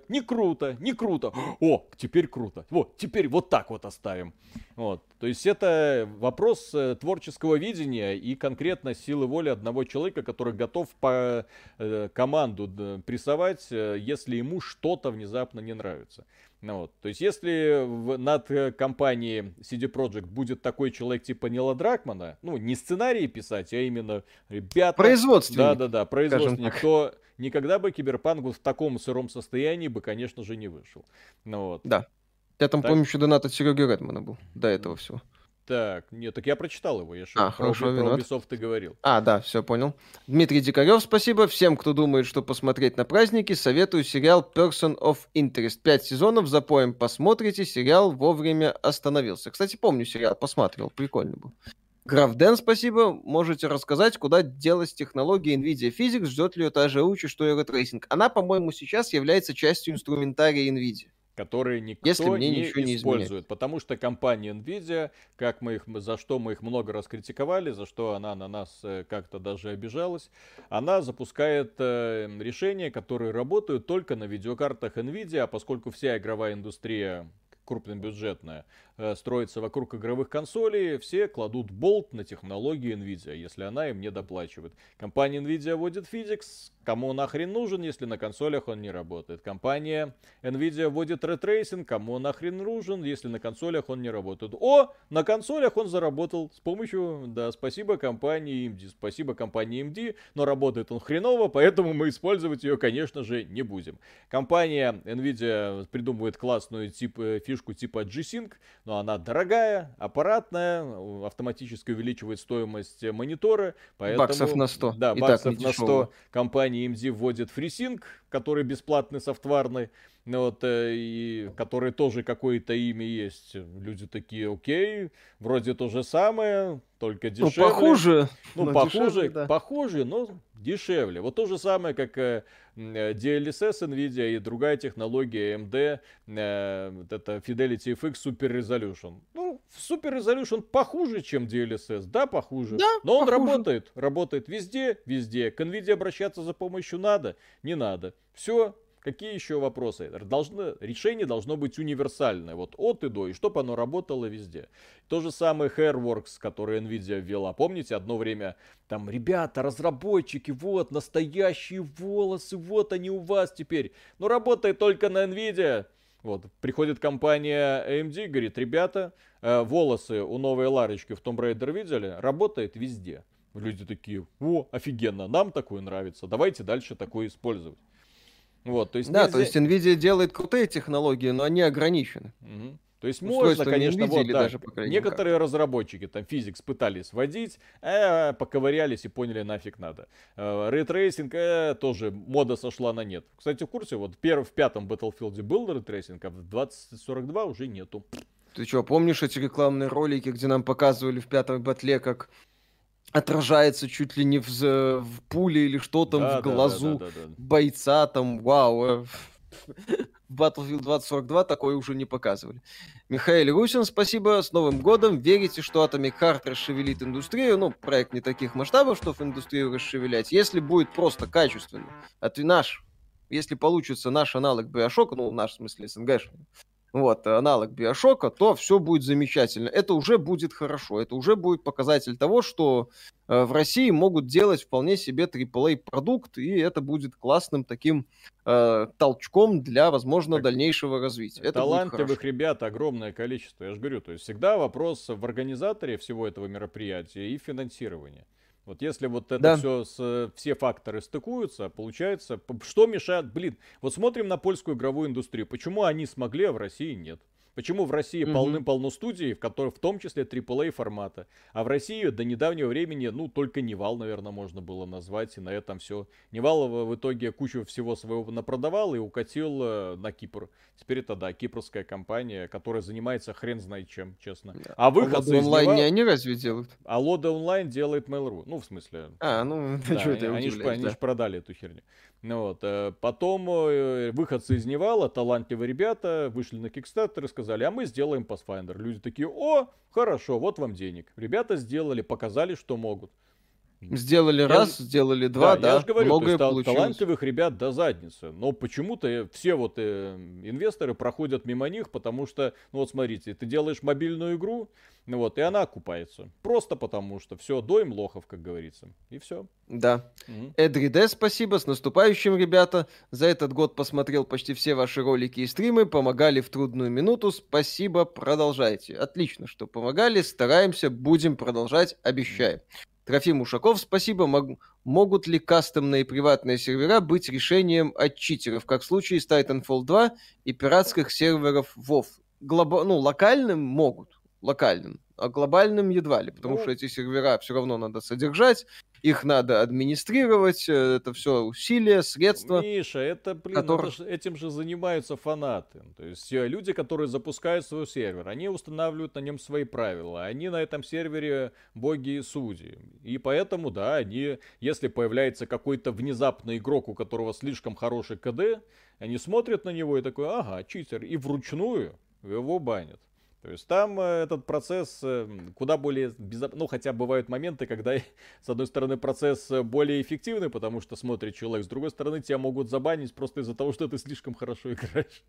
S1: О, теперь круто. Вот, теперь вот так вот оставим. Вот. То есть это вопрос творческого видения и конкретно силы воли одного человека, который готов по команду прессовать, если ему что-то внезапно не нравится. Вот. То есть если над компанией CD Projekt будет такой человек типа Нила Дракмана, не сценарии писать, а именно ребята...
S2: Производственник.
S1: Да, производственник, то никогда бы Киберпанк в таком сыром состоянии бы, конечно же, не вышел. Вот.
S2: Да. Я там, помню, еще донат от Сереги Редмана был до этого всего.
S1: Так, нет, так я прочитал его, я про Ubisoft ты говорил.
S2: Да, все понял. Дмитрий Дикарев, спасибо. Всем, кто думает, что посмотреть на праздники, советую сериал Person of Interest. 5 сезонов, запоем посмотрите, сериал вовремя остановился. Кстати, помню сериал, посматривал, прикольно был. Граф Дэн, спасибо. Можете рассказать, куда делась технология NVIDIA Physics, ждет ли ее та же участь, что и Ray Tracing? Она, по-моему, сейчас является частью инструментария NVIDIA.
S1: Которые никто не использует, потому что компания Nvidia, за что мы их много раз критиковали, за что она на нас как-то даже обижалась, она запускает решения, которые работают только на видеокартах Nvidia, а поскольку вся игровая индустрия крупнобюджетная строится вокруг игровых консолей, все кладут болт на технологии Nvidia, если она им не доплачивает. Компания Nvidia вводит Physics, кому нахрен нужен, если на консолях он не работает. Компания Nvidia вводит Ray Tracing, кому нахрен нужен, если на консолях он не работает. На консолях он заработал с помощью, спасибо компании AMD, спасибо компании AMD, но работает он хреново, поэтому мы использовать ее, конечно же, не будем. Компания Nvidia придумывает классную фишку типа G-Sync, но она дорогая, аппаратная, автоматически увеличивает стоимость монитора, поэтому...
S2: Баксов на 100.
S1: Да, баксов на 100. Компания AMD вводит FreeSync, который бесплатный, софтварный, и который тоже какое-то имя есть. Люди такие, окей, вроде то же самое, только дешевле.
S2: Похуже.
S1: Похуже, но дешевле. Вот то же самое, как DLSS NVIDIA и другая технология AMD, это Fidelity FX Super Resolution. Super Resolution похуже, чем DLSS, да, похуже.
S2: Да,
S1: но он
S2: похуже.
S1: работает везде. К NVIDIA обращаться за помощью надо? Не надо. Все. Какие еще вопросы? Решение должно быть универсальное. Вот от и до, и чтобы оно работало везде. То же самое Hairworks, который Nvidia ввела. Помните, одно время там, ребята, разработчики, вот, настоящие волосы, вот они у вас теперь. Но работает только на Nvidia. Вот, приходит компания AMD, говорит, ребята, волосы у новой Ларочки в Tomb Raider видели? Работает везде. Люди такие, офигенно, нам такое нравится, давайте дальше такое использовать. Вот, то есть
S2: то есть Nvidia делает крутые технологии, но они ограничены.
S1: То есть можно,
S2: Устройство
S1: конечно,
S2: NVIDIA
S1: вот,
S2: или
S1: да,
S2: даже поколение карт.
S1: некоторые разработчики, там, Physics пытались вводить, поковырялись и поняли, нафиг надо. Рейтрейсинг, тоже мода сошла на нет. Кстати, в курсе, вот в пятом Battlefield был рейтрейсинг, а в 2042 уже нету.
S2: Ты что, помнишь эти рекламные ролики, где нам показывали в пятом батле, как отражается чуть ли не в пуле или что там в глазу
S1: Да.
S2: бойца, там, вау. В Battlefield 2042 такое уже не показывали. Михаил Русин, спасибо. С Новым годом. Верите, что Atomic Heart расшевелит индустрию? Ну, проект не таких масштабов, чтобы индустрию расшевелять. Если будет просто качественно, если получится наш аналог Bioshock, ну, наш, в смысле, СНГшный, вот, аналог Биошока, то все будет замечательно. Это уже будет хорошо. Это уже будет показатель того, что в России могут делать вполне себе AAA-продукт, и это будет классным таким толчком для, возможно,
S1: Так,
S2: дальнейшего развития. Это будет хорошо.
S1: талантливых ребят огромное количество, я же говорю. То есть всегда вопрос в организаторе всего этого мероприятия и финансировании. Вот если вот это
S2: Да.
S1: все факторы стыкуются, получается, что мешает, блин, вот смотрим на польскую игровую индустрию, почему они смогли, а в России нет? Почему в России полным-полно студий, в которых в том числе AAA формата, а в России до недавнего времени, ну, только Невал, наверное, можно было назвать, и на этом все. Невал в итоге кучу всего своего напродавал и укатил на Кипр. Теперь это, да, кипрская компания, которая занимается хрен знает чем, честно. А выходцы из
S2: онлайн не
S1: Невала...
S2: они разве делают?
S1: А Лода онлайн делает Mail.ru. Ну, в смысле...
S2: Ну,
S1: Да,
S2: что ты
S1: они
S2: удивляешь,
S1: ж продали эту херню. Ну вот, потом выходцы из Невала, талантливые ребята, вышли на Kickstarter и сказали, а мы сделаем Pathfinder. Люди такие, о, хорошо, вот вам денег. Ребята сделали, показали, что могут.
S2: Сделали раз, сделали два,
S1: я же говорю,
S2: многое
S1: то есть
S2: получилось.
S1: талантливых ребят до задницы. Но почему-то все вот инвесторы проходят мимо них, потому что, ну вот смотрите, ты делаешь мобильную игру, ну вот, и она окупается. Просто потому что все, доим лохов, как говорится. И все.
S2: Да.
S1: Угу.
S2: Эдриде, спасибо. С наступающим, ребята. За этот год посмотрел почти все ваши ролики и стримы. Помогали в трудную минуту. Спасибо. Продолжайте. Отлично, что помогали. Стараемся. Будем продолжать. Обещаем. Трофим Ушаков, спасибо. Могут ли кастомные приватные сервера быть решением от читеров, как в случае с Titanfall 2 и пиратских серверов WoW? Локальным могут. Локальным. А глобальным едва ли, потому что эти сервера все равно надо содержать, их надо администрировать, это все усилия, средства.
S1: Миша, это, блин, этим же занимаются фанаты. То есть люди, которые запускают свой сервер, они устанавливают на нем свои правила, они на этом сервере боги и судьи. И поэтому, да, если появляется какой-то внезапный игрок, у которого слишком хороший КД, они смотрят на него и такой, ага, читер, и вручную его банят. То есть там этот процесс куда более безопасный. Ну, хотя бывают моменты, когда, с одной стороны, процесс более эффективный, потому что смотрит человек, с другой стороны, тебя могут забанить просто из-за того, что ты слишком хорошо играешь.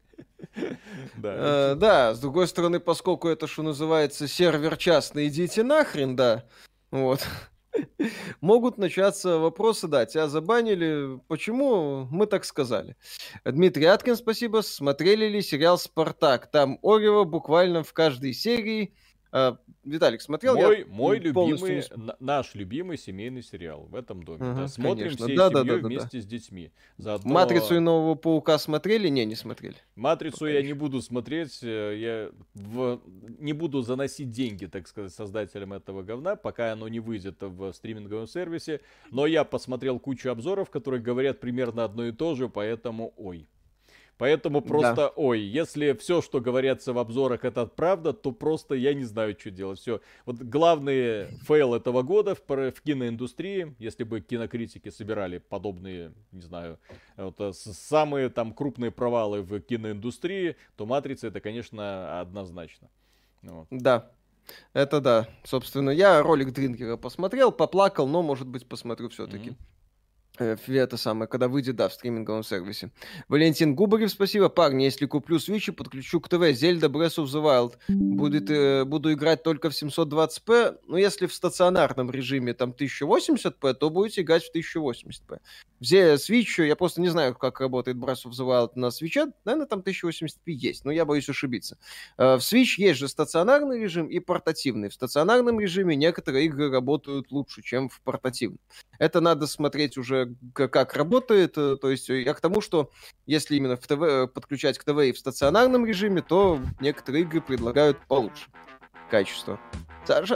S2: Да, с другой стороны, поскольку это, что называется, сервер частный, идите нахрен, да. Вот. Могут начаться вопросы, да, тебя забанили, почему, мы так сказали. Дмитрий Аткин, спасибо. Смотрели ли сериал «Спартак»? Там Орева буквально в каждой серии. Виталик, смотрел?
S1: Мой любимый, наш любимый семейный сериал в этом доме. Да, смотрим
S2: конечно.
S1: всей семьей вместе с детьми. Заодно...
S2: «Матрицу» и «Нового паука» смотрели? Не смотрели.
S1: «Матрицу» я не буду смотреть, я не буду заносить деньги, так сказать, создателям этого говна, пока оно не выйдет в стриминговом сервисе. Но я посмотрел кучу обзоров, которые говорят примерно одно и то же, поэтому ой. Поэтому просто, если все, что говорится в обзорах, это правда, то просто я не знаю, что делать. Все. Вот главный фейл этого года в киноиндустрии, если бы кинокритики собирали подобные, не знаю, самые там крупные провалы в киноиндустрии, то «Матрица» это, конечно, однозначно. Вот.
S2: Да. Это да. Собственно, я ролик Дринкера посмотрел, поплакал, но, может быть, посмотрю все-таки. Это самое, когда выйдет, да, в стриминговом сервисе. Валентин Губарев, спасибо. Парни, если куплю Switch и подключу к ТВ Zelda Breath of the Wild, буду играть только в 720p. Ну, если в стационарном режиме там 1080p, то будете играть в 1080p. Switch, я просто не знаю, как работает Breath of the Wild на Switch. Наверное, там 1080p есть, но я боюсь ошибиться. В Switch есть же стационарный режим и портативный. В стационарном режиме некоторые игры работают лучше, чем в портативном. Это надо смотреть уже как работает. То есть я к тому, что если именно в ТВ подключать к ТВ и в стационарном режиме, то некоторые игры предлагают получше качество. Саша,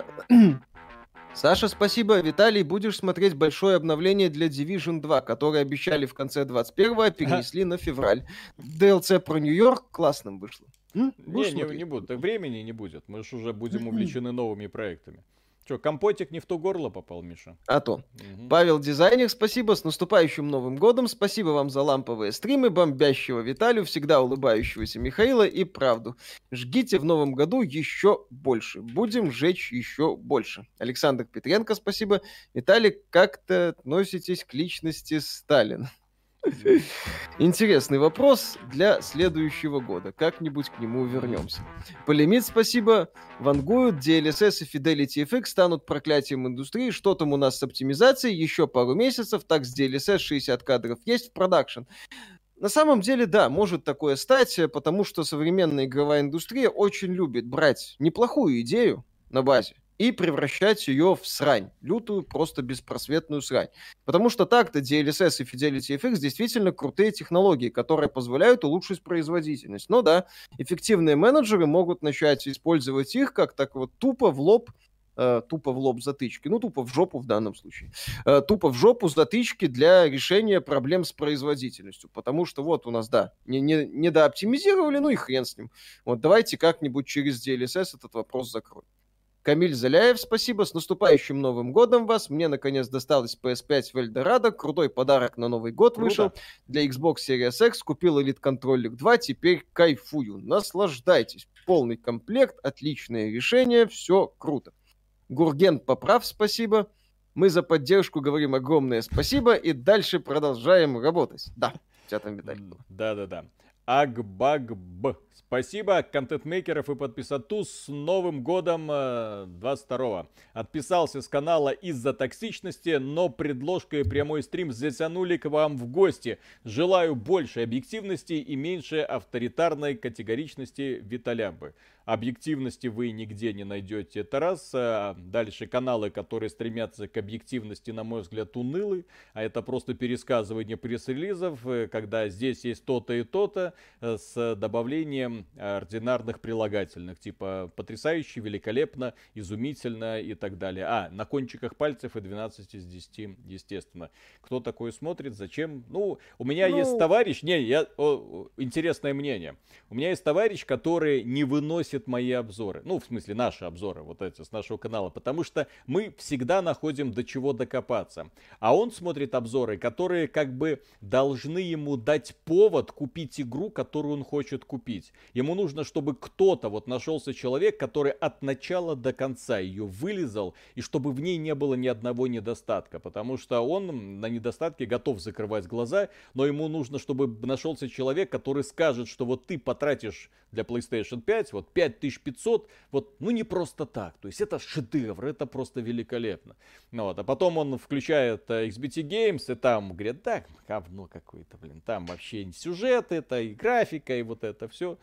S2: Саша, спасибо. Виталий, будешь смотреть большое обновление для Division 2, которое обещали в конце 21-го, а перенесли на февраль. DLC про Нью-Йорк классным вышло.
S1: Не буду. Так времени не будет. Мы же уже будем увлечены новыми проектами. Че, компотик не в то горло попал, Миша?
S2: А то. Павел Дизайнер, спасибо. С наступающим Новым годом. Спасибо вам за ламповые стримы, бомбящего Виталию, всегда улыбающегося Михаила и правду. Жгите в Новом году еще больше. Будем жечь еще больше. Александр Петренко, спасибо. Виталий, как-то относитесь к личности Сталина? Интересный вопрос для следующего года. Как-нибудь к нему вернемся. Полемит, спасибо. Вангуют, DLSS и Fidelity FX станут проклятием индустрии. Что там у нас с оптимизацией? Еще пару месяцев. Так, с DLSS 60 кадров есть в продакшн. На самом деле, да, может такое стать, потому что современная игровая индустрия очень любит брать неплохую идею на базе и превращать ее в срань. Лютую, просто беспросветную срань. Потому что так-то DLSS и Fidelity FX действительно крутые технологии, которые позволяют улучшить производительность. Но да, эффективные менеджеры могут начать использовать их как так вот тупо в лоб затычки, тупо в жопу в данном случае, тупо в жопу затычки для решения проблем с производительностью, потому что вот у нас, да, не дооптимизировали, и хрен с ним. Вот давайте как-нибудь через DLSS этот вопрос закроем. Камиль Заляев, спасибо. С наступающим Новым годом вас. Мне, наконец, досталась PS5 в Эльдорадо. Крутой подарок на Новый год вышел. Для Xbox Series X купил Elite Controller 2. Теперь кайфую. Наслаждайтесь. Полный комплект, отличное решение. Все круто. Гурген, поправ, спасибо. Мы за поддержку говорим огромное спасибо. И дальше продолжаем работать. Да, у тебя там, Виталий.
S1: Да. Агбагб. Спасибо, контент-мейкеров и подписату с Новым годом 22-го. Отписался с канала из-за токсичности, но предложкой прямой стрим затянули к вам в гости. Желаю больше объективности и меньше авторитарной категоричности Виталямбы. Объективности вы нигде не найдете, это раз. Дальше каналы, которые стремятся к объективности, на мой взгляд, унылы. А это просто пересказывание пресс-релизов, когда здесь есть то-то и то-то, с добавлением ординарных прилагательных. Типа потрясающе, великолепно, изумительно и так далее. На кончиках пальцев и 12 из 10, естественно. Кто такое смотрит, зачем? У меня есть товарищ, интересное мнение. У меня есть товарищ, который не выносит мои обзоры. В смысле, наши обзоры, вот эти, с нашего канала. Потому что мы всегда находим до чего докопаться. А он смотрит обзоры, которые как бы должны ему дать повод купить игру, которую он хочет купить. Ему нужно, чтобы кто-то, нашелся человек, который от начала до конца ее вылизал, и чтобы в ней не было ни одного недостатка. Потому что он на недостатки готов закрывать глаза, но ему нужно, чтобы нашелся человек, который скажет, что ты потратишь для PlayStation 5 5500, не просто так. То есть это шедевр, это просто великолепно. А потом он включает XBT Games, и там говорит, да, говно какое-то, там вообще сюжет, это и графика, и это все.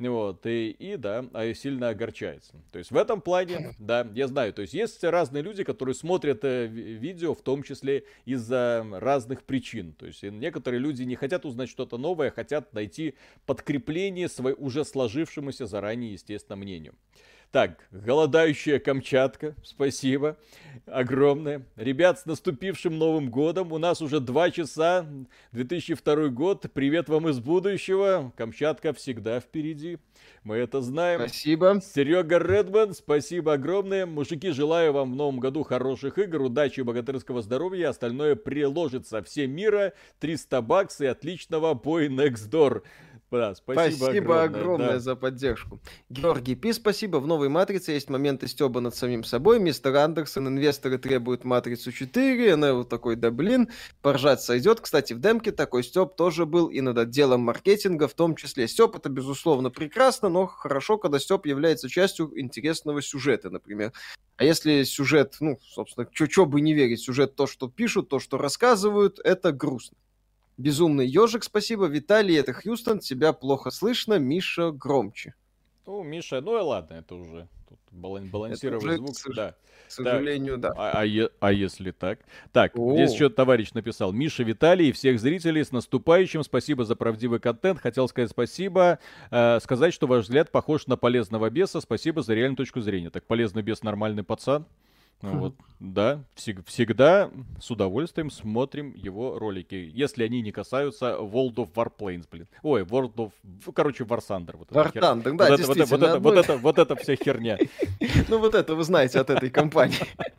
S1: Сильно огорчается. То есть в этом плане, да, я знаю, то есть есть разные люди, которые смотрят видео, в том числе из-за разных причин. То есть некоторые люди не хотят узнать что-то новое, хотят найти подкрепление уже сложившемуся заранее, естественно, мнению. Так, голодающая Камчатка, спасибо огромное. Ребят, с наступившим Новым годом. У нас уже 2 часа, 2002 год. Привет вам из будущего. Камчатка всегда впереди. Мы это знаем.
S2: Спасибо.
S1: Серега Редман, спасибо огромное. Мужики, желаю вам в Новом году хороших игр, удачи и богатырского здоровья. Остальное приложится. Всем мира, $300 и отличного Boy Next Door. Да,
S2: спасибо огромное за поддержку. Георгий Пи, спасибо. В новой матрице есть моменты стёба над самим собой. Мистер Андерсон, инвесторы требуют матрицу 4. Она такой, да блин, поржать сойдет. Кстати, в демке такой стёб тоже был и над отделом маркетинга в том числе. Стёб это, безусловно, прекрасно, но хорошо, когда стёб является частью интересного сюжета, например. А если сюжет, собственно, чё бы не верить, сюжет то, что пишут, то, что рассказывают, это грустно. Безумный ежик, спасибо. Виталий, это Хьюстон, тебя плохо слышно. Миша, громче.
S1: Ну, Миша, ну и ладно, это уже тут
S2: Это
S1: балансировать
S2: уже,
S1: звук, да.
S2: к
S1: Так,
S2: сожалению, да.
S1: а если так? Так, здесь
S2: О,
S1: еще товарищ написал. Миша, Виталий и всех зрителей с наступающим. Спасибо за правдивый контент. Хотел сказать спасибо. Сказать, что ваш взгляд похож на полезного беса. Спасибо за реальную точку зрения. Так, полезный бес нормальный пацан. Ну вот, да, всегда с удовольствием смотрим его ролики, если они не касаются World of Warplanes, блин. Ой, короче, War Thunder. Вот
S2: War Thunder, да, действительно.
S1: вот эта вся херня.
S2: Ну вот это вы знаете от этой компании.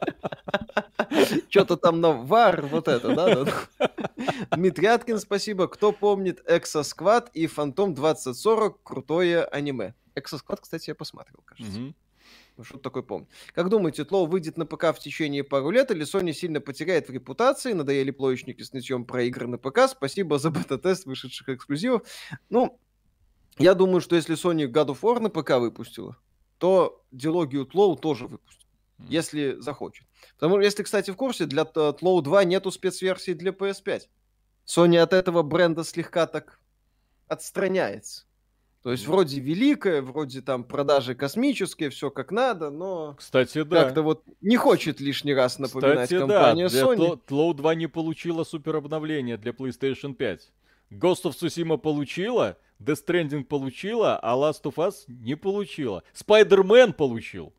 S2: Что-то там на Вар, вот это, да? Дмитрий Аткин, спасибо. Кто помнит Exosquad и Phantom 2040, крутое аниме. Exosquad, кстати, я посмотрел, кажется.
S1: Мгм.
S2: Ну, что-то такое помню. Как думаете, Тлоу выйдет на ПК в течение пару лет, или Sony сильно потеряет в репутации? Надоели плоечники с нытьем про игры на ПК. Спасибо за бета-тест вышедших эксклюзивов. Ну, я думаю, что если Sony God of War на ПК выпустила, то дилогию Тлоу тоже выпустит, если захочет. Потому что, если, кстати, в курсе, для Тлоу 2 нету спецверсии для PS5. Sony от этого бренда слегка так отстраняется. То есть вроде великая, вроде там продажи космические, все как надо, но
S1: Кстати, да.
S2: как-то вот не хочет лишний раз напоминать
S1: Кстати,
S2: компания
S1: да,
S2: Sony.
S1: Тлоу 2 не получила супер обновление для PlayStation 5. Ghost of Tsushima получила, Death Stranding получила, а Last of Us не получила. Spider-Man получил.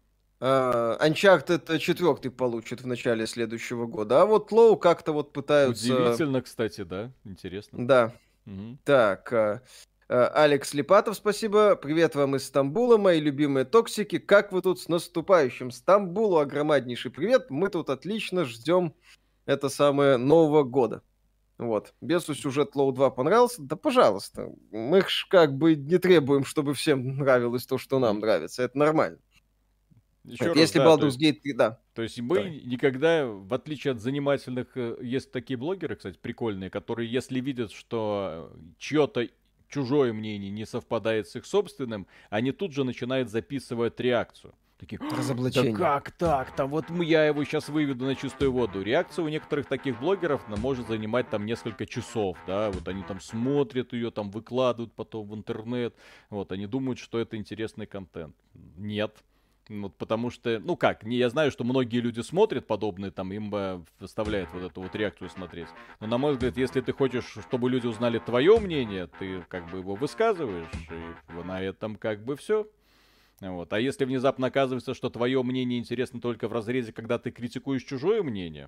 S2: Uncharted 4 получит в начале следующего года. А вот Тлоу как-то вот пытаются...
S1: Удивительно, кстати, да? Интересно.
S2: Да.
S1: Мгм.
S2: Так, Алекс Липатов, спасибо. Привет вам из Стамбула, мои любимые токсики. Как вы тут с наступающим Стамбулу? Огромнейший привет. Мы тут отлично ждем это самое Нового года. Вот. Бесу сюжет Лоу 2 понравился? Да пожалуйста. Мы ж как бы не требуем, чтобы всем нравилось то, что нам нравится. Это нормально.
S1: Еще
S2: Это
S1: раз,
S2: если
S1: да,
S2: Baldur's Gate 3, да.
S1: то есть мы никогда, в отличие от занимательных, есть такие блогеры, кстати, прикольные, которые, если видят, что чье-то чужое мнение не совпадает с их собственным, они тут же начинают записывать реакцию. Такие, да
S2: Разоблачение.
S1: как так? Там вот я его сейчас выведу на чистую воду. Реакция у некоторых таких блогеров может занимать там несколько часов, да, вот они там смотрят ее, там выкладывают потом в интернет, вот, они думают, что это интересный контент. Нет. Вот потому что, ну как, я знаю, что многие люди смотрят подобные, там им выставляют вот эту вот реакцию смотреть. Но на мой взгляд, если ты хочешь, чтобы люди узнали твое мнение, ты как бы его высказываешь, и на этом как бы все. Вот. А если внезапно оказывается, что твое мнение интересно только в разрезе, когда ты критикуешь чужое мнение,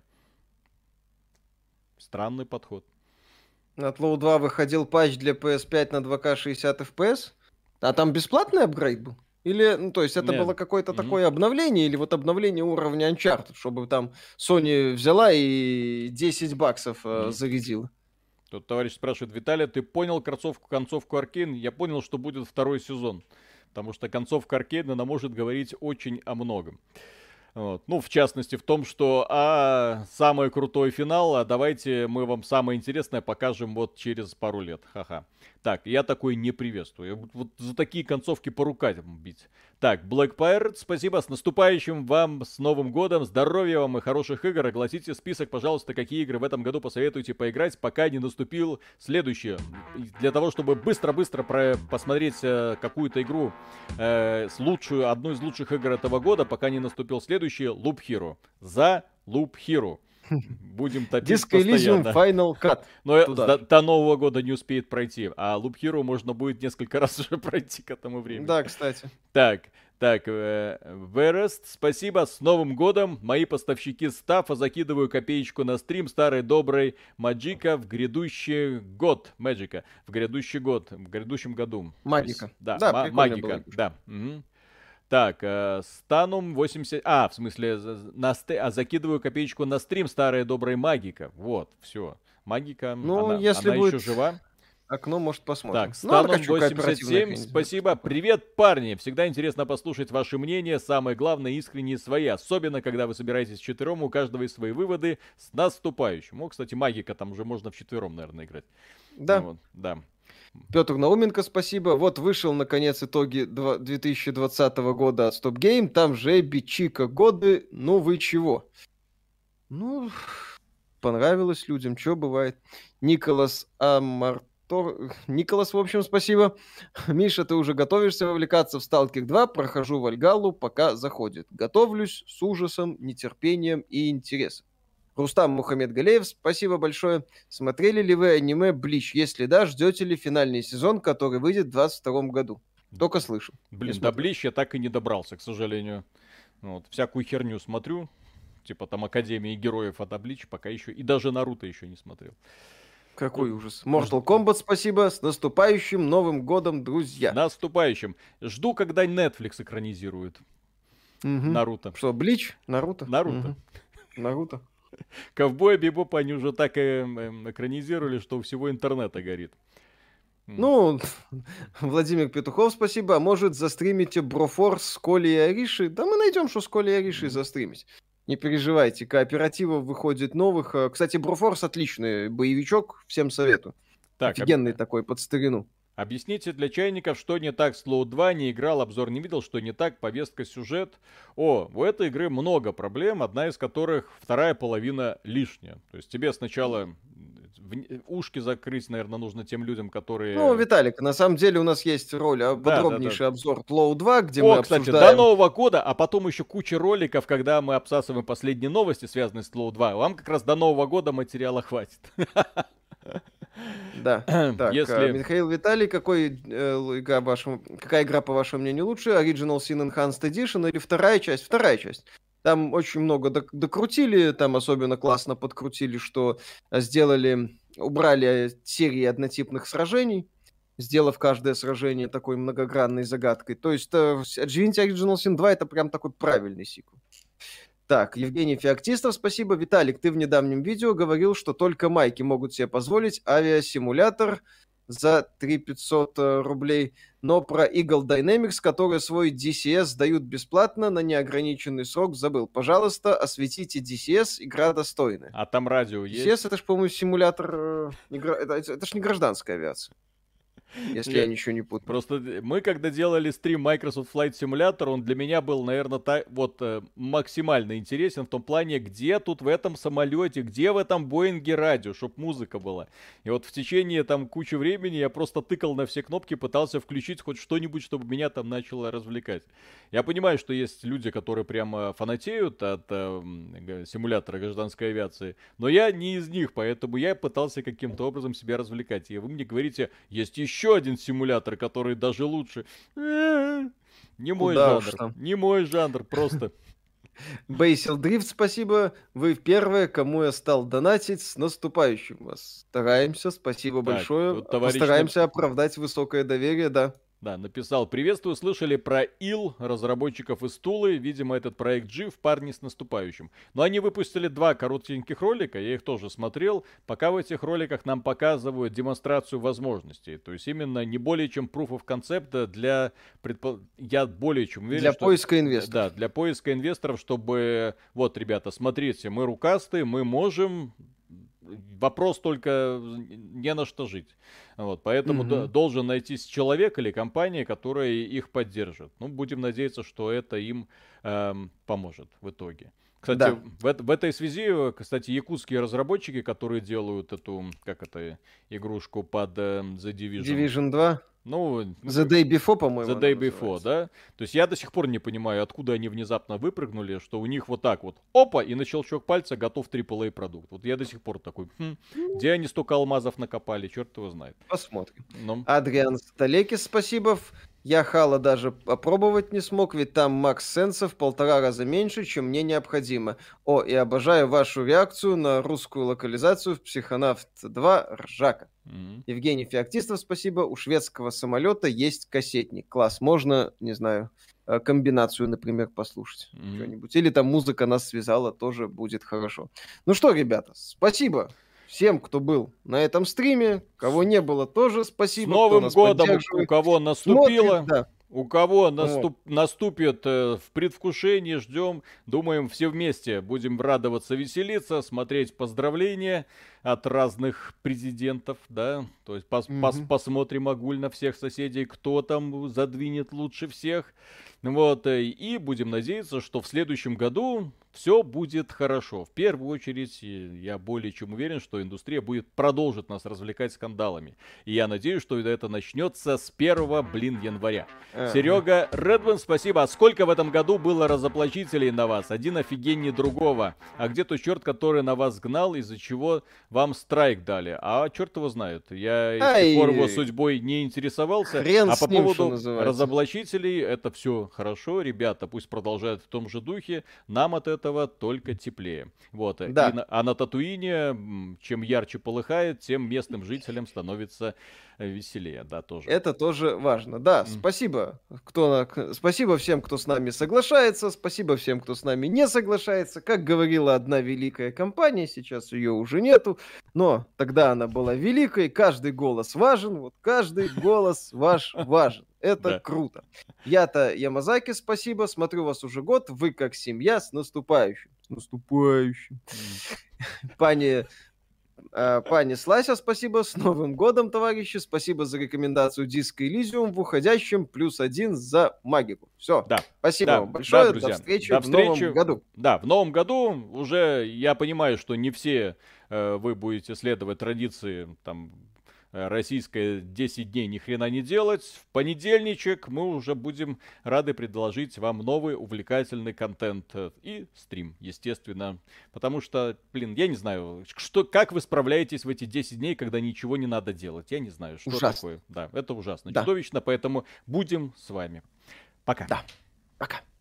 S1: странный подход.
S2: На Тлоу 2 выходил патч для PS5 на 2К 60 FPS. А там бесплатный апгрейд был? Или, ну, то есть это
S1: Нет.
S2: было какое-то такое обновление, или вот обновление уровня Uncharted, чтобы там Sony взяла и 10 баксов зарядила?
S1: Тут товарищ спрашивает, Виталий, ты понял концовку Аркейн? Я понял, что будет второй сезон. Потому что концовка Аркейна, она может говорить очень о многом. Вот. Ну, в частности, в том, что самый крутой финал, а давайте мы вам самое интересное покажем вот через пару лет. Ха-ха. Так, я такой не приветствую. Вот за такие концовки по рукам бить. Так, Black Pirate, спасибо, с наступающим вам, с Новым годом, здоровья вам и хороших игр. Огласите список, пожалуйста, какие игры в этом году посоветуете поиграть, пока не наступил следующее. Для того, чтобы быстро-быстро посмотреть какую-то игру, одну из лучших игр этого года, пока не наступил следующий, Loop Hero. За Loop Hero. Будем топить
S2: Disco Elysium
S1: постоянно.
S2: Final Cut.
S1: Но
S2: Туда.
S1: до Нового года не успеет пройти. А Loop Hero можно будет несколько раз уже пройти к этому времени.
S2: Да, кстати.
S1: Так, Верест, спасибо, с Новым годом. Мои поставщики стафа, закидываю копеечку на стрим старой доброй Маджика в грядущий год. Маджика, в грядущий год, в грядущем году.
S2: Магика.
S1: Да,
S2: Да, прикольно
S1: Магика,
S2: было.
S1: да. Мгм. Так, Станум 80... в смысле, закидываю копеечку на стрим старая добрая Магика. Вот, все. Магика,
S2: Ну,
S1: она
S2: если
S1: еще
S2: будет
S1: жива.
S2: окно, может, посмотрим.
S1: Так,
S2: Ну, она
S1: Станом
S2: как кооперативная
S1: 87,
S2: какая-нибудь.
S1: спасибо. Привет, парни. Всегда интересно послушать ваши мнения. Самое главное, искренние свои. Особенно, когда вы собираетесь вчетвером, у каждого есть свои выводы. С наступающим. О, кстати, Магика там уже можно вчетвером, наверное, играть.
S2: Да.
S1: Вот, да.
S2: Петр Науменко, спасибо. Вот вышел, наконец, итоги 2020 года от Stop Game. Там же Эбби, Чика, годы. Ну вы чего? Ну, понравилось людям. Что бывает? Николас Николас, в общем, спасибо. Миша, ты уже готовишься вовлекаться в Сталкер 2? Прохожу Вальгаллу, пока заходит. Готовлюсь с ужасом, нетерпением и интересом. Рустам Мухаммедгалеев, спасибо большое. Смотрели ли вы аниме Блич? Если да, ждете ли финальный сезон, который выйдет в 2022 году? Только слышал.
S1: Блин, до Блич я так и не добрался, к сожалению. Вот, всякую херню смотрю. Типа там Академии героев от Блич пока еще. И даже Наруто еще не смотрел.
S2: Какой ужас. Mortal Kombat, спасибо. С наступающим Новым годом, друзья.
S1: Наступающим. Жду, когда Netflix экранизирует Наруто.
S2: Что, Блич? Наруто?
S1: Наруто.
S2: Наруто.
S1: Ковбоя Бибопа они уже так экранизировали, что у всего интернета горит.
S2: Ну, Владимир Петухов, спасибо. А может, застримите Брофорс с Колей и Аришей? Да мы найдем, что с Колей и Аришей застримить. Не переживайте, кооперативов выходит новых. Кстати, Брофорс отличный боевичок, всем советую. Так, офигенный такой, под старину.
S1: Объясните для чайников, что не так с Slow 2, не играл, обзор не видел, что не так, повестка, сюжет. У этой игры много проблем, одна из которых вторая половина лишняя. То есть тебе сначала ушки закрыть, наверное, нужно тем людям, которые...
S2: Ну, Виталик, на самом деле у нас есть роль, подробнейший обзор Slow 2, где мы
S1: кстати,
S2: обсуждаем...
S1: до Нового года, а потом еще куча роликов, когда мы обсасываем последние новости, связанные с Slow 2. Вам как раз до Нового года материала хватит.
S2: Да. Так, Михаил Виталий, какая игра, по вашему мнению, лучше? Original Sin Enhanced Edition или вторая часть? Вторая часть. Там очень много докрутили, там особенно классно подкрутили, что убрали серии однотипных сражений, сделав каждое сражение такой многогранной загадкой. То есть Divinity Original Sin 2 это прям такой правильный сиквел. Так, Евгений Феоктистов, спасибо. Виталик, ты в недавнем видео говорил, что только майки могут себе позволить авиасимулятор за 3500 рублей, но про Eagle Dynamics, которые свой DCS дают бесплатно на неограниченный срок, забыл. Пожалуйста, осветите DCS, игра достойная.
S1: А там радио
S2: DCS
S1: есть?
S2: это ж, по-моему, симулятор... Это ж не гражданская авиация. Если я ничего не путаю.
S1: Просто мы, когда делали стрим Microsoft Flight Simulator, он для меня был, наверное, максимально интересен в том плане, где тут в этом самолете, где в этом Боинге радио, чтоб музыка была. И вот в течение там кучи времени я просто тыкал на все кнопки, пытался включить хоть что-нибудь, чтобы меня там начало развлекать. Я понимаю, что есть люди, которые прямо фанатеют от симулятора гражданской авиации, но я не из них, поэтому я пытался каким-то образом себя развлекать. И вы мне говорите, есть еще один симулятор, который даже лучше. Не мой жанр. Не мой жанр, просто.
S2: Бейсил Дрифт, спасибо. Вы первые, кому я стал донатить. С наступающим вас. Стараемся, спасибо большое. Постараемся оправдать высокое доверие, да.
S1: Да, написал: приветствую, слышали про Ил, разработчиков из Тулы, видимо, этот проект жив, парни с наступающим. Но они выпустили 2 коротеньких ролика, я их тоже смотрел, пока в этих роликах нам показывают демонстрацию возможностей, то есть именно не более чем proof of concept для, я более чем уверен,
S2: для поиска инвесторов.
S1: Да, для поиска инвесторов, чтобы, вот, ребята, смотрите, мы рукастые, мы можем... Вопрос только не на что жить. Вот, поэтому должен найтись человек или компания, которая их поддержит. Ну, будем надеяться, что это им поможет в итоге. Кстати, да. в этой связи, кстати, якутские разработчики, которые делают эту, игрушку под The Division.
S2: Division 2?
S1: Ну,
S2: The Day Before, по-моему.
S1: The Day Before, да? То есть я до сих пор не понимаю, откуда они внезапно выпрыгнули, что у них вот так вот, опа, и на щелчок пальца готов AAA продукт. Вот я до сих пор такой, где они столько алмазов накопали, черт его знает.
S2: Посмотрим. Адриан Сталекис, спасибо. Я Хала даже попробовать не смог, ведь там макс сенсов 1,5 раза меньше, чем мне необходимо. И обожаю вашу реакцию на русскую локализацию в Психонавт 2 Ржака. Евгений Феоктистов, спасибо. У шведского самолета есть кассетник. Класс, можно, не знаю, комбинацию, например, послушать. Что-нибудь. Или там музыка нас связала, тоже будет хорошо. Ну что, ребята, спасибо всем, кто был на этом стриме. Кого не было, тоже спасибо.
S1: С Новым годом, у кого наступило. Смотрит, да. У кого наступит в предвкушении, ждем. Думаем, все вместе будем радоваться, веселиться, смотреть поздравления. от разных президентов, да, то есть посмотрим огульно всех соседей, кто там задвинет лучше всех, вот, и будем надеяться, что в следующем году все будет хорошо. В первую очередь, я более чем уверен, что индустрия продолжит нас развлекать скандалами. И я надеюсь, что это начнется с 1 января. Серега Редман, спасибо. А сколько в этом году было разоблачителей на вас? Один офигеннее другого. А где тот черт, который на вас гнал, из-за чего вам страйк дали? А черт его знает. Я с тех пор его судьбой не интересовался.
S2: Хрен
S1: а
S2: с
S1: по
S2: ним,
S1: поводу
S2: разоблачителей,
S1: это все хорошо. Ребята, пусть продолжают в том же духе. Нам от этого только теплее. Вот.
S2: Да.
S1: А на Татуине, чем ярче полыхает, тем местным жителям становится веселее, да, тоже.
S2: Это тоже важно. Да, спасибо. Спасибо всем, кто с нами соглашается, спасибо всем, кто с нами не соглашается. Как говорила одна великая компания, сейчас ее уже нету, но тогда она была великой, каждый голос важен, вот каждый голос ваш важен. Это круто. Я-то Ямазаки, спасибо, смотрю вас уже год, вы как семья, с наступающим. С наступающим. Пани Слася, спасибо. С Новым годом, товарищи. Спасибо за рекомендацию Disco Elysium в уходящем. +1 за магику. Все.
S1: Да.
S2: Спасибо вам большое.
S1: Друзья.
S2: До встречи в новом году.
S1: Да, в новом году уже я понимаю, что не все вы будете следовать традиции там российская 10 дней ни хрена не делать. В понедельничек мы уже будем рады предложить вам новый увлекательный контент и стрим, естественно. Потому что, я не знаю, как вы справляетесь в эти 10 дней, когда ничего не надо делать. Я не знаю, что такое. Да, это ужасно, чудовищно, поэтому будем с вами. Пока.
S2: Да, пока.